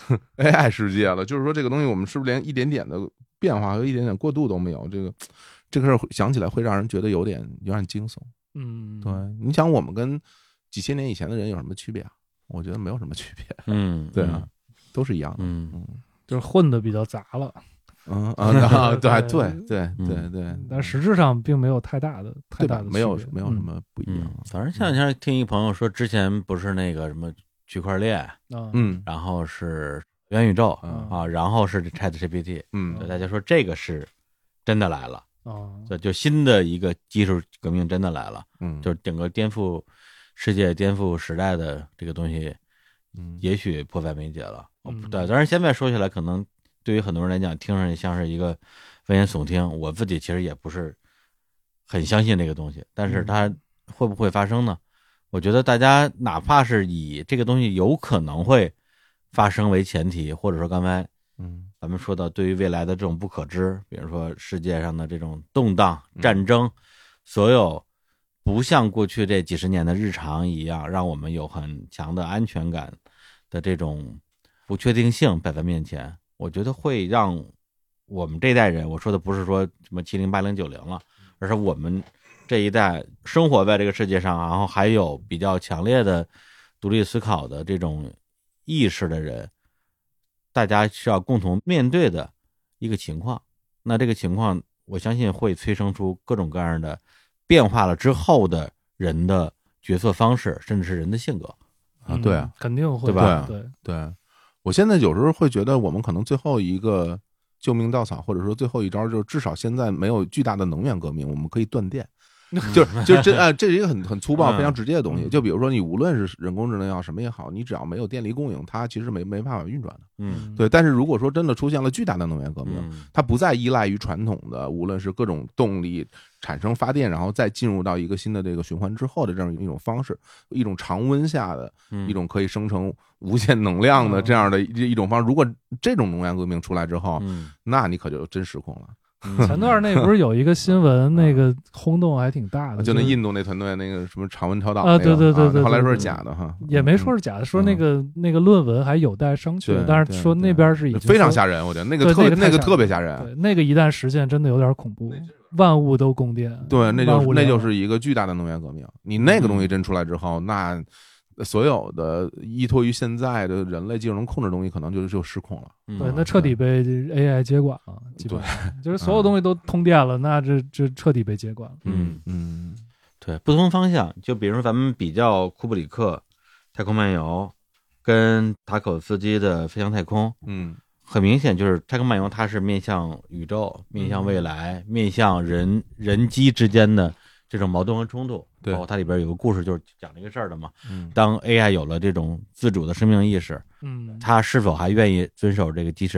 A I 世界了？就是说这个东西我们是不是连一点点的变化和一点点过渡都没有？这个。这个事儿想起来会让人觉得有点有点惊悚。 嗯， 对，你想我们跟几千年以前的人有什么区别啊？我觉得没有什么区别。 嗯， 对啊，都是一样的。 嗯嗯， 就是混的比较杂了。 嗯啊，对对对对对， 但实质上并没有太大的太大的没有没有什么不一样。 反正前两天听一朋友说，之前不是那个什么区块链， 嗯， 然后是元宇宙啊，然后是 ChatGPT， 嗯， 大家说这个是真的来了。 哦， 就就新的一个技术革命真的来了， 嗯， 就是整个颠覆世界、颠覆时代的这个东西， 嗯， 也许迫在眉睫了。 嗯、 对，当然现在说起来，可能对于很多人来讲，听上去像是一个危言耸听。我自己其实也不是很相信这个东西，但是它会不会发生呢？我觉得大家哪怕是以这个东西有可能会发生为前提，或者说刚才。 嗯， 咱们说到对于未来的这种不可知，比如说世界上的这种动荡、战争，所有不像过去这几十年的日常一样，让我们有很强的安全感的这种不确定性摆在面前，我觉得会让我们这代人，我说的不是说什么七零八零九零了，而是我们这一代生活在这个世界上，然后还有比较强烈的独立思考的这种意识的人。大家需要共同面对的一个情况，那这个情况我相信会催生出各种各样的变化了之后的人的角色方式，甚至是人的性格啊，对啊， 嗯、肯定会对吧？ 对对，我现在有时候会觉得，我们可能最后一个救命稻草，或者说最后一招，就是至少现在没有巨大的能源革命，我们可以断电。就是就是这啊，这是一个很很粗暴、非常直接的东西。就比如说，你无论是人工智能也好，什么也好，你只要没有电力供应，它其实没没办法运转的。 嗯， 对。但是如果说真的出现了巨大的能源革命， 嗯、 它不再依赖于传统的，无论是各种动力产生发电，然后再进入到一个新的这个循环之后的这样一种方式，一种常温下的一种可以生成无限能量的这样的一种方式。如果这种能源革命出来之后， 嗯、 那你可就真失控了。 前段那不是有一个新闻，那个轰动还挺大的， 就那印度那团队那个什么常温超导啊，对对对对， 后来说是假的哈， 也没说是假的，说那个那个论文还有待商榷，但是说那边是已经非常吓人，我觉得那个特那个特别吓人， 对，那个一旦实现，真的有点恐怖，万物都供电， 对，那就那就是一个巨大的能源革命，你那个东西真出来之后，那。所有的依托于现在的人类技术能控制的东西，可能就就失控了。 对，那彻底被 A I 接管了。基本上就是所有东西都通电了，那这这彻底被接管了。 嗯嗯， 对，不同方向，就比如说咱们比较库布里克《太空漫游》跟塔可夫斯基的《飞向太空》， 嗯， 很明显就是《太空漫游》它是面向宇宙、面向未来、面向人人机之间的这种矛盾和冲突。 对， 包括它里边有个故事，就是讲这个事儿的嘛。 嗯， 当 A I 有了这种自主的生命意识， 嗯， 它是否还愿意遵守这个机器人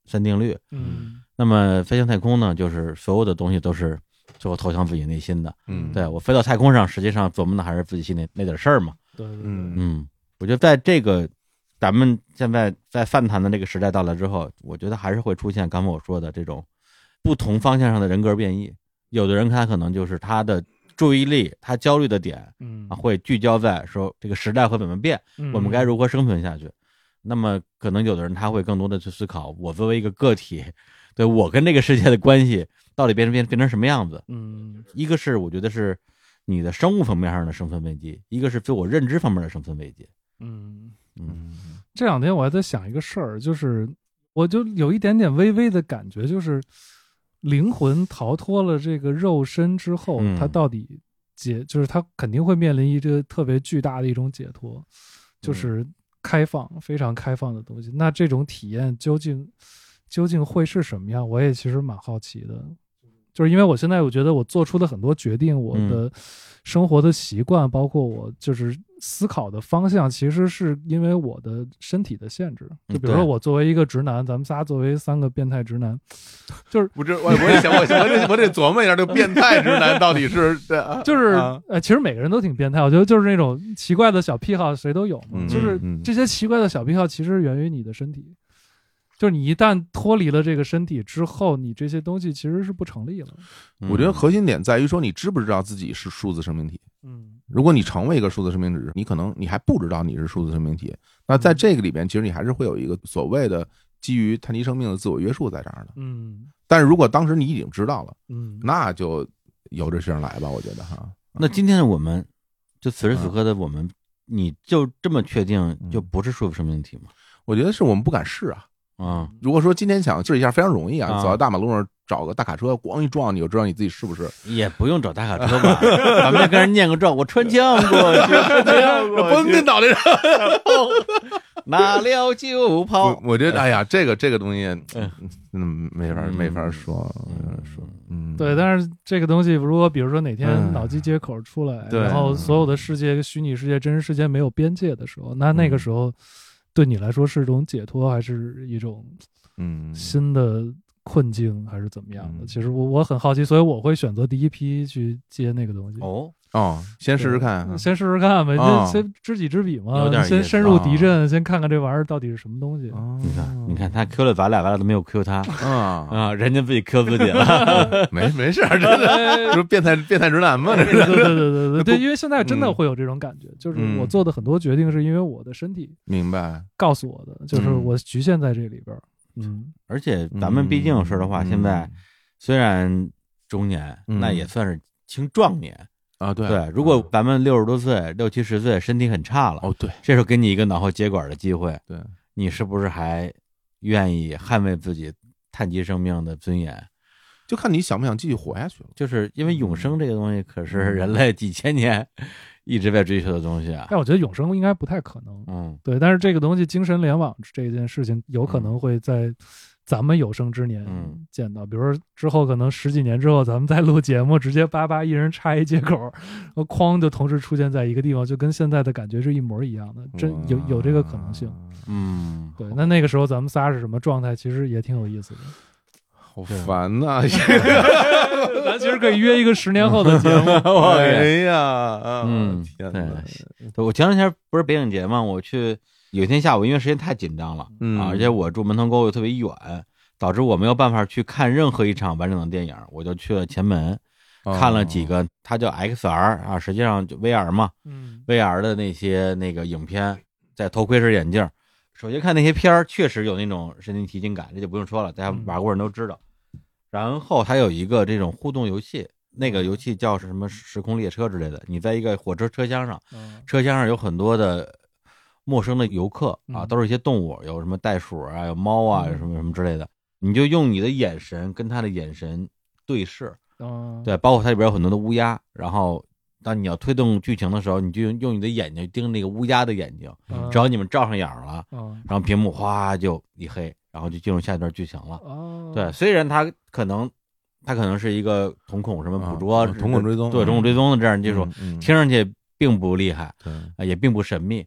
三定律。 嗯那么飞向太空呢，就是所有的东西都是最后投向自己内心的。 嗯， 对，我飞到太空上，实际上琢磨的还是自己心里那点事儿嘛。 对对对， 嗯嗯，我觉得在这个咱们现在在泛谈的这个时代到来之后，我觉得还是会出现刚才我说的这种不同方向上的人格变异。有的人他可能就是他的注意力，他焦虑的点嗯啊，会聚焦在说这个时代会怎么变， 嗯我们该如何生存下去。那么可能有的人他会更多的去思考，我作为一个个体，对我跟这个世界的关系到底变成变变成什么样子。 嗯一个是我觉得是你的生物层面上的生存危机，一个是自我认知方面的生存危机。 嗯， 嗯这两天我还在想一个事儿，就是我就有一点点微微的感觉，就是灵魂逃脱了这个肉身之后， 嗯它到底解，就是它肯定会面临一个特别巨大的一种解脱，就是开放，非常开放的东西。那这种体验究竟究竟会是什么样？我也其实蛮好奇的。就是因为我现在我觉得我做出的很多决定，我的生活的习惯，包括我就是思考的方向，其实是因为我的身体的限制。就比如说我作为一个直男，咱们仨作为三个变态直男，就是不是我我也想我我得我得琢磨一下，这个变态直男到底是就是呃，其实每个人都挺变态，我觉得就是那种奇怪的小癖好，谁都有嘛。 嗯就是嗯这些奇怪的小癖好，其实源于你的身体。就是你一旦脱离了这个身体之后，你这些东西其实是不成立了。 我觉得核心点在于说，你知不知道自己是数字生命体？ 嗯， 如果你成为一个数字生命体，你可能你还不知道你是数字生命体。那在这个里边，其实你还是会有一个所谓的基于碳基生命的自我约束在这儿的。 嗯， 但是如果当时你已经知道了， 嗯， 那就由这事上来吧，我觉得哈。 那今天的我们，就此时此刻的我们，你就这么确定就不是数字生命体吗？ 我觉得是我们不敢试啊。 啊、 如果说今天想试一下，非常容易啊！ 啊走到大马路上找个大卡车，咣一撞，你就知道你自己是不是。 也不用找大卡车吧，咱们就跟人念个咒，我穿枪过去，穿枪过去， 嘣跟脑袋上， 拿了就跑我。我觉得，哎呀，这个这个东西， 嗯嗯，没法没法说，没法说，嗯， 对。但是这个东西，如果比如说哪天嗯脑机接口出来， 对然后所有的世界、虚拟世界、真实世界没有边界的时候，那那个时候对你来说是一种解脱，还是一种嗯新的困境，还是怎么样的？ 嗯其实我我很好奇，所以我会选择第一批去接那个东西。 哦， 哦，先试试看， 先试试看呗， 哦先先知己知彼嘛有点，意思先深入敌阵，先看看这玩意儿到底是什么东西。 哦你看，你看他 Q 了咱俩，咱俩都没有 Q 他啊， 啊，人家自己 Q 自己了。 没没事，真的，这不变态变态直男吗？这对对是对对对对对，因为现在真的会有这种感觉，就是嗯我做的很多决定是因为我的身体明白， 告诉我的，就是我局限在这里边儿。嗯， 而且咱们毕竟说实话， 嗯现在虽然中年， 嗯那也算是青壮年。 啊，对对，如果咱们六十多岁、六七十岁，身体很差了， 哦对这时候给你一个脑后接管的机会， 对， 你是不是还愿意捍卫自己碳基生命的尊严？ 就看你想不想继续活下去了。 就是因为永生这个东西，可是人类几千年一直在追求的东西啊。 但我觉得永生应该不太可能。 嗯， 对，但是这个东西精神联网这件事情，有可能会在咱们有生之年嗯见到，比如说之后可能十几年之后，咱们再录节目，直接叭叭一人插一接口，然后哐就同时出现在一个地方，就跟现在的感觉是一模一样的，真有有这个可能性。 嗯， 对，那那个时候咱们仨是什么状态，其实也挺有意思的。 好烦呐！ 咱其实可以约一个十年后的节目。 哎呀， 嗯， 天哪！ 对，我前两天不是北影节嘛，我去有一天下午，因为时间太紧张了， 嗯啊，而且我住门头沟又特别远，导致我没有办法去看任何一场完整的电影，我就去了前门，看了几个，它叫 X R 啊，实际上就 V R 嘛， 嗯 V R 的那些那个影片，在头盔式眼镜。首先看那些片儿，确实有那种身临其境感，这就不用说了，大家玩过人都知道。然后它有一个这种互动游戏，那个游戏叫什么时空列车之类的，你在一个火车车厢上，车厢上有很多的陌生的游客啊，都是一些动物，有什么袋鼠啊，有猫啊，有什么什么之类的，你就用你的眼神跟他的眼神对视，对，包括它里边有很多的乌鸦，然后当你要推动剧情的时候，你就用用你的眼睛盯那个乌鸦的眼睛，只要你们照上眼了，然后屏幕哗就一黑，然后就进入下一段剧情了。对，虽然它可能它可能是一个瞳孔什么捕捉、 瞳孔追踪， 对瞳孔追踪的这样技术，听上去并不厉害， 对， 也并不神秘，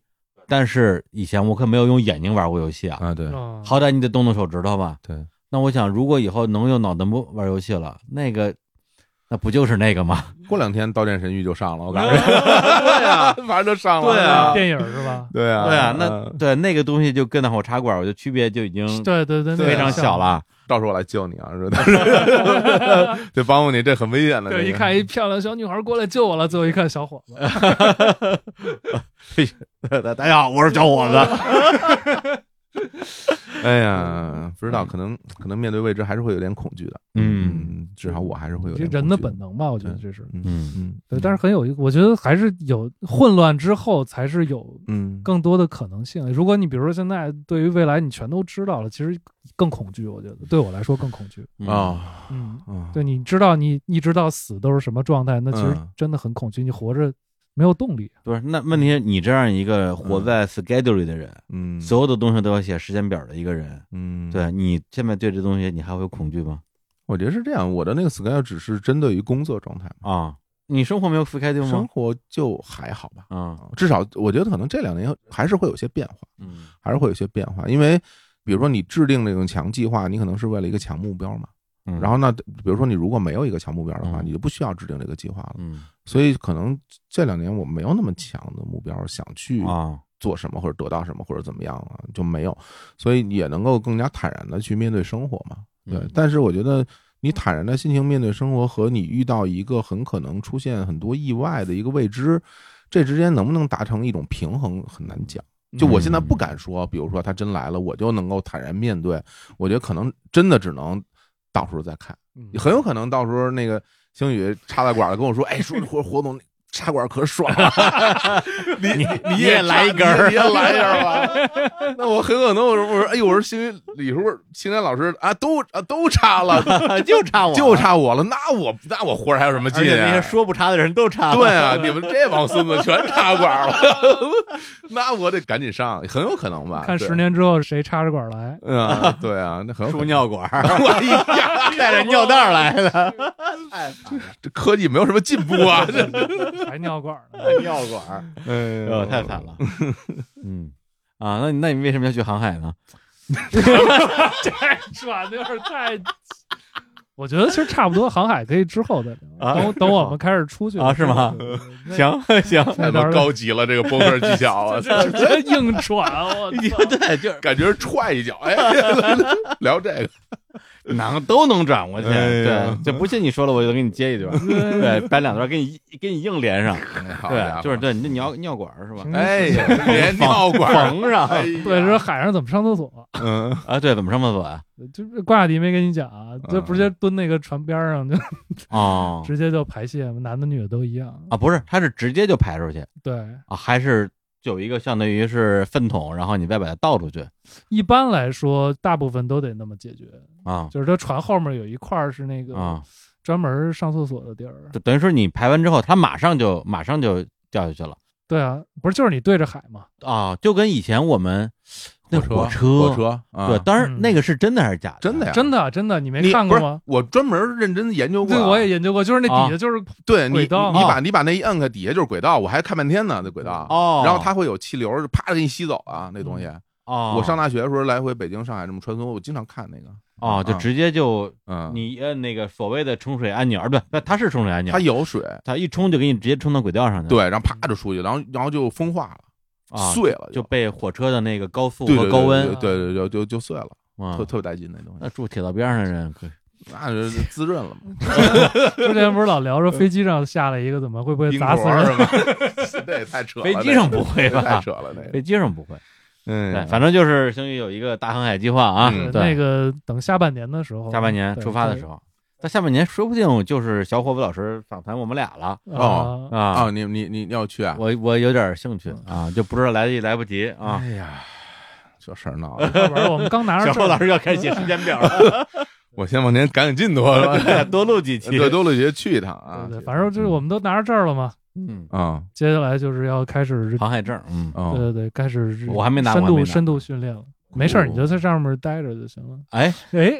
但是以前我可没有用眼睛玩过游戏啊， 啊，对哦好歹你得动动手指头吧。 对， 那我想，如果以后能用脑灯波玩游戏了，那个那不就是那个吗？ 过两天《刀剑神域》就上了，我告诉你， 对啊， 马上就上了， 对啊电影是吧？ 对啊， 对啊，那嗯对那个东西就跟那会茶馆，我觉得区别就已经对对对，那非常个小了。 到时候我来救你啊，是吧？得帮帮你，这很危险的。 对， 这个一看一漂亮小女孩过来救我了，最后一看小伙子， 大家好，我是小伙子。 哎呀，不知道，可能可能面对未知还是会有点恐惧的。 嗯至少我还是会有点这人的恐惧本能吧，我觉得这是。 嗯嗯嗯， 对，但是很有一个，我觉得还是有混乱之后，才是有嗯更多的可能性。如果你比如说现在对于未来你全都知道了，其实更恐惧。我觉得对我来说更恐惧。 嗯啊嗯， 啊， 对，你知道你一直到死都是什么状态，那其实嗯真的很恐惧，你活着没有动力。 不是，那问题是你这样一个活在 schedule 里的人， 嗯， 所有的东西都要写时间表的一个人， 嗯， 对你现在对这东西你还会有恐惧吗？ 我觉得是这样。我的那个 schedule 只是针对于工作状态嘛， 啊，你生活没有 schedule 吗？ 生活就还好吧。 啊， 至少我觉得可能这两年还是会有些变化， 嗯还是会有些变化。因为比如说你制定这种强计划，你可能是为了一个强目标嘛。 嗯， 然后呢，比如说你如果没有一个强目标的话， 嗯你就不需要制定这个计划了。 嗯所以可能这两年我没有那么强的目标，想去啊， 做什么或者得到什么或者怎么样啊，就没有，所以也能够更加坦然的去面对生活嘛。对， 嗯但是我觉得你坦然的心情面对生活和你遇到一个很可能出现很多意外的一个未知，这之间能不能达成一种平衡很难讲。就我现在不敢说，比如说他真来了，我就能够坦然面对。我觉得可能真的只能到时候再看，很有可能到时候那个星宇插大管跟我说：“哎，说活活动插管可爽了，你你你也来一根儿你也来一根儿吧。”那我很可能我说我说哎呦，我说星宇李叔青年老师啊都啊都插了， 就差我， 就差我了，那我那我活着还有什么劲而且那些啊？ 说不插的人都插了。 对啊，你们这帮孙子全插管了，那我得赶紧上，很有可能吧？对看十年之后谁插着管来， 嗯，对啊，那很有可能。 输尿管儿， 哎呀， 带着尿袋儿来的， 这科技没有什么进步啊！这还尿管呢。 尿管儿， 哎呃，太惨了。嗯，啊，那你那你为什么要去航海呢？ 这转的有点太。我觉得其实差不多，航海可以之后再聊。 啊等等我们开始出去啊是吗对？对对那行行， 太他妈高级了，这个播客技巧啊！ 直接硬转，我操！ 对，就是感觉踹一脚，哎，聊这个， 能都能转过去。 哎呀对，这不信你说了，我就给你接一段。对，掰两段给你给你硬连上。对，就是对你这尿尿管儿是吧？ 哎呀，连尿管缝上。 哎呀对，说海上怎么上厕所？ 嗯， 啊，对，怎么上厕所啊？ 就是挂底没跟你讲啊，就直接蹲那个船边上就哦直接就排泄，男的女的都一样。 啊，不是，他是直接就排出去对， 啊，还是有一个相当于是粪桶，然后你再把它倒出去一般来说，大部分都得那么解决。 啊就是它船后面有一块儿是那个啊， 专门上厕所的地儿。 就等于说你排完之后，它马上就马上就掉下去了对啊，不是就是你对着海嘛？ 啊，就跟以前我们那火车火车，啊对，当然嗯那个是真的还是假的？ 真的呀， 真的真的，你没你不是看过吗？ 我专门认真研究过对， 啊， 我也研究过，就是那底下就是对你轨道你你把你把那一摁开，底下就是轨道，我还看半天呢，那轨道。 哦， 然后它会有气流，啪给你吸走啊，那东西。 哦， 我上大学的时候来回北京、上海这么穿梭，我经常看那个。 哦，就啊直接就嗯， 你摁那个所谓的冲水按钮，啊，不对，它是冲水按钮它，有水， 它一冲就给你直接冲到轨道上去， 对，然后啪就出去，然后然后就风化了， 啊， 碎了， 就被火车的那个高速对对和高温， 对对对，就就就碎了， 啊特特别带劲那东西， 那住铁道边上的人可那是滋润了嘛， 之前不是老聊说飞机上下来一个怎么会不会冰砸死人？ 坨是吧？这也太扯了， 飞机上不会这个太吧？ 扯了，那个， 飞机上不会， 嗯， 对，反正就是星宇有一个大航海计划啊， 嗯对， 那个等下半年的时候， 下半年出发的时候，在下半年说不定就是小伙子老师访谈我们俩了候啊， 啊啊，，你你你你要去啊？ 我我有点兴趣啊，就不知道来得及来不及啊。 哎呀，这事儿闹的， 要不然我们刚拿着证小伙老师要开始写时间表了， 我先往前赶紧进度是吧？ 多录几期。 对，多了节去一趟啊， 对对，反正就是我们都拿着证了嘛， 嗯， 啊接下来就是要开始， 航海证，嗯， 啊对对对，开始我还没拿深我还没拿度深度训练了。没事儿，你就在上面待着就行了。 哎， 哎，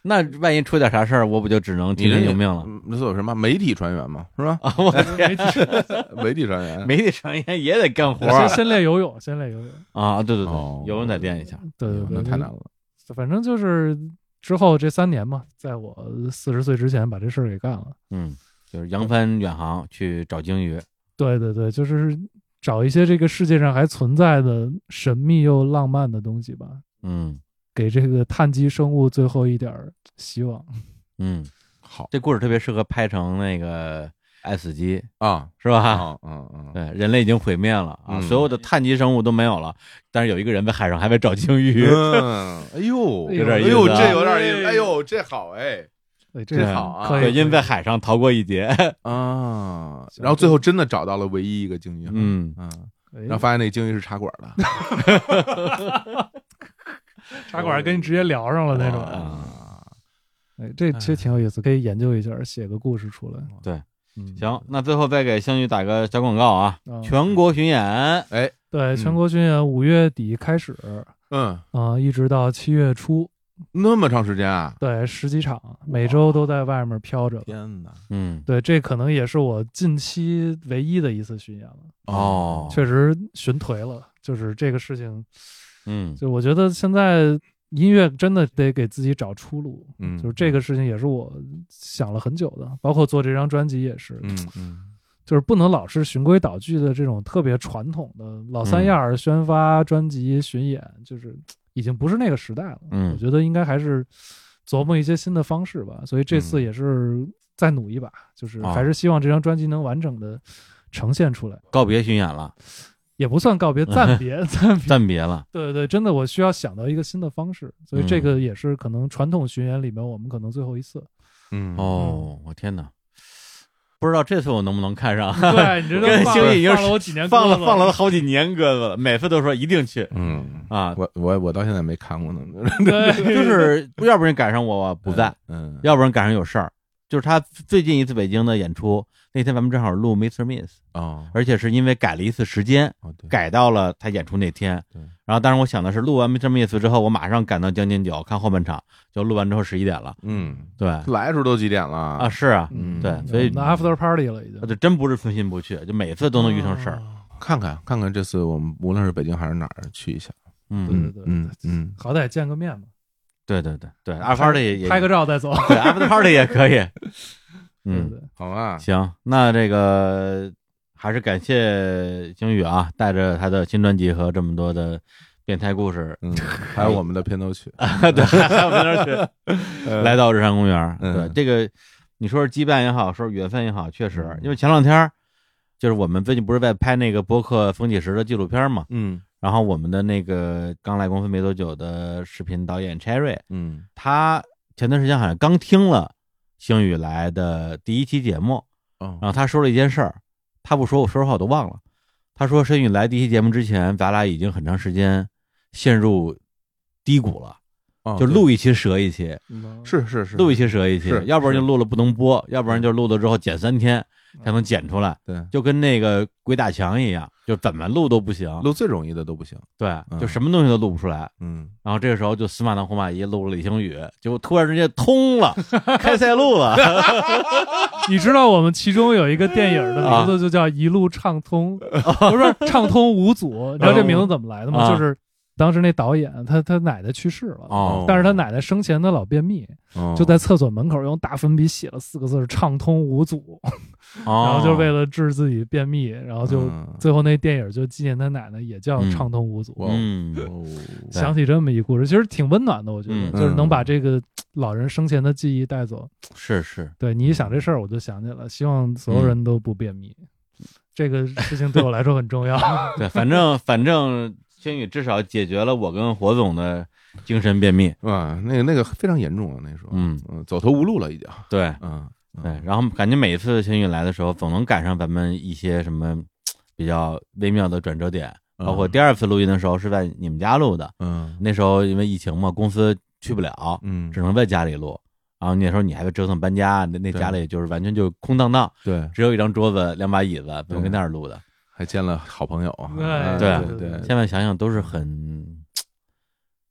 那万一出点啥事儿，我不就只能听天由命了？ 那有什么媒体传员嘛，是吧？ 啊，我天， 媒体媒体传员， 媒体传言也得干活先先练游泳，先练游泳啊！对对对， 哦游泳得练一下。 对对对， 那太难了。 反正就是之后这三年嘛，在我四十岁之前把这事儿给干了。 嗯，就是扬帆远航去找鲸鱼。 对对对，就是找一些这个世界上还存在的神秘又浪漫的东西吧。 嗯， 给这个碳基生物最后一点希望。 嗯， 好， 这故事特别适合拍成那个《爱死机》 啊， 是吧？ 啊嗯嗯， 对，人类已经毁灭了啊， 嗯所有的碳基生物都没有了，但是有一个人在海上还在找鲸鱼。 嗯，哎呦， 有点意思啊哎呦，这有点意思，哎呦，这好哎， 对， 这这好啊， 对， 可以， 因在海上逃过一劫。 啊，然后最后真的找到了唯一一个鲸鱼， 嗯嗯， 可以然后发现那鲸鱼是茶馆的， 茶馆跟你直接聊上了那种。 啊， 哎，这其实挺有意思，可以研究一下，写个故事出来。 对， 嗯， 行，那最后再给星宇打个小广告啊， 啊全国巡演。 哎， 对，全国巡演五月底开始， 嗯， 啊，一直到七月初， 那么长时间啊， 对，十几场，每周都在外面飘着。 天哪， 嗯， 对，这可能也是我近期唯一的一次巡演了， 哦， 确实巡颓了。就是这个事情， 嗯就我觉得现在音乐真的得给自己找出路。 嗯， 就是这个事情也是我想了很久的，包括做这张专辑也是， 嗯嗯就是不能老是循规蹈矩的这种特别传统的老三样儿宣发、专辑、巡演，就是已经不是那个时代了。 嗯我觉得应该还是琢磨一些新的方式吧。所以这次也是再努一把，就是还是希望这张专辑能完整的呈现出来。 告别巡演了， 也不算告别，暂别，暂别， 暂别了。 对对，真的我需要想到一个新的方式，所以这个也是可能传统巡演里面我们可能最后一次。 嗯， 哦，我天哪！不知道这次我能不能看上？ 对，你这都跟放星宇已经放了我几年放了鸽子放了好几年鸽子了，每次都说一定去嗯啊， 我我我到现在没看过呢， 对， 就是要不然赶上我不在， 嗯， 要不然赶上有事儿。就是他最近一次北京的演出，那天咱们正好录 Mister Miss， 哦， 而且是因为改了一次时间， 哦对， 改到了他演出那天。 对， 然后当时我想的是，录完 Mister Miss 之后，我马上赶到将进酒看后半场，就录完之后十一点了。 嗯， 对来的时候都几点了啊，是啊， 嗯对，所以那 after party 了已经。 这真不是存心不去，就每次都能遇上事儿。 看看看看，这次我们无论是北京还是哪儿去一下， 嗯， 对对对嗯嗯， 好歹见个面嘛， 对对对对，after party 也也拍个照再走。 对 after party 也可以。嗯， 对对， 好啊， 行，那这个还是感谢星宇啊，带着他的新专辑和这么多的变态故事， 嗯，还有我们的片头曲， 对，还有在那儿去来到日坛公园。 嗯对这个，你说是羁绊也好，说是缘分也好，确实嗯， 因为前两天就是我们最近不是在拍那个播客风起时的纪录片嘛， 嗯然后我们的那个刚来公司没多久的视频导演 Cherry， 嗯他前段时间好像刚听了星宇来的第一期节目， 哦然后他说了一件事儿，他不说，我说实话我都忘了。他说星宇来第一期节目之前，咱俩已经很长时间陷入低谷了， 哦， 就录一期折一期， 嗯是是是录一期折一期是， 要不然就录了不能播，要不然就录了之后剪三天才能剪出来， 对， 就跟那个鬼打墙一样，就怎么录都不行， 录最容易的都不行， 对， 嗯就什么东西都录不出来。 嗯然后这个时候就死马当活马医录了李星宇，结果突然之间通了，开赛路了。 你知道我们其中有一个电影的名字就叫《一路畅通》，不是畅通无阻。你知道这名字怎么来的吗？ 啊就是当时那导演他他奶奶去世了， 哦但是他奶奶生前他老便秘， 哦就在厕所门口用大粉笔写了四个字儿“畅通无阻”，然后就是为了了治自己便秘，然后就嗯最后那电影就纪念他奶奶，也叫嗯 “畅通无阻”。 哇嗯哦想起这么一故事，其实挺温暖的，我觉得， 嗯就是能把这个老人生前的记忆带走。 是是， 对你一想这事儿，我就想起来，希望所有人都不便秘，这个事情对我来说很重要。 对，反正反正星宇至少解决了我跟火总的精神便秘。 哇，那个那个非常严重啊，那时候， 嗯嗯，走投无路了已经， 对嗯，嗯对，然后感觉每一次星宇来的时候，总能赶上咱们一些什么比较微妙的转折点。包括第二次录音的时候是在你们家录的， 嗯那时候因为疫情嘛，公司去不了， 嗯， 只能在家里录。然后那时候你还在折腾搬家，那那对家里就是完全就空荡荡， 对， 只有一张桌子、两把椅子，不用跟那儿录的。 还见了好朋友啊， 对啊对对对， 现在想想都是很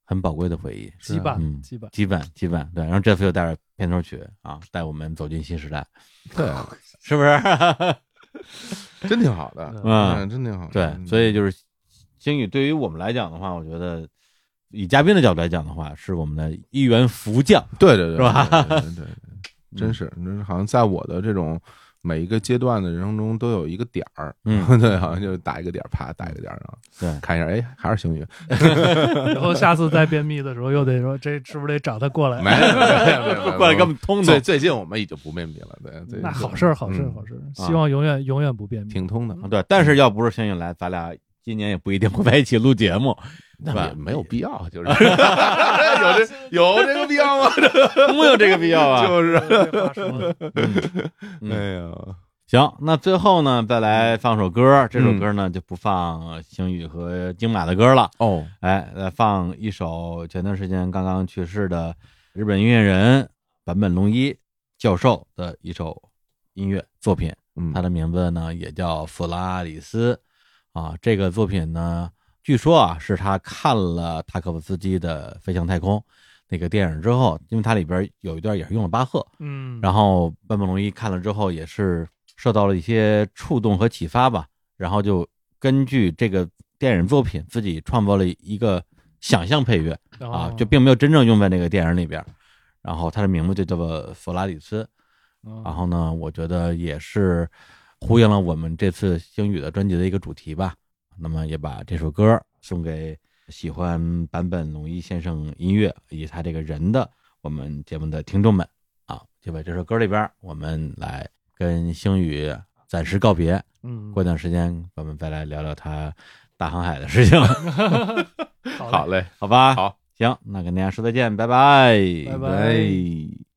很宝贵的回忆。 羁绊嗯， 羁绊羁绊羁绊，对。然后这次又带着片头曲啊，带我们走进新时代， 对， 是不是？ 真挺好的， 嗯， 真挺好的。 对，所以就是星宇对于我们来讲的话，我觉得以嘉宾的角度来讲的话，是我们的一员福将。 对对对， 是吧？ 对对对，真是，真是好像在我的这种每一个阶段的人生中都有一个点儿， 嗯， 对，好像就打一个点儿，啪打一个点儿，然后对， 看一下，哎，还是星宇。 以后下次再便秘的时候，又得说这是不是得找他过来？ 没有没有没有， 过来给我们通通。 最最近我们已经不便秘了，对， 那好事好事好事，希望永远永远不便秘， 挺通的。 对，但是要不是星宇来，咱俩今年也不一定会在一起录节目。 那也没有必要，就是有这有这个必要吗？ 没有这个必要啊， 就是。 嗯、 哎呀， 行，那最后呢，再来放首歌。这首歌呢，就不放星宇和金马的歌了哦， 哎，来放一首前段时间刚刚去世的日本音乐人坂本龙一教授的一首音乐作品。 嗯， 他的名字呢也叫弗拉里斯啊。这个作品呢，据说啊，是他看了塔可夫斯基的《飞向太空》那个电影之后，因为它里边有一段也是用了巴赫， 嗯， 然后坂本龙一看了之后也是受到了一些触动和启发吧，然后就根据这个电影作品自己创作了一个想象配乐啊，就并没有真正用在那个电影里边，然后它的名字就叫做弗拉里斯。然后呢，我觉得也是呼应了我们这次星宇的专辑的一个主题吧。那么也把这首歌送给喜欢坂本龙一先生音乐以及他这个人的我们节目的听众们啊，就把这首歌里边我们来跟星宇暂时告别。 嗯， 过段时间我们再来聊聊他大航海的事情。 好嘞， 好吧， 好， 行，那跟大家说再见，拜拜， 拜拜。 拜。